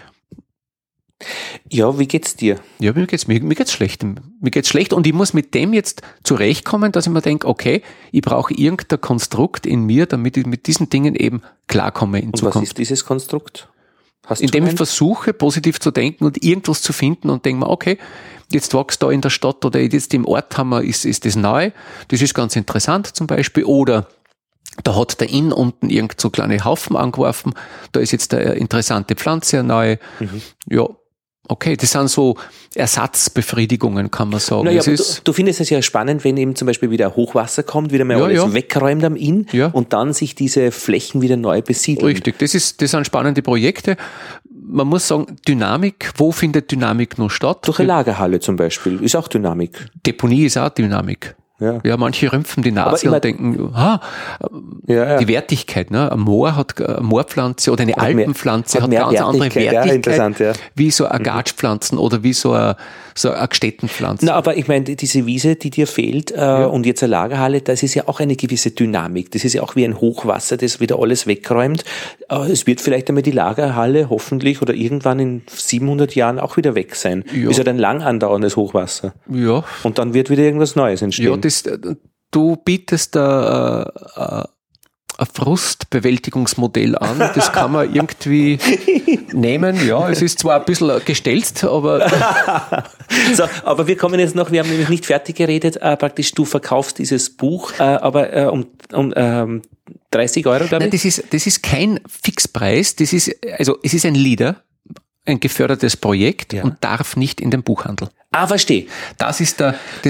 Ja, wie geht's dir? Ja, mir geht's schlecht. Mir geht's schlecht und ich muss mit dem jetzt zurechtkommen, dass ich mir denke, okay, ich brauche irgendein Konstrukt in mir, damit ich mit diesen Dingen eben klarkomme in Zukunft. Was ist dieses Konstrukt? Indem ich versuche, positiv zu denken und irgendwas zu finden und denke mir, okay, jetzt wächst da in der Stadt oder jetzt im Ort ist das neu, das ist ganz interessant zum Beispiel, oder da hat der Inn unten irgend so kleine Haufen angeworfen, da ist jetzt eine interessante Pflanze, eine neue. Ja, okay, das sind so Ersatzbefriedigungen, kann man sagen. Naja, du findest es ja spannend, wenn eben zum Beispiel wieder Hochwasser kommt, wieder mal alles wegräumt am Inn und dann sich diese Flächen wieder neu besiedeln. Richtig, das sind spannende Projekte. Man muss sagen, Dynamik, wo findet Dynamik noch statt? Durch eine Lagerhalle zum Beispiel, ist auch Dynamik. Deponie ist auch Dynamik. Ja, manche rümpfen die Nase und denken, die Wertigkeit, ne? Eine Moorpflanze oder eine Alpenpflanze hat ganz andere Wertigkeit, wie so Agatschpflanzen oder wie so eine Gstettenpflanze. Na, aber ich meine, diese Wiese, die dir fehlt, und jetzt eine Lagerhalle, das ist ja auch eine gewisse Dynamik. Das ist ja auch wie ein Hochwasser, das wieder alles wegräumt. Es wird vielleicht einmal die Lagerhalle hoffentlich oder irgendwann in 700 Jahren auch wieder weg sein. Ja. Ist ja ein lang andauerndes Hochwasser. Ja. Und dann wird wieder irgendwas Neues entstehen. Ja, du bietest da ein Frustbewältigungsmodell an. Das kann man irgendwie nehmen. Ja, es ist zwar ein bisschen gestelzt, aber... So, aber wir kommen jetzt noch, wir haben nämlich nicht fertig geredet, praktisch du verkaufst dieses Buch, aber um 30 Euro, glaube ich. Nein, das ist kein Fixpreis, es ist ein Leader, ein gefördertes Projekt und darf nicht in den Buchhandel. Verstehe. Das heißt,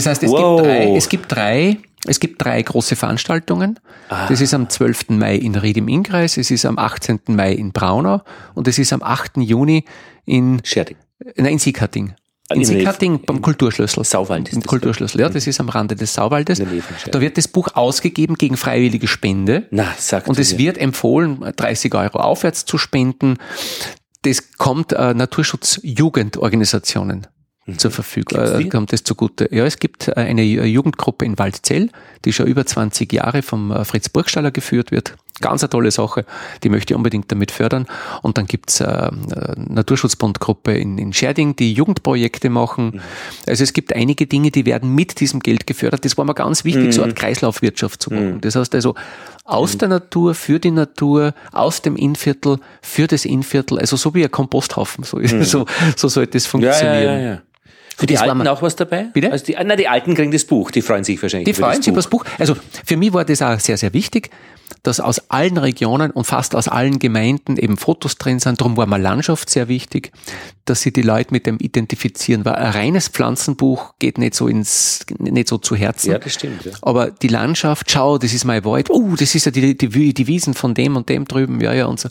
es gibt drei große Veranstaltungen. Das ist am 12. Mai in Ried im Innkreis, es ist am 18. Mai in Braunau und es ist am 8. Juni in Siegharting. In Siegharting beim Kulturschlüssel. Sauwald ist das. Kulturschlüssel, das ist am Rande des Sauwaldes. Da wird das Buch ausgegeben gegen freiwillige Spende. Und es wird empfohlen, 30 Euro aufwärts zu spenden. Das kommt Naturschutz-Jugendorganisationen zur Verfügung, kommt das zugute. Ja, es gibt eine Jugendgruppe in Waldzell, die schon über 20 Jahre vom Fritz Burgstaller geführt wird. Ganz eine tolle Sache, die möchte ich unbedingt damit fördern. Und dann gibt's eine Naturschutzbundgruppe in Scherding, die Jugendprojekte machen. Also es gibt einige Dinge, die werden mit diesem Geld gefördert. Das war mir ganz wichtig, so eine Kreislaufwirtschaft zu machen. Das heißt also, aus der Natur, für die Natur, aus dem Innviertel, für das Innviertel, also so wie ein Komposthaufen. So sollte es funktionieren. Ja. Für die Alten auch was dabei? Bitte? Also die Alten kriegen das Buch, die freuen sich wahrscheinlich. Die freuen sich über das Buch. Also für mich war das auch sehr, sehr wichtig, dass aus allen Regionen und fast aus allen Gemeinden eben Fotos drin sind. Darum war mir Landschaft sehr wichtig, dass sie die Leute mit dem identifizieren. Weil ein reines Pflanzenbuch geht nicht so zu Herzen. Ja, das stimmt. Ja. Aber die Landschaft, schau, das ist mein Wald. Das ist ja die Wiesen von dem und dem drüben. Ja, und so.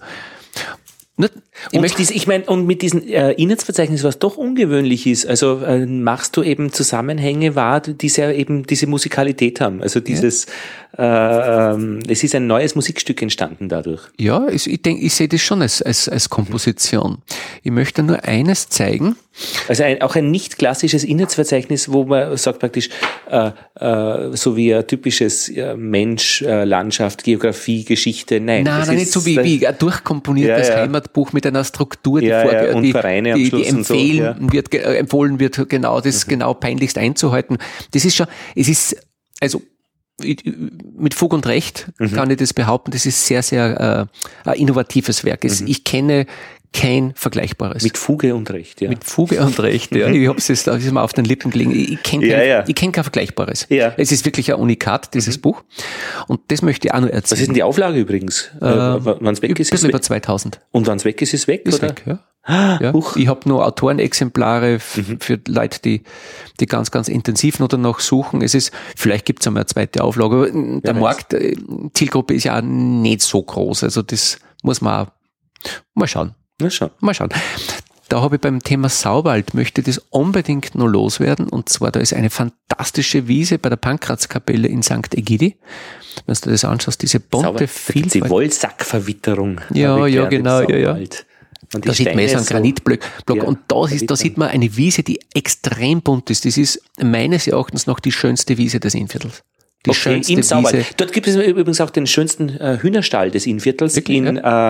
Und mit diesem Inhaltsverzeichnis, was doch ungewöhnlich ist, also machst du eben Zusammenhänge wahr, die ja eben diese Musikalität haben. Also dieses, es ist ein neues Musikstück entstanden dadurch. Ja, ich denke, ich sehe das schon als Komposition. Ich möchte nur eines zeigen. Also auch ein nicht klassisches Inhaltsverzeichnis, wo man sagt praktisch, so wie ein typisches Mensch, Landschaft, Geografie, Geschichte, nein. Nein, nicht so wie ein durchkomponiertes Heimatbuch mit einer Struktur, die Vereine am Schluss empfohlen wird, genau das genau peinlichst einzuhalten. Das ist schon, also mit Fug und Recht kann ich das behaupten, das ist sehr, sehr ein innovatives Werk. Ich kenne kein vergleichbares. Mit Fuge und Recht, ja. Mit Fuge und Recht, ja. Ich hab's jetzt, das ist mir auf den Lippen gelegen. Ich kenne kein vergleichbares. Ja. Es ist wirklich ein Unikat, dieses Buch. Und das möchte ich auch noch erzählen. Was ist denn die Auflage übrigens? Wann's weg ist? Ein bisschen über 2000. Und wann's weg ist, ist weg, ist oder? Weg, ja. Ja. Ich habe nur Autorenexemplare für Leute, die ganz, ganz intensiv noch danach suchen. Vielleicht gibt's einmal eine zweite Auflage, aber der Markt, Zielgruppe ist ja auch nicht so groß. Also das muss man auch mal schauen. Mal schauen. Da habe ich beim Thema Sauwald, möchte das unbedingt noch loswerden. Und zwar, da ist eine fantastische Wiese bei der Pankrazkapelle in St. Egidi. Wenn du das anschaust, diese bunte Vielfalt. Die Wollsackverwitterung. Ja, genau, ja. Da sieht man so einen Granitblock. Ja, und da sieht man eine Wiese, die extrem bunt ist. Das ist meines Erachtens noch die schönste Wiese des Innviertels. Die schönste im Sauwald. Wiese. Dort gibt es übrigens auch den schönsten Hühnerstall des Innviertels. Wirklich,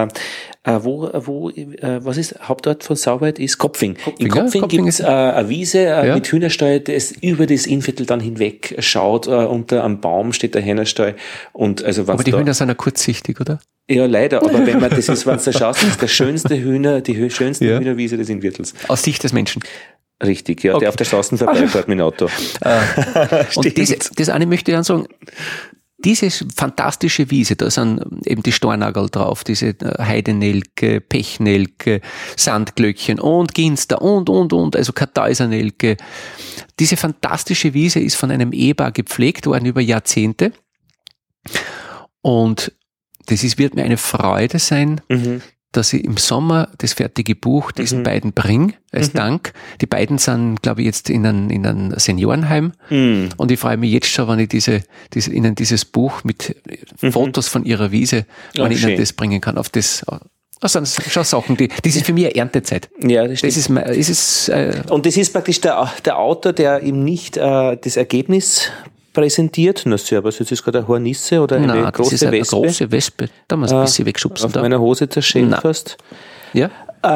Was ist Hauptort von Sauwald? Ist Kopfing. In Kopfing gibt es eine Wiese mit Hühnerstall, das über das Innviertel dann hinweg schaut. Unter einem Baum steht der Hühnerstall. Aber die Hühner sind ja kurzsichtig, oder? Ja, leider. Aber wenn man wenn du schaust, ist die schönste Hühnerwiese des Innviertels. Aus Sicht des Menschen. Richtig, ja, der auf der Straße vorbeifährt mit dem Auto. Und das eine möchte ich dann sagen, diese fantastische Wiese, da sind eben die Stornagel drauf, diese Heidenelke, Pechnelke, Sandglöckchen und Ginster und, also Kartäusernelke. Diese fantastische Wiese ist von einem Ehepaar gepflegt worden über Jahrzehnte. Und wird mir eine Freude sein, dass ich im Sommer das fertige Buch diesen beiden bringe, als Dank. Die beiden sind, glaube ich, jetzt in einem Seniorenheim. Und ich freue mich jetzt schon, wenn ich ihnen dieses Buch mit Fotos von ihrer Wiese, wenn ich ihnen das bringen kann. Das sind schon Sachen, das ist für mich eine Erntezeit. Ja, das stimmt. Und das ist praktisch der Autor, der ihm nicht das Ergebnis präsentiert. Na servus, jetzt ist gerade eine Hornisse oder eine große Wespe. Eine große Wespe. Da muss man ein bisschen wegschubsen. Auf meiner Hose zerschellt fast. Ja.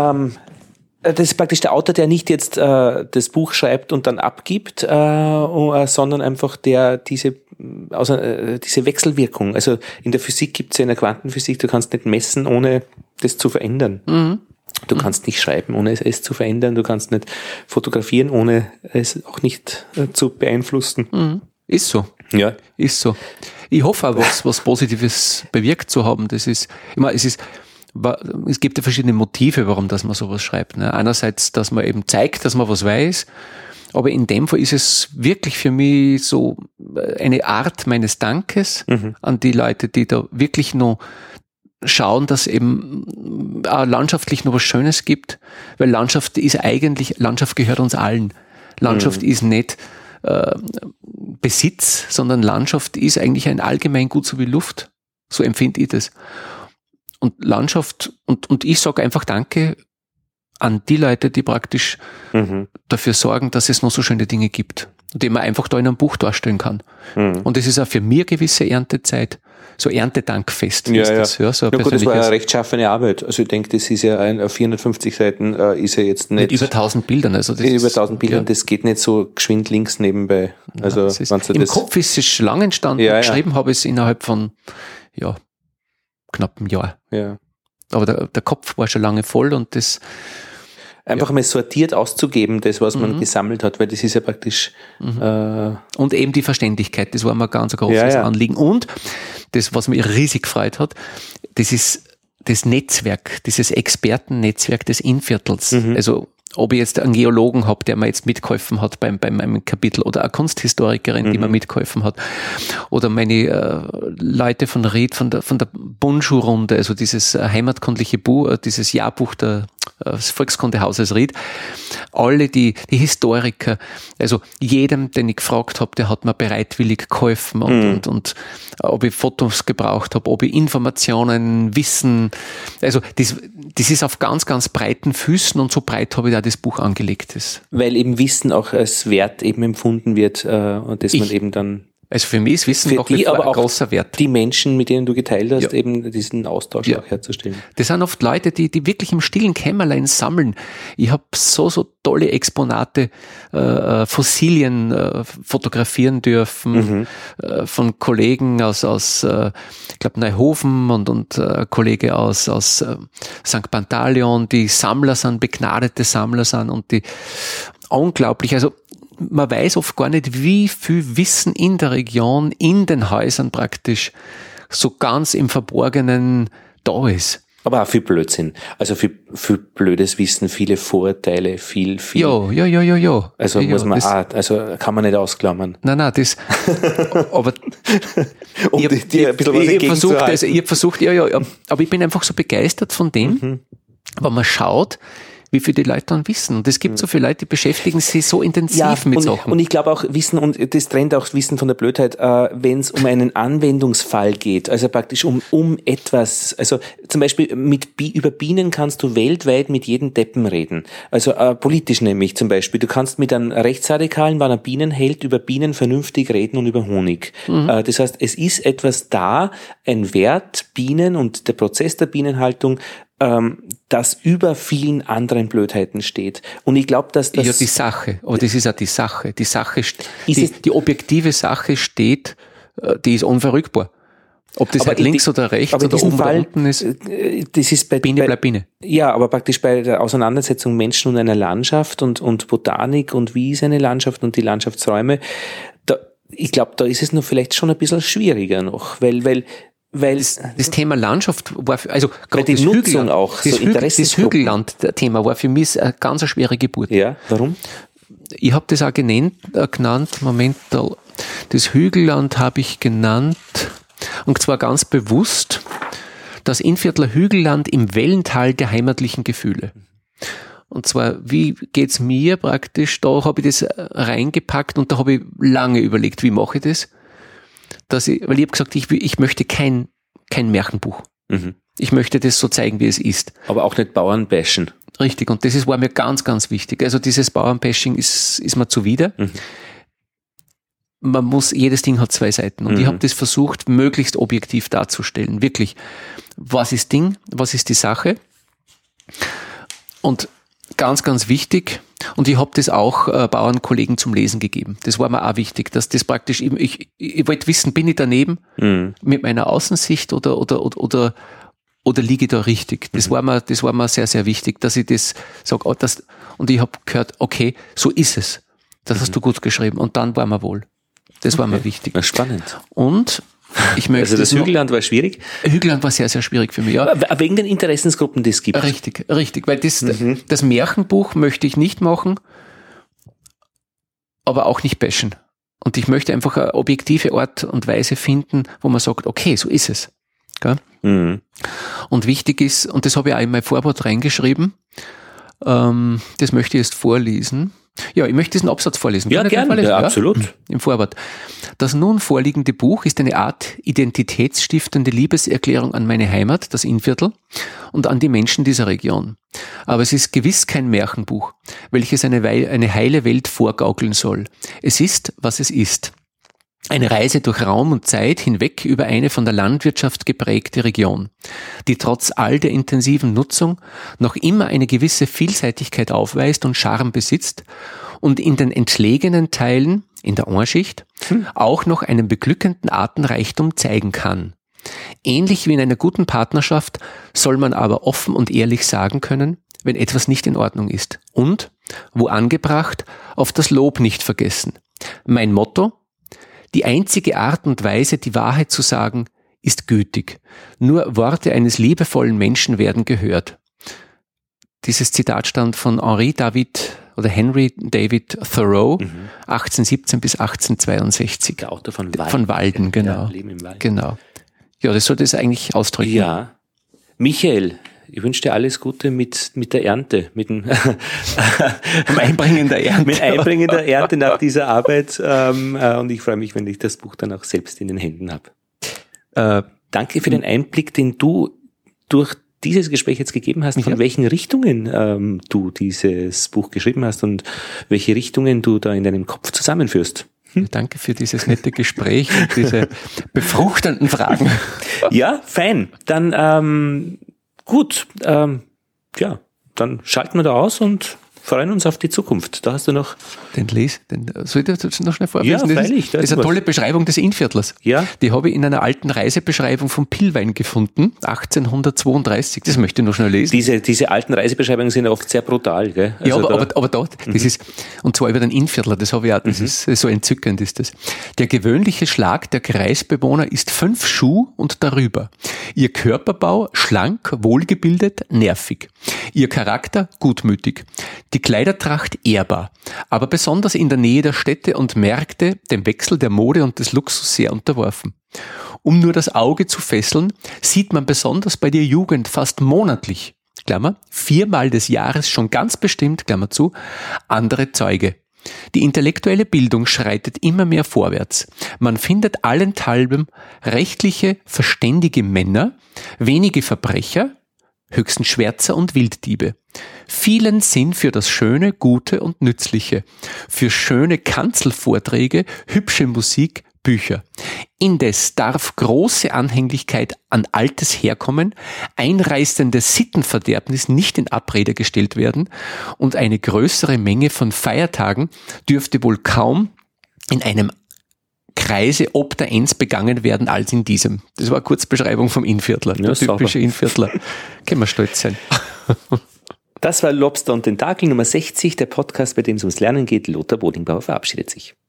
Das ist praktisch der Autor, der nicht jetzt das Buch schreibt und dann abgibt, sondern einfach diese Wechselwirkung. Also in der Physik gibt es ja, in der Quantenphysik, du kannst nicht messen, ohne das zu verändern. Du kannst nicht schreiben, ohne es zu verändern. Du kannst nicht fotografieren, ohne es auch nicht zu beeinflussen. Ist so. Ja. Ist so. Ich hoffe auch, was Positives bewirkt zu haben. Es gibt ja verschiedene Motive, warum dass man sowas schreibt. Ne? Einerseits, dass man eben zeigt, dass man was weiß. Aber in dem Fall ist es wirklich für mich so eine Art meines Dankes an die Leute, die da wirklich noch schauen, dass eben auch landschaftlich noch was Schönes gibt. Weil Landschaft gehört uns allen. Landschaft ist nicht Besitz, sondern Landschaft ist eigentlich ein Allgemeingut, so wie Luft. So empfinde ich das. Und Landschaft, und ich sage einfach Danke an die Leute, die praktisch dafür sorgen, dass es noch so schöne Dinge gibt, die man einfach da in einem Buch darstellen kann. Und das ist auch für mich eine gewisse Erntezeit. So Erntedankfest ist das. Ja, so gut, das war eine rechtschaffene Arbeit. Also ich denke, das ist ja auf 450 Seiten ist ja jetzt nicht... Mit über 1000 Bildern. Also das über 1000 Bildern, das geht nicht so geschwind links nebenbei. Also im Kopf ist es schon lange entstanden. Geschrieben habe ich es innerhalb von knapp einem Jahr. Ja. Aber der Kopf war schon lange voll und das... einfach mal sortiert auszugeben, das, was man gesammelt hat, weil das ist ja praktisch... Und eben die Verständlichkeit, das war mir ganz ein großes Anliegen. Und das, was mich riesig gefreut hat, das ist das Netzwerk, dieses Expertennetzwerk des Innviertels. Also ob ich jetzt einen Geologen habe, der mir jetzt mitgeholfen hat beim meinem Kapitel, oder eine Kunsthistorikerin, die mir mitgeholfen hat, oder meine Leute von Ried, von der Bundschuh-Runde, also dieses heimatkundliche Buch, dieses Jahrbuch des Volkskundehauses Ried, alle die Historiker, also jedem, den ich gefragt habe, der hat mir bereitwillig geholfen und ob ich Fotos gebraucht habe, ob ich Informationen, Wissen, also das ist auf ganz, ganz breiten Füßen, und so breit habe ich da das Buch angelegt. Weil eben Wissen auch als Wert eben empfunden wird, und das man eben dann... Also für mich ist Wissen auch ein großer Wert. Die Menschen, mit denen du geteilt hast, eben diesen Austausch auch herzustellen. Das sind oft Leute, die wirklich im stillen Kämmerlein sammeln. Ich habe so tolle Exponate, Fossilien fotografieren dürfen, von Kollegen aus ich glaube, Neuhofen und Kollege aus St. Pantaleon, die Sammler sind, begnadete Sammler sind, und die unglaublich, also man weiß oft gar nicht, wie viel Wissen in der Region, in den Häusern praktisch so ganz im Verborgenen da ist. Aber auch viel Blödsinn. Also viel blödes Wissen, viele Vorurteile, viel. Ja. Also muss man kann man nicht ausklammern. Nein, das, aber dir ein bisschen was entgegenzuhalten. Ich habe versucht, aber ich bin einfach so begeistert von dem, wenn man schaut, wie viel die Leute dann wissen. Und es gibt so viele Leute, die beschäftigen sich so intensiv mit Sachen. Und ich glaube auch Wissen, und das trennt auch Wissen von der Blödheit, wenn es um einen Anwendungsfall geht, also praktisch um etwas, also zum Beispiel über Bienen kannst du weltweit mit jedem Deppen reden. Also politisch nämlich zum Beispiel. Du kannst mit einem Rechtsradikalen, wenn er Bienen hält, über Bienen vernünftig reden und über Honig. Das heißt, es ist etwas da, ein Wert, Bienen und der Prozess der Bienenhaltung, das über vielen anderen Blödheiten steht. Und ich glaube, dass das... Ja, die Sache. Aber das ist auch die Sache. Die objektive Sache steht, die ist unverrückbar. Ob das halt links oder rechts oder oben oder unten ist, das ist Biene bleibt Biene. Ja, aber praktisch bei der Auseinandersetzung Menschen und einer Landschaft und Botanik und wie ist eine Landschaft und die Landschaftsräume, ich glaube, da ist es noch vielleicht schon ein bisschen schwieriger noch, weil das Thema Landschaft war also gerade die Nutzung auch, das Hügelland-Thema war für mich eine ganz schwere Geburt. Ja, warum? Ich habe das auch genannt, das Hügelland habe ich genannt, und zwar ganz bewusst, das Innviertler Hügelland im Wellental der heimatlichen Gefühle. Und zwar, wie geht's mir praktisch, da habe ich das reingepackt, und da habe ich lange überlegt, wie mache ich das? Weil ich habe gesagt, ich möchte kein Märchenbuch. Ich möchte das so zeigen, wie es ist. Aber auch nicht Bauernbashen. Richtig, und das war mir ganz, ganz wichtig. Also dieses Bauernbashing ist mir zuwider. Jedes Ding hat zwei Seiten. Und ich habe das versucht, möglichst objektiv darzustellen. Wirklich, was ist Ding, was ist die Sache? Und ganz, ganz wichtig, und ich habe das auch Bauernkollegen zum Lesen gegeben. Das war mir auch wichtig, dass das praktisch, ich wollte wissen, bin ich daneben mit meiner Außensicht oder liege ich da richtig? Das war mir sehr, sehr wichtig, dass ich das sage. Und ich habe gehört, okay, so ist es. Das hast du gut geschrieben. Und dann war mir wohl. Das war mir wichtig. Spannend. Und ich möchte also das Hügelland war schwierig? Hügelland war sehr, sehr schwierig für mich, ja. Wegen den Interessensgruppen, die es gibt. Richtig, weil das Märchenbuch möchte ich nicht machen, aber auch nicht bashen. Und ich möchte einfach eine objektive Art und Weise finden, wo man sagt, okay, so ist es. Gell? Und wichtig ist, und das habe ich auch in mein Vorwort reingeschrieben, das möchte ich jetzt vorlesen. Ja, ich möchte diesen Absatz vorlesen. Ja, gerne, ja, absolut. Im Vorwort. Das nun vorliegende Buch ist eine Art identitätsstiftende Liebeserklärung an meine Heimat, das Innviertel, und an die Menschen dieser Region. Aber es ist gewiss kein Märchenbuch, welches eine heile Welt vorgaukeln soll. Es ist, was es ist. Eine Reise durch Raum und Zeit hinweg über eine von der Landwirtschaft geprägte Region, die trotz all der intensiven Nutzung noch immer eine gewisse Vielseitigkeit aufweist und Charme besitzt und in den entlegenen Teilen, in der Anschicht, auch noch einen beglückenden Artenreichtum zeigen kann. Ähnlich wie in einer guten Partnerschaft soll man aber offen und ehrlich sagen können, wenn etwas nicht in Ordnung ist. Und, wo angebracht, auf das Lob nicht vergessen. Mein Motto: Die einzige Art und Weise, die Wahrheit zu sagen, ist gütig. Nur Worte eines liebevollen Menschen werden gehört. Dieses Zitat stammt von Henry David Thoreau, 1817 bis 1862. Der Autor von Walden. Von Walden, genau. Ja, Leben im Wald. Genau. Ja, das sollte es eigentlich ausdrücken. Ja. Michael, ich wünsche dir alles Gute mit der Ernte, mit dem Einbringen der Ernte. mit Einbringen der Ernte nach dieser Arbeit. Und ich freue mich, wenn ich das Buch dann auch selbst in den Händen habe. Danke für den Einblick, den du durch dieses Gespräch jetzt gegeben hast, von welchen Richtungen du dieses Buch geschrieben hast und welche Richtungen du da in deinem Kopf zusammenführst. Danke für dieses nette Gespräch und diese befruchtenden Fragen. Ja, fein. Dann gut. Dann schalten wir da aus und freuen uns auf die Zukunft. Da hast du noch... Soll ich das noch schnell vorlesen? Ja, freilich. Das ist eine tolle Beschreibung des Innviertlers. Ja. Die habe ich in einer alten Reisebeschreibung von Pillwein gefunden, 1832. Das möchte ich noch schnell lesen. Diese alten Reisebeschreibungen sind oft sehr brutal, gell? Also ja, aber dort, das ist, und zwar über den Innviertler, das habe ich auch, das ist so entzückend ist das. Der gewöhnliche Schlag der Kreisbewohner ist 5 Schuh und darüber. Ihr Körperbau schlank, wohlgebildet, nervig. Ihr Charakter gutmütig. Die Kleidertracht ehrbar, aber besonders in der Nähe der Städte und Märkte dem Wechsel der Mode und des Luxus sehr unterworfen. Um nur das Auge zu fesseln, sieht man besonders bei der Jugend fast monatlich, Klammer, 4-mal des Jahres schon ganz bestimmt, Klammer zu, andere Zeuge. Die intellektuelle Bildung schreitet immer mehr vorwärts. Man findet allenthalben rechtliche, verständige Männer, wenige Verbrecher, höchstens Schwärzer und Wilddiebe. Vielen Sinn für das Schöne, Gute und Nützliche, für schöne Kanzelvorträge, hübsche Musik, Bücher. Indes darf große Anhänglichkeit an Altes herkommen, einreißendes Sittenverderbnis nicht in Abrede gestellt werden und eine größere Menge von Feiertagen dürfte wohl kaum in einem Kreise ob der Enns begangen werden als in diesem. Das war eine Kurzbeschreibung vom Innviertler. Der typische Innviertler. Können wir stolz sein. Das war Lobster und Tentakel Nummer 60, der Podcast, bei dem es ums Lernen geht. Lothar Bodingbauer verabschiedet sich.